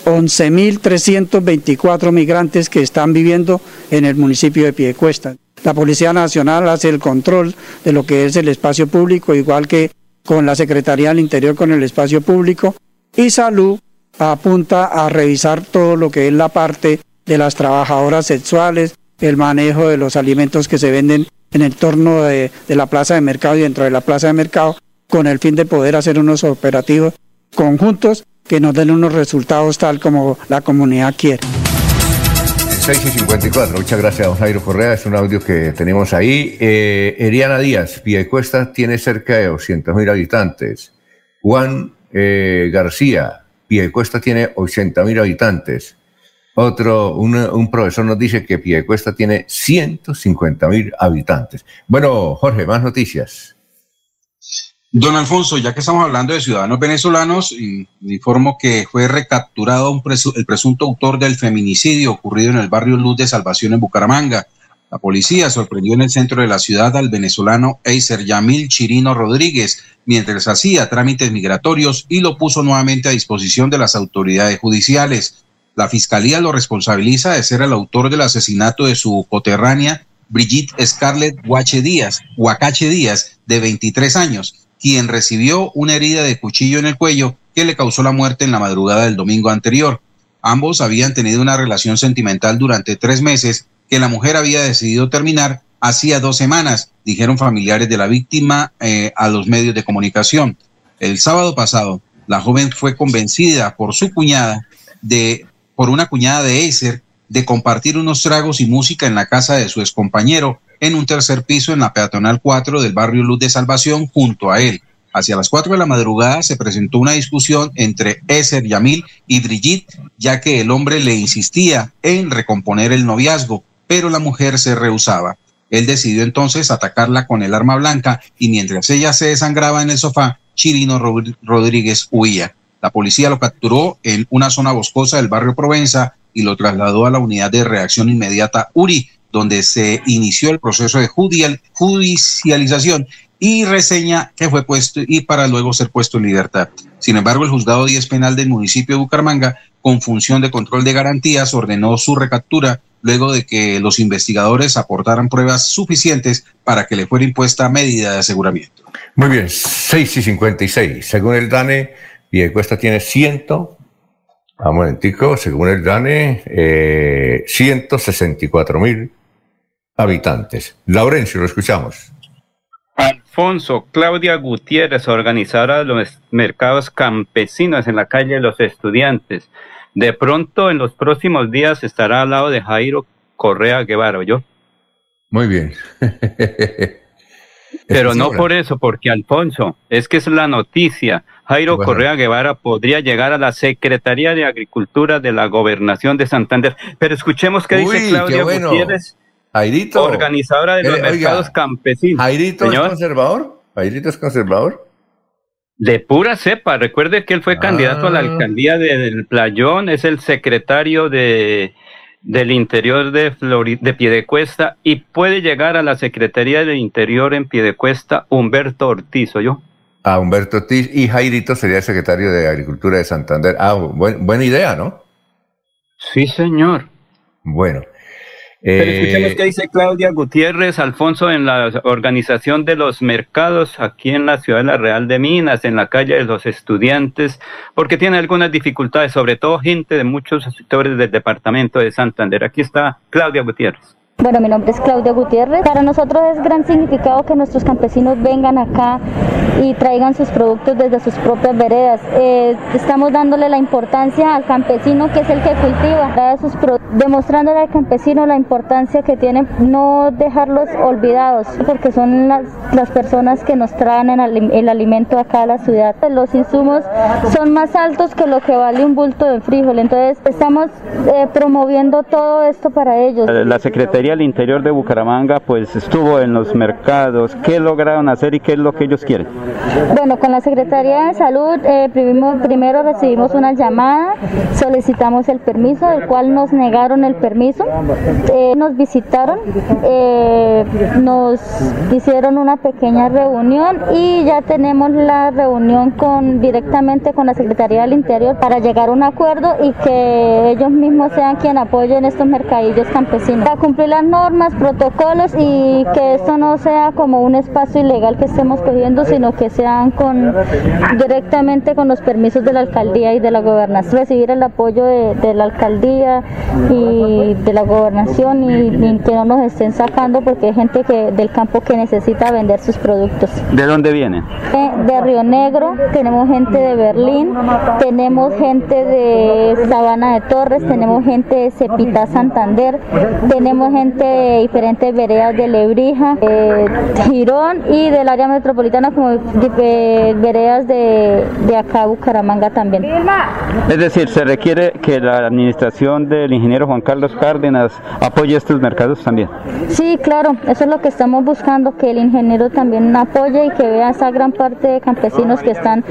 11.324 migrantes que están viviendo en el municipio de Piedecuesta. La Policía Nacional hace el control de lo que es el espacio público, igual que con la Secretaría del Interior con el espacio público, y Salud apunta a revisar todo lo que es la parte de las trabajadoras sexuales, el manejo de los alimentos que se venden en el entorno de la plaza de mercado y dentro de la plaza de mercado, con el fin de poder hacer unos operativos conjuntos que nos den unos resultados tal como la comunidad quiere. 6:54, muchas gracias a don Jairo Correa, es un audio que tenemos ahí. Eriana Díaz, Piedecuesta tiene cerca de 200.000 habitantes. Juan García, Piedecuesta tiene 80.000 habitantes. Un profesor nos dice que Piedecuesta tiene 150.000 habitantes. Bueno, Jorge, más noticias. Don Alfonso, ya que estamos hablando de ciudadanos venezolanos, informo que fue recapturado el presunto autor del feminicidio ocurrido en el barrio Luz de Salvación en Bucaramanga. La policía sorprendió en el centro de la ciudad al venezolano Eiser Yamil Chirino Rodríguez mientras hacía trámites migratorios y lo puso nuevamente a disposición de las autoridades judiciales. La fiscalía lo responsabiliza de ser el autor del asesinato de su coterránea Brigitte Scarlett Huache Díaz, de 23 años, quien recibió una herida de cuchillo en el cuello que le causó la muerte en la madrugada del domingo anterior. Ambos habían tenido una relación sentimental durante 3 meses que la mujer había decidido terminar hacía 2 semanas, dijeron familiares de la víctima a los medios de comunicación. El sábado pasado, la joven fue convencida por una cuñada de Eiser de compartir unos tragos y música en la casa de su excompañero en un tercer piso en la peatonal 4 del barrio Luz de Salvación junto a él. Hacia las 4 de la madrugada se presentó una discusión entre Eiser Yamil y Brigitte, ya que el hombre le insistía en recomponer el noviazgo, pero la mujer se rehusaba. Él decidió entonces atacarla con el arma blanca y mientras ella se desangraba en el sofá, Chirino Rodríguez huía. La policía lo capturó en una zona boscosa del barrio Provenza y lo trasladó a la unidad de reacción inmediata URI, donde se inició el proceso de judicialización y reseña que fue puesto y para luego ser puesto en libertad. Sin embargo, el juzgado 10 penal del municipio de Bucaramanga, con función de control de garantías, ordenó su recaptura luego de que los investigadores aportaran pruebas suficientes para que le fuera impuesta medida de aseguramiento. Muy bien, 6:56. Según el DANE, Piedecuesta tiene según el DANE, 164.000 habitantes. Laurencio, lo escuchamos. Alfonso, Claudia Gutiérrez, organizadora de los mercados campesinos en la calle de los Estudiantes. De pronto, en los próximos días, estará al lado de Jairo Correa Guevara, ¿oyó? Muy bien. Pero no por eso, porque Alfonso, es que es la noticia. Jairo Correa Guevara podría llegar a la Secretaría de Agricultura de la Gobernación de Santander. Pero escuchemos qué dice Claudia Gutiérrez, Jairito, organizadora de los mercados campesinos. ¿Jairito es conservador? ¿Jairito es conservador? De pura cepa. Recuerde que él fue candidato a la alcaldía del Playón, es el secretario de del Interior de Piedecuesta y puede llegar a la Secretaría del Interior en Piedecuesta Humberto Ortiz, ¿oyó? Humberto Ortiz, y Jairito sería el secretario de Agricultura de Santander. Buena idea, ¿no? Sí, señor. Bueno. Pero escuchemos qué dice Claudia Gutiérrez, Alfonso, en la organización de los mercados aquí en la ciudad de La Real de Minas, en la calle de los Estudiantes, porque tiene algunas dificultades, sobre todo gente de muchos sectores del departamento de Santander. Aquí está Claudia Gutiérrez. Bueno, mi nombre es Claudia Gutiérrez. Para nosotros es gran significado que nuestros campesinos vengan acá y traigan sus productos desde sus propias veredas. Estamos dándole la importancia al campesino, que es el que cultiva, demostrándole al campesino la importancia que tiene no dejarlos olvidados, porque son las personas que nos traen el alimento acá a la ciudad. Los insumos son más altos que lo que vale un bulto de frijol, entonces estamos promoviendo todo esto para ellos. La Secretaría del Interior de Bucaramanga pues estuvo en los mercados. ¿Qué lograron hacer y qué es lo que ellos quieren? Bueno, con la Secretaría de Salud primero recibimos una llamada, solicitamos el permiso, del cual nos negaron el permiso, nos visitaron, nos hicieron una pequeña reunión y ya tenemos la reunión directamente con la Secretaría del Interior para llegar a un acuerdo y que ellos mismos sean quien apoyen estos mercadillos campesinos. Para cumplir las normas, protocolos y que esto no sea como un espacio ilegal que estemos cogiendo, sino que sean directamente con los permisos de la alcaldía y de la gobernación, recibir el apoyo de la alcaldía y de la gobernación y que no nos estén sacando porque hay gente del campo que necesita vender sus productos. ¿De dónde vienen? De Río Negro, tenemos gente de Berlín, tenemos gente de Sabana de Torres, tenemos gente de Cepita Santander, tenemos gente de diferentes veredas de Lebrija, Girón y del área metropolitana como veredas de acá Bucaramanga también. Es decir, se requiere que la administración del ingeniero Juan Carlos Cárdenas apoye estos mercados también. Sí, claro, eso es lo que estamos buscando, que el ingeniero también apoye y que vea esa gran parte de campesinos que están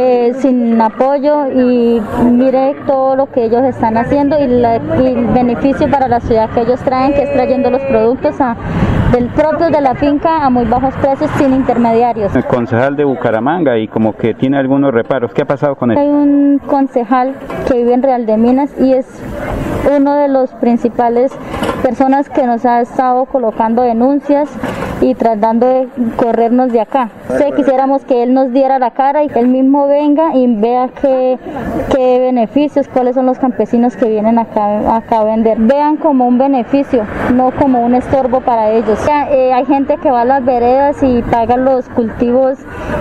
sin apoyo y mire todo lo que ellos están haciendo y el beneficio para la ciudad que ellos traen, que es trayendo los productos del propio de la finca a muy bajos precios sin intermediarios. El concejal de Bucaramanga y como que tiene algunos reparos. ¿Qué ha pasado con él? Hay un concejal que vive en Real de Minas y es uno de los principales personas que nos ha estado colocando denuncias y tratando de corrernos de acá. Quisiéramos que él nos diera la cara y que él mismo venga y vea qué beneficios, cuáles son los campesinos que vienen acá a vender. Vean como un beneficio, no como un estorbo para ellos. Hay gente que va a las veredas y paga los cultivos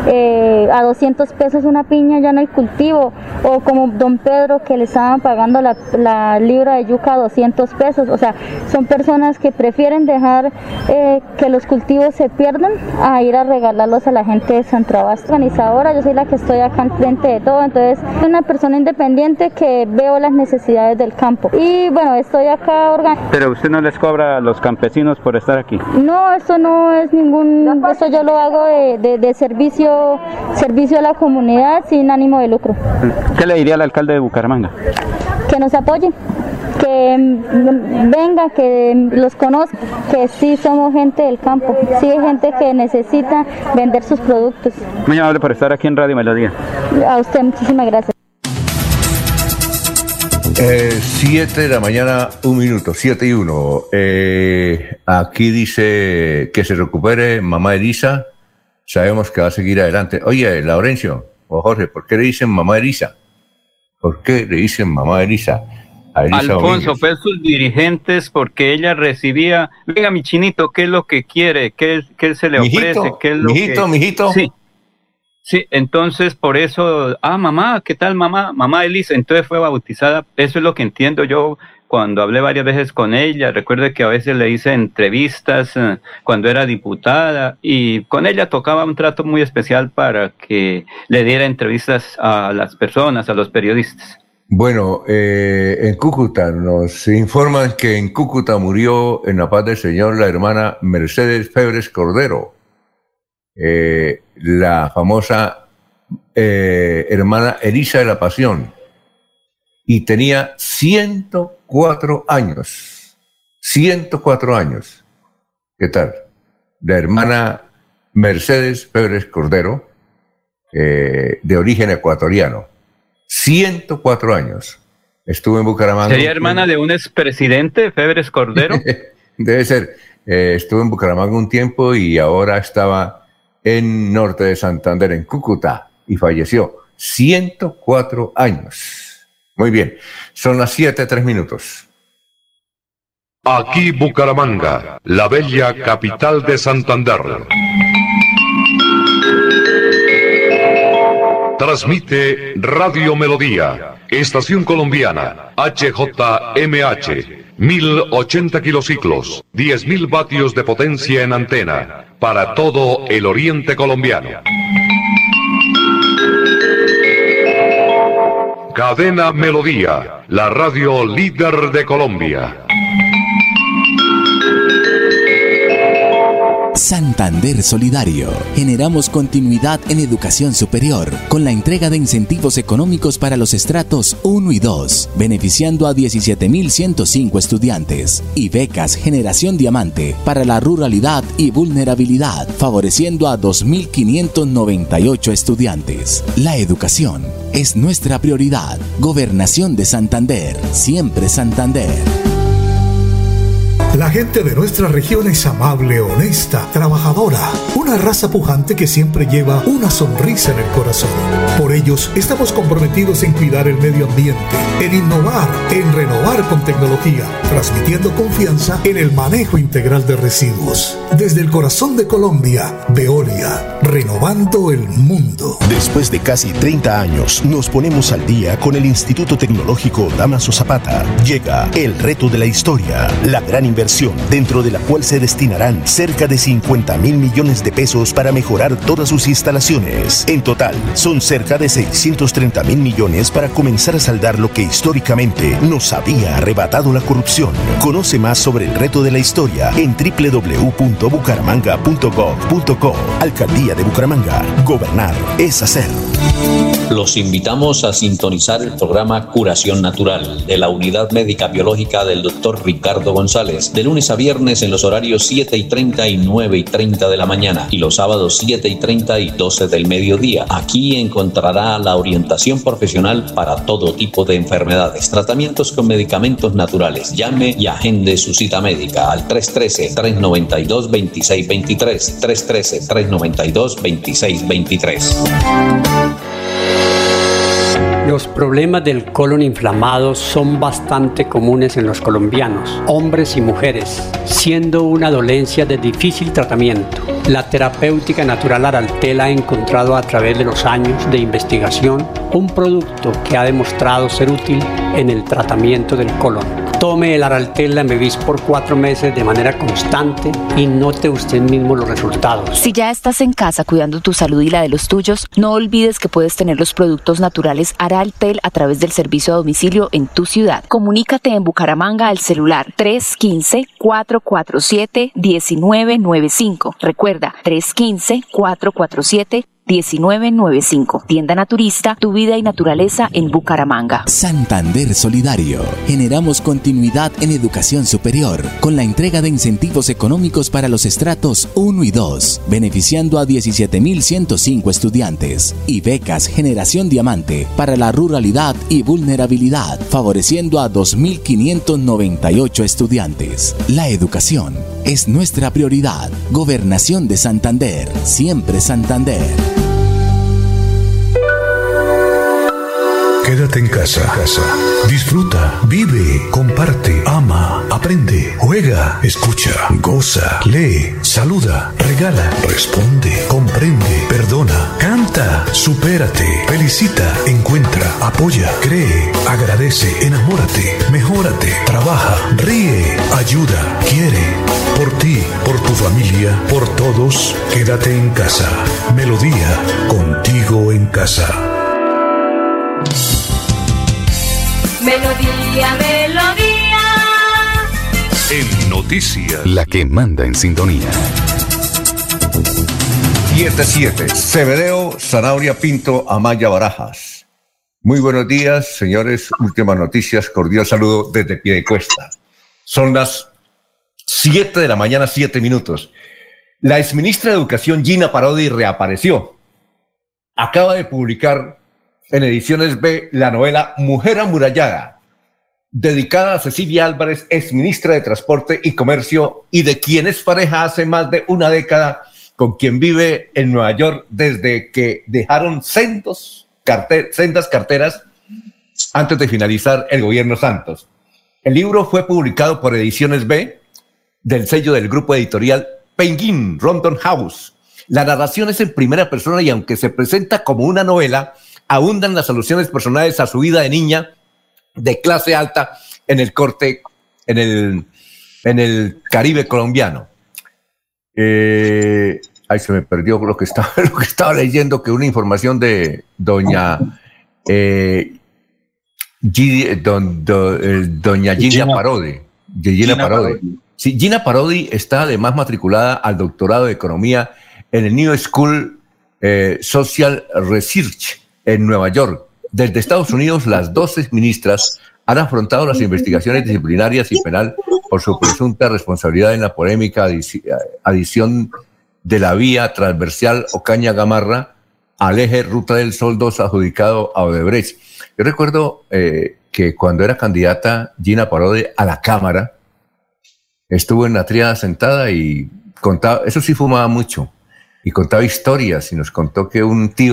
a 200 pesos una piña, ya no hay cultivo. O como don Pedro, que le estaban pagando la libra de yuca a 200 pesos. O sea, son personas que prefieren dejar que los cultivos se pierdan a ir a regalarlos a la gente de Centroabasto. Organizadora, yo soy la que estoy acá al frente de todo, entonces soy una persona independiente que veo las necesidades del campo. Y bueno, estoy acá organizando. ¿Pero usted no les cobra a los campesinos por estar aquí? No, eso no es eso yo lo hago de servicio a la comunidad sin ánimo de lucro. ¿Qué le diría al alcalde de Bucaramanga? Que nos apoye, que venga, que los conozca, que sí somos gente del campo, sí hay gente que necesita vender sus productos. Muy amable por estar aquí en Radio Melodía. A usted, muchísimas gracias. 7 de la mañana, 1 minuto, 7:01. Aquí dice que se recupere mamá Elisa. Sabemos que va a seguir adelante. Oye, Laurencio o Jorge, ¿por qué le dicen mamá Elisa? ¿Por qué le dicen mamá Elisa? Alfonso, fue sus dirigentes porque ella recibía, venga mi chinito, ¿qué es lo que quiere? ¿Qué se le ofrece? ¿Qué es lo mijito. Sí, entonces por eso, mamá, ¿qué tal mamá? Mamá Elisa, entonces fue bautizada, eso es lo que entiendo yo cuando hablé varias veces con ella. Recuerde que a veces le hice entrevistas cuando era diputada y con ella tocaba un trato muy especial para que le diera entrevistas a las personas, a los periodistas. Bueno, en Cúcuta nos informan que en Cúcuta murió en la paz del Señor la hermana Mercedes Febres Cordero, la famosa hermana Elisa de la Pasión. y tenía 104 años. 104 años. ¿Qué tal? La hermana Mercedes Febres Cordero, de origen ecuatoriano. 104 años. Estuvo en Bucaramanga. ¿Sería hermana de un expresidente, Febres Cordero? Debe ser. Estuvo en Bucaramanga un tiempo y ahora estaba en norte de Santander, en Cúcuta, y falleció. 104 años. Muy bien. Son las 7:03. Aquí Bucaramanga, la bella capital de Santander. Transmite Radio Melodía, Estación Colombiana, HJMH, 1080 kilociclos, 10.000 vatios de potencia en antena, para todo el oriente colombiano. Cadena Melodía, la radio líder de Colombia. Santander Solidario. Generamos continuidad en educación superior con la entrega de incentivos económicos para los estratos 1 y 2, beneficiando a 17.105 estudiantes, y becas Generación Diamante para la ruralidad y vulnerabilidad, favoreciendo a 2.598 estudiantes. La educación es nuestra prioridad. Gobernación de Santander, siempre Santander. La gente de nuestra región es amable, honesta, trabajadora, una raza pujante que siempre lleva una sonrisa en el corazón. Por ellos estamos comprometidos en cuidar el medio ambiente, en innovar, en renovar con tecnología, transmitiendo confianza en el manejo integral de residuos. Desde el corazón de Colombia, Veolia, renovando el mundo. Después de casi 30 años, nos ponemos al día con el Instituto Tecnológico Damaso Zapata. Llega el reto de la historia, la gran inversión dentro de la cual se destinarán cerca de 50.000 millones de pesos para mejorar todas sus instalaciones. En total, son cerca de 630.000 millones para comenzar a saldar lo que históricamente nos había arrebatado la corrupción. Conoce más sobre el reto de la historia en www.bucaramanga.gov.co. Alcaldía de Bucaramanga. Gobernar es hacer. Los invitamos a sintonizar el programa Curación Natural de la Unidad Médica Biológica del Dr. Ricardo González, de lunes a viernes en los horarios 7:30 y 9:30 de la mañana, y los sábados 7:30 y 12 del mediodía. Aquí encontrará la orientación profesional para todo tipo de enfermedades, tratamientos con medicamentos naturales. Llame y agende su cita médica al 313-392-2623, 313-392-2623. Los problemas del colon inflamado son bastante comunes en los colombianos, hombres y mujeres, siendo una dolencia de difícil tratamiento. La terapéutica natural Araltel ha encontrado a través de los años de investigación un producto que ha demostrado ser útil en el tratamiento del colon. Tome el Araltel Amevis por 4 meses de manera constante y note usted mismo los resultados. Si ya estás en casa cuidando tu salud y la de los tuyos, no olvides que puedes tener los productos naturales Araltel a través del servicio a domicilio en tu ciudad. Comunícate en Bucaramanga al celular 315-447-1995. Recuerda, 315-447-1995. Tienda Naturista, tu vida y naturaleza en Bucaramanga. Santander Solidario. Generamos continuidad en educación superior con la entrega de incentivos económicos para los estratos 1 y 2, beneficiando a 17.105 estudiantes, y becas Generación Diamante para la ruralidad y vulnerabilidad, favoreciendo a 2.598 estudiantes. La educación es nuestra prioridad. Gobernación de Santander, siempre Santander. Quédate en casa. Disfruta, vive, comparte, ama, aprende, juega, escucha, goza, lee, saluda, regala, responde, comprende, perdona, canta, supérate, felicita, encuentra, apoya, cree, agradece, enamórate, mejórate, trabaja, ríe, ayuda, quiere. Por ti, por tu familia, por todos, quédate en casa. Melodía, contigo en casa. Melodía, melodía. En noticias, la que manda en sintonía. 7:07. Cebedeo, Zanahoria Pinto, Amaya Barajas. Muy buenos días, señores. Últimas noticias, cordial saludo desde Piedecuesta. Son las 7 de la mañana, 7 minutos. La exministra de Educación, Gina Parodi, reapareció. Acaba de publicar en Ediciones B la novela Mujer Amurallada, dedicada a Cecilia Álvarez, exministra de Transporte y Comercio, y de quien es pareja hace más de una década, con quien vive en Nueva York desde que dejaron sendas carteras antes de finalizar el gobierno Santos. El libro fue publicado por Ediciones B, del sello del grupo editorial Penguin Random House. La narración es en primera persona y aunque se presenta como una novela, abundan las alusiones personales a su vida de niña de clase alta en el Caribe colombiano. Ay, se me perdió lo que estaba leyendo, que una información de doña Gina Parodi. Sí, Gina Parodi está además matriculada al doctorado de Economía en el New School Social Research en Nueva York. Desde Estados Unidos, las 12 ministras han afrontado las investigaciones disciplinarias y penal por su presunta responsabilidad en la polémica adición de la vía transversal Ocaña-Gamarra al eje Ruta del Sol 2 adjudicado a Odebrecht. Yo recuerdo que cuando era candidata Gina Parodi a la Cámara, estuvo en la tríada sentada y contaba, eso sí fumaba mucho, y contaba historias y nos contó que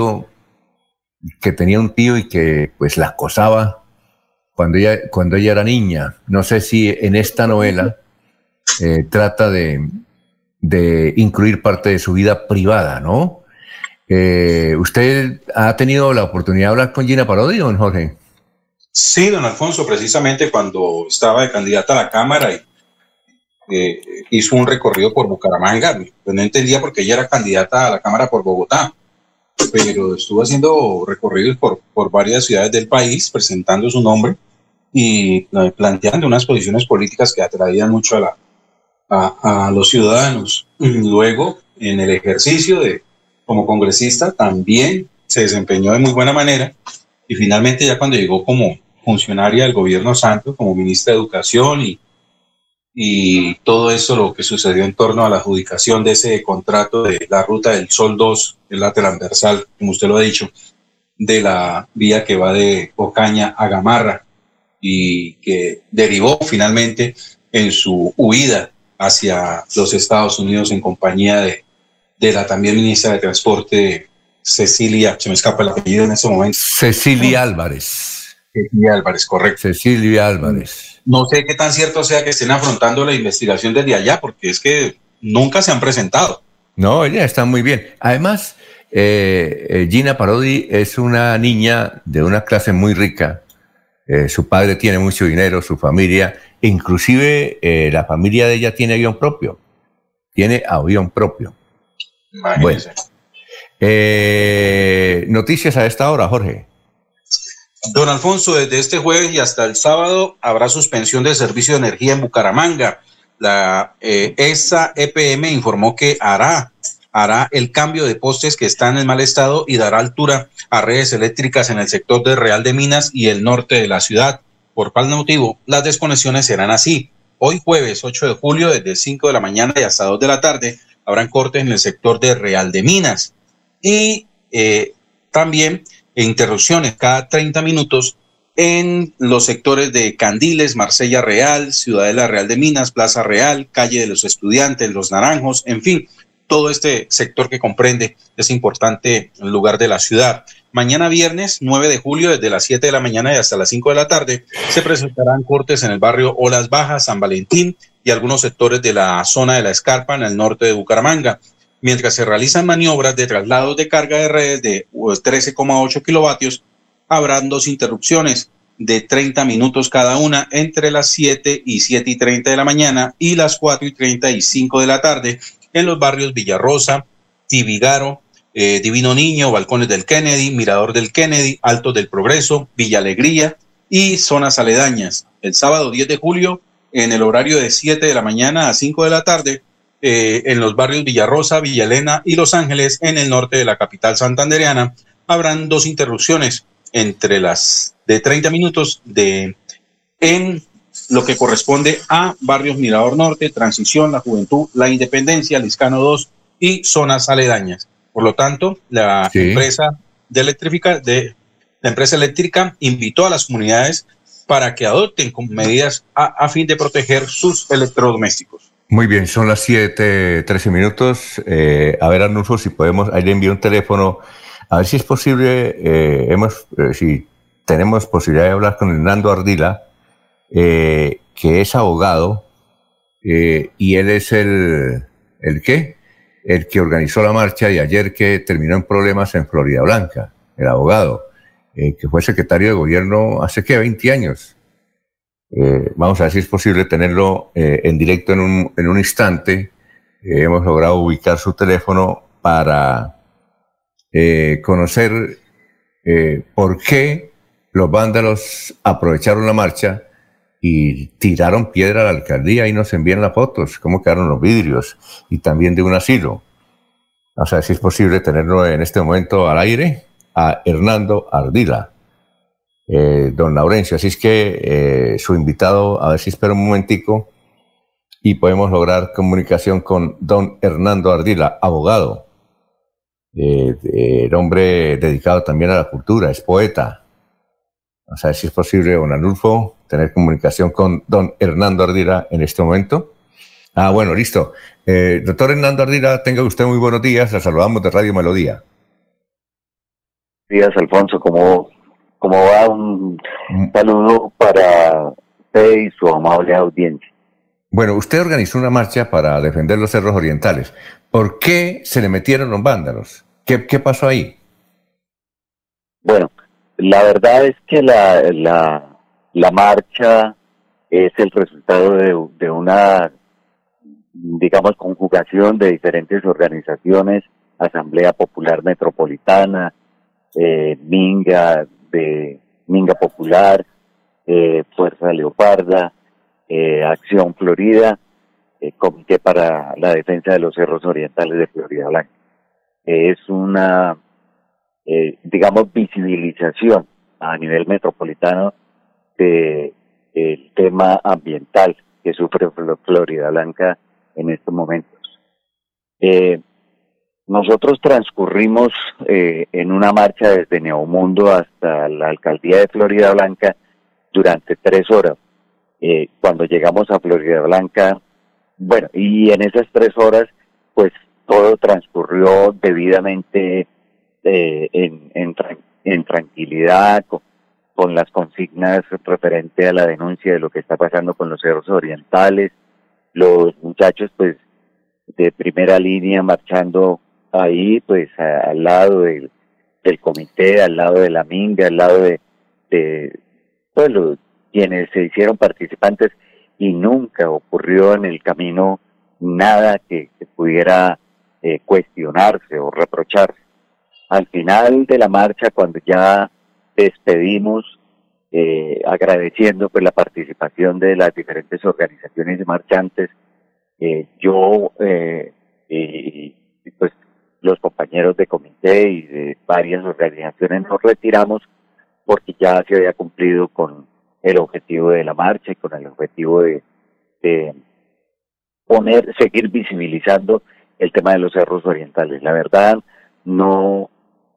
tenía un tío y que pues la acosaba cuando ella era niña. No sé si en esta novela trata de incluir parte de su vida privada, ¿no? ¿Usted ha tenido la oportunidad de hablar con Gina Parodi, don Jorge? Sí, don Alfonso, precisamente cuando estaba de candidata a la Cámara y hizo un recorrido por Bucaramanga. Pues no entendía por qué ella era candidata a la Cámara por Bogotá, pero estuvo haciendo recorridos por varias ciudades del país, presentando su nombre y planteando unas posiciones políticas que atraían mucho a los ciudadanos. Luego, en el ejercicio como congresista, también se desempeñó de muy buena manera y finalmente ya cuando llegó como funcionaria del gobierno Santos, como ministra de Educación y todo eso, lo que sucedió en torno a la adjudicación de ese contrato de la Ruta del Sol 2, el la transversal, como usted lo ha dicho, de la vía que va de Ocaña a Gamarra y que derivó finalmente en su huida hacia los Estados Unidos en compañía de la también ministra de Transporte, Cecilia, se me escapa el apellido en ese momento. Cecilia Álvarez. Cecilia Álvarez, correcto. Cecilia Álvarez. No sé qué tan cierto sea que estén afrontando la investigación desde allá, porque es que nunca se han presentado. No, ella está muy bien. Además, Gina Parodi es una niña de una clase muy rica. Su padre tiene mucho dinero, su familia, inclusive la familia de ella tiene avión propio. Tiene avión propio. Imagínese. Bueno, noticias a esta hora, Jorge. Don Alfonso, desde este jueves y hasta el sábado habrá suspensión de servicio de energía en Bucaramanga. La ESA EPM informó que hará el cambio de postes que están en mal estado y dará altura a redes eléctricas en el sector de Real de Minas y el norte de la ciudad. Por tal motivo, las desconexiones serán así. Hoy jueves 8 de julio, desde 5 de la mañana y hasta 2 de la tarde, habrán cortes en el sector de Real de Minas. Y también interrupciones cada 30 minutos en los sectores de Candiles, Marsella Real, Ciudadela Real de Minas, Plaza Real, Calle de los Estudiantes, Los Naranjos, en fin, todo este sector que comprende ese importante lugar de la ciudad. Mañana viernes 9 de julio, desde las 7 de la mañana y hasta las 5 de la tarde, se presentarán cortes en el barrio Olas Bajas, San Valentín y algunos sectores de la zona de La Escarpa en el norte de Bucaramanga. Mientras se realizan maniobras de traslados de carga de redes de 13,8 kilovatios, habrán dos interrupciones de 30 minutos cada una entre las 7 y 7 y 30 de la mañana y las 4 y 35 de la tarde en los barrios Villarrosa, Tibigaro, Divino Niño, Balcones del Kennedy, Mirador del Kennedy, Altos del Progreso, Villa Alegría y zonas aledañas. El sábado 10 de julio, en el horario de 7 de la mañana a 5 de la tarde, en los barrios Villarrosa, Villa Elena y Los Ángeles, en el norte de la capital santandereana, habrán dos interrupciones entre las de 30 minutos en lo que corresponde a barrios Mirador Norte, Transición, La Juventud, La Independencia, Liscano 2 y zonas aledañas. Por lo tanto, la empresa eléctrica invitó a las comunidades para que adopten medidas a fin de proteger sus electrodomésticos. Muy bien, son las 7:13 minutos. A ver, Arnulfo, si podemos, ahí le envío un teléfono, a ver si es posible, si tenemos posibilidad de hablar con Hernando Ardila, que es abogado, y él es el que organizó la marcha y ayer que terminó en problemas en Florida Blanca, el abogado, que fue secretario de gobierno hace 20 años. Vamos a ver si es posible tenerlo en directo en un instante. Hemos logrado ubicar su teléfono para conocer por qué los vándalos aprovecharon la marcha y tiraron piedra a la alcaldía y nos envían las fotos, cómo quedaron los vidrios, y también de un asilo. Vamos a ver si es posible tenerlo en este momento al aire a Hernando Ardila, don Laurencio. Así es que su invitado, a ver si espera un momentico y podemos lograr comunicación con don Hernando Ardila, abogado, el hombre dedicado también a la cultura, es poeta. Vamos a ver si es posible, don Arnulfo, tener comunicación con don Hernando Ardila en este momento. Bueno, listo. Doctor Hernando Ardila, tenga usted muy buenos días. La saludamos de Radio Melodía. Días, Alfonso, ¿cómo va? Un saludo para usted y su amable audiencia. Bueno, usted organizó una marcha para defender los cerros orientales. ¿Por qué se le metieron los vándalos? ¿Qué pasó ahí? Bueno, la verdad es que la marcha es el resultado de una, digamos, conjugación de diferentes organizaciones, Asamblea Popular Metropolitana, Minga Popular, Fuerza Leoparda, Acción Florida, Comité para la Defensa de los Cerros Orientales de Florida Blanca. Es una, digamos, visibilización a nivel metropolitano del tema ambiental que sufre Florida Blanca en estos momentos. Nosotros transcurrimos en una marcha desde Neomundo hasta la alcaldía de Florida Blanca durante 3 horas. Cuando llegamos a Florida Blanca, bueno, y en esas 3 horas, pues todo transcurrió debidamente en tranquilidad, con las consignas referente a la denuncia de lo que está pasando con los cerros orientales. Los muchachos, pues, de primera línea marchando ahí, pues, al lado del comité, al lado de la Minga, al lado de pues, quienes se hicieron participantes, y nunca ocurrió en el camino nada que pudiera cuestionarse o reprocharse. Al final de la marcha, cuando ya despedimos, agradeciendo pues la participación de las diferentes organizaciones de marchantes, yo y pues los compañeros de comité y de varias organizaciones nos retiramos porque ya se había cumplido con el objetivo de la marcha y con el objetivo de seguir visibilizando el tema de los cerros orientales. La verdad, no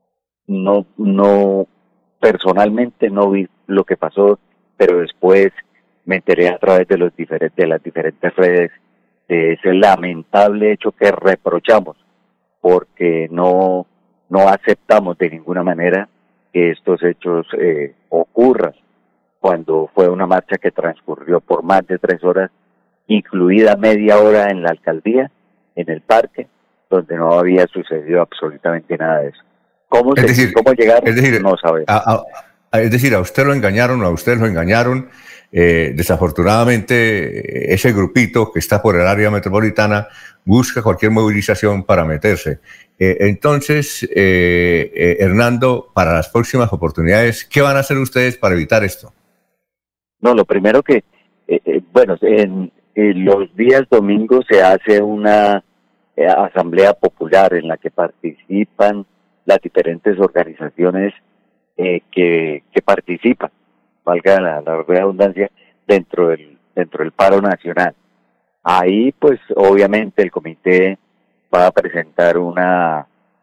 personalmente no vi lo que pasó, pero después me enteré a través de las diferentes redes de ese lamentable hecho que reprochamos, porque no aceptamos de ninguna manera que estos hechos ocurran, cuando fue una marcha que transcurrió por más de 3 horas, incluida media hora en la alcaldía, en el parque, donde no había sucedido absolutamente nada de eso. ¿Cómo llegar? No sabemos. Es decir, a usted lo engañaron, a ustedes lo engañaron. Desafortunadamente, ese grupito que está por el área metropolitana busca cualquier movilización para meterse. Entonces, Hernando, para las próximas oportunidades, ¿qué van a hacer ustedes para evitar esto? No, lo primero que, bueno, en los días domingos se hace una asamblea popular en la que participan las diferentes organizaciones que participan, valga la redundancia, dentro del paro nacional. Ahí, pues, obviamente el comité va a presentar una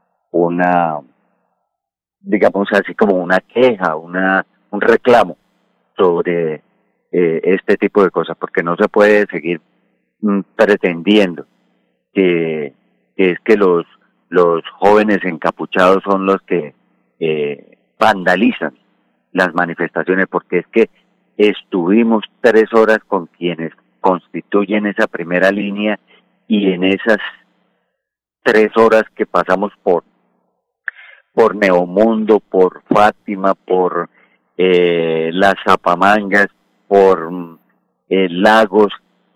digamos así como una queja, un reclamo sobre este tipo de cosas, porque no se puede seguir pretendiendo que es que los jóvenes encapuchados son los que vandalizan las manifestaciones, porque es que estuvimos 3 horas con quienes constituyen esa primera línea, y en esas 3 horas que pasamos por Neomundo, por Fátima, por las Zapamangas, por Lagos,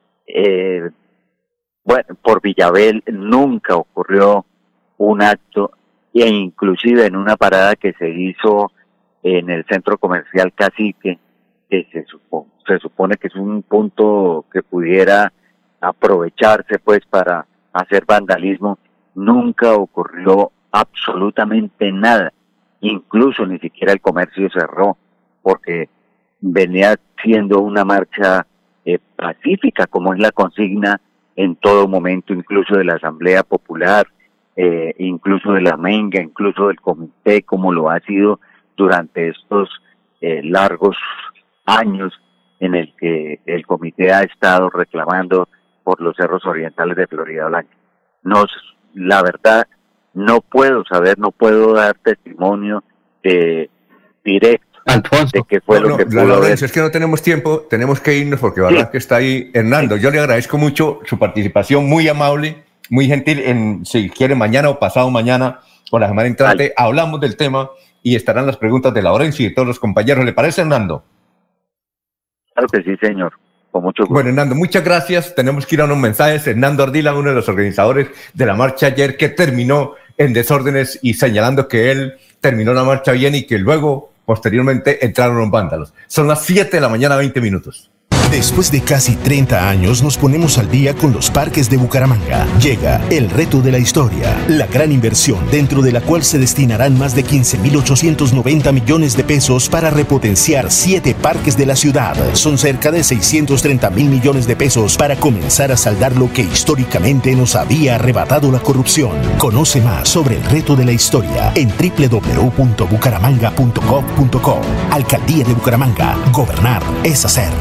por Villabel, nunca ocurrió un acto, e inclusive en una parada que se hizo en el centro comercial Cacique, que se supone que es un punto que pudiera aprovecharse pues para hacer vandalismo, nunca ocurrió absolutamente nada, incluso ni siquiera el comercio cerró, porque venía siendo una marcha pacífica, como es la consigna en todo momento, incluso de la Asamblea Popular, incluso de la Menga, incluso del comité, como lo ha sido durante estos largos años en el que el comité ha estado reclamando por los cerros orientales de Florida Blanca. La verdad, no puedo dar testimonio directo, Alfonso, de qué fue lo que pudo haber. Es que no tenemos tiempo, tenemos que irnos porque verdad que está ahí Hernando. Yo le agradezco mucho su participación, muy amable, muy gentil. Si quiere mañana o pasado mañana o la semana entrante, hablamos del tema y estarán las preguntas de Laurencio y de todos los compañeros. ¿Le parece, Hernando? Claro que sí, señor. Con mucho gusto. Bueno, Hernando, muchas gracias. Tenemos que ir a unos mensajes. Hernando Ardila, uno de los organizadores de la marcha ayer, que terminó en desórdenes y señalando que él terminó la marcha bien y que luego, posteriormente, entraron los vándalos. Son las 7 de la mañana, 20 minutos. Después de casi 30 años nos ponemos al día con los parques de Bucaramanga. Llega el reto de la historia, la gran inversión dentro de la cual se destinarán más de 15.890 millones de pesos para repotenciar 7 parques de la ciudad. Son cerca de 630.000 millones de pesos para comenzar a saldar lo que históricamente nos había arrebatado la corrupción. Conoce más sobre el reto de la historia en www.bucaramanga.gov.co. Alcaldía de Bucaramanga. Gobernar es hacer.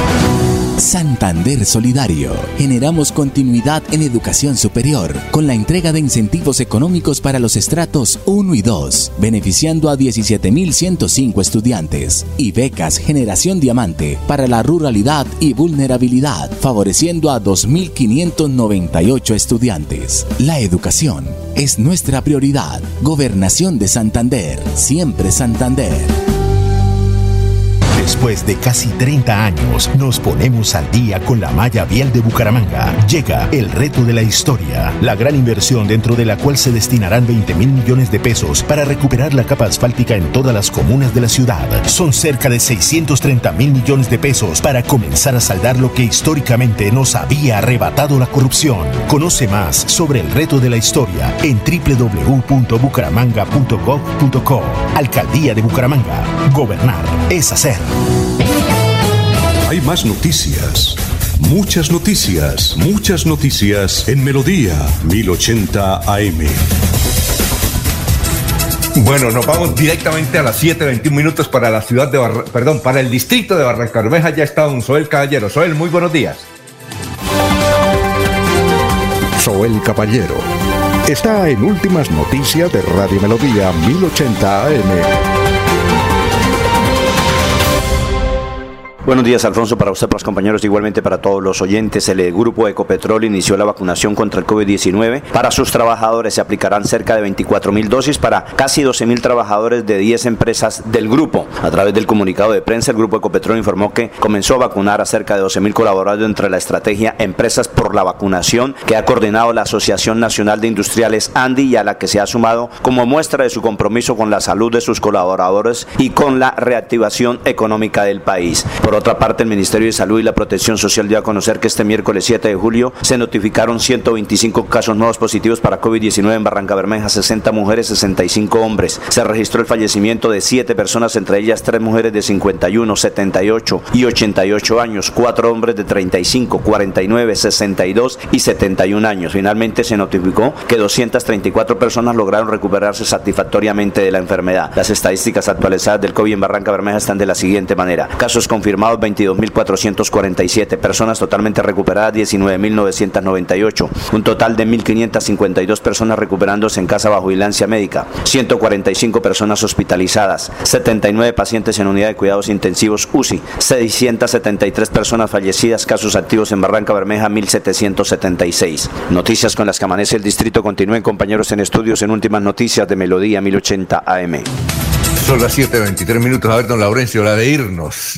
Santander Solidario. Generamos continuidad en educación superior con la entrega de incentivos económicos para los estratos 1 y 2, beneficiando a 17.105 estudiantes, y becas Generación Diamante para la ruralidad y vulnerabilidad, favoreciendo a 2.598 estudiantes. La educación es nuestra prioridad. Gobernación de Santander. Siempre Santander. Después de casi 30 años, nos ponemos al día con la malla vial de Bucaramanga. Llega el reto de la historia, la gran inversión dentro de la cual se destinarán 20.000 millones de pesos para recuperar la capa asfáltica en todas las comunas de la ciudad. Son cerca de 630.000 millones de pesos para comenzar a saldar lo que históricamente nos había arrebatado la corrupción. Conoce más sobre el reto de la historia en www.bucaramanga.gov.co. Alcaldía de Bucaramanga. Gobernar es hacer. Hay más noticias. Muchas noticias. Muchas noticias en Melodía 1080 AM. Bueno, nos vamos directamente a las 7:21 minutos para la ciudad de para el distrito de Barrancabermeja. Ya está don Soel Caballero. Soel, muy buenos días. Soel Caballero está en Últimas Noticias de Radio Melodía 1080 AM. Buenos días, Alfonso, para usted, para los compañeros, igualmente para todos los oyentes. El grupo Ecopetrol inició la vacunación contra el COVID-19. Para sus trabajadores se aplicarán cerca de 24.000 dosis para casi 12.000 trabajadores de 10 empresas del grupo. A través del comunicado de prensa, el grupo Ecopetrol informó que comenzó a vacunar a cerca de 12.000 colaboradores entre la estrategia Empresas por la Vacunación que ha coordinado la Asociación Nacional de Industriales ANDI, y a la que se ha sumado como muestra de su compromiso con la salud de sus colaboradores y con la reactivación económica del país. Por Por otra parte, el Ministerio de Salud y la Protección Social dio a conocer que este miércoles 7 de julio se notificaron 125 casos nuevos positivos para COVID-19 en Barrancabermeja, 60 mujeres, 65 hombres. Se registró el fallecimiento de 7 personas, entre ellas 3 mujeres de 51, 78 y 88 años, 4 hombres de 35, 49, 62 y 71 años. Finalmente se notificó que 234 personas lograron recuperarse satisfactoriamente de la enfermedad. Las estadísticas actualizadas del COVID en Barrancabermeja están de la siguiente manera: casos confirmados 22.447, personas totalmente recuperadas 19.998, un total de 1.552 personas recuperándose en casa bajo vigilancia médica, 145 personas hospitalizadas, 79 pacientes en unidad de cuidados intensivos UCI, 673 personas fallecidas, casos activos en Barrancabermeja 1.776. Noticias con las que amanece el distrito. Continúen, compañeros, en estudios en Últimas Noticias de Melodía 1080 AM. Son las 7:23 minutos. A ver, don Laurencio, la de irnos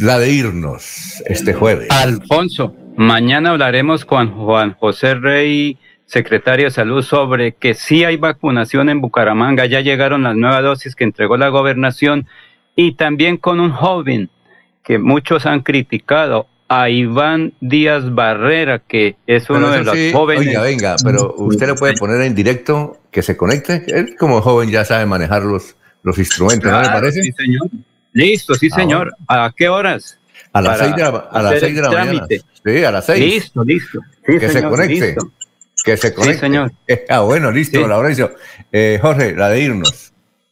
este jueves. Alfonso, mañana hablaremos con Juan José Rey, secretario de Salud, sobre que sí hay vacunación en Bucaramanga. Ya llegaron las nuevas dosis que entregó la gobernación, y también con un joven que muchos han criticado, a Iván Díaz Barrera, que es uno de los jóvenes. Oiga, venga, pero usted le puede poner en directo que se conecte. Él como joven ya sabe manejar los instrumentos, claro, ¿no le parece? Sí, señor. Listo, sí, señor. ¿A qué horas? A las 6 de la mañana. Sí, a las 6. Listo. Sí, que señor, se conecte. Listo. Que se conecte. Sí, señor. Bueno, listo, sí. Laurencio. Jorge, la de irnos.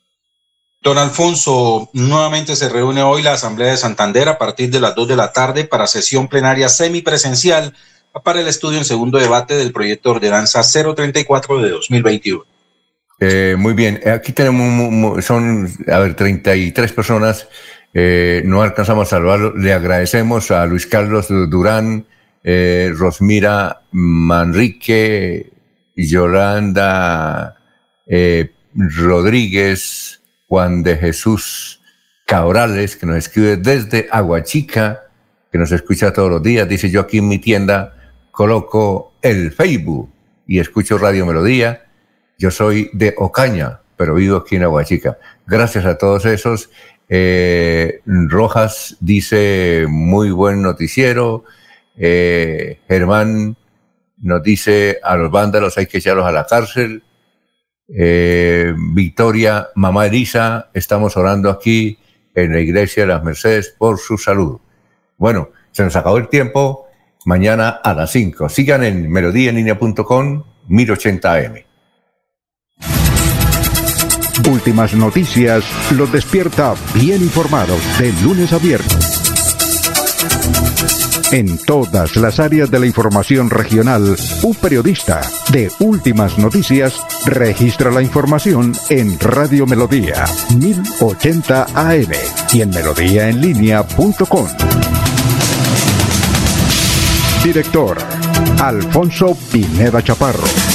Don Alfonso, nuevamente se reúne hoy la Asamblea de Santander a partir de las 2 de la tarde para sesión plenaria semipresencial para el estudio en segundo debate del proyecto de ordenanza 034 de 2021. Muy bien, aquí tenemos, son, 33 personas, no alcanzamos a salvarlo. Le agradecemos a Luis Carlos Durán, Rosmira Manrique, Yolanda Rodríguez, Juan de Jesús Cabrales, que nos escribe desde Aguachica, que nos escucha todos los días. Dice: yo aquí en mi tienda coloco el Facebook y escucho Radio Melodía. Yo soy de Ocaña, pero vivo aquí en Aguachica. Gracias a todos esos. Rojas dice: muy buen noticiero. Germán nos dice: a los vándalos hay que echarlos a la cárcel. Victoria, mamá Elisa, estamos orando aquí en la iglesia de las Mercedes por su salud. Bueno, se nos acabó el tiempo. Mañana a las 5. Sigan en melodíaenlínea.com 1080 AM. Últimas Noticias los despierta bien informados de lunes a viernes. En todas las áreas de la información regional, un periodista de Últimas Noticias registra la información en Radio Melodía 1080 AM y en melodíaenlínea.com. Director: Alfonso Pineda Chaparro.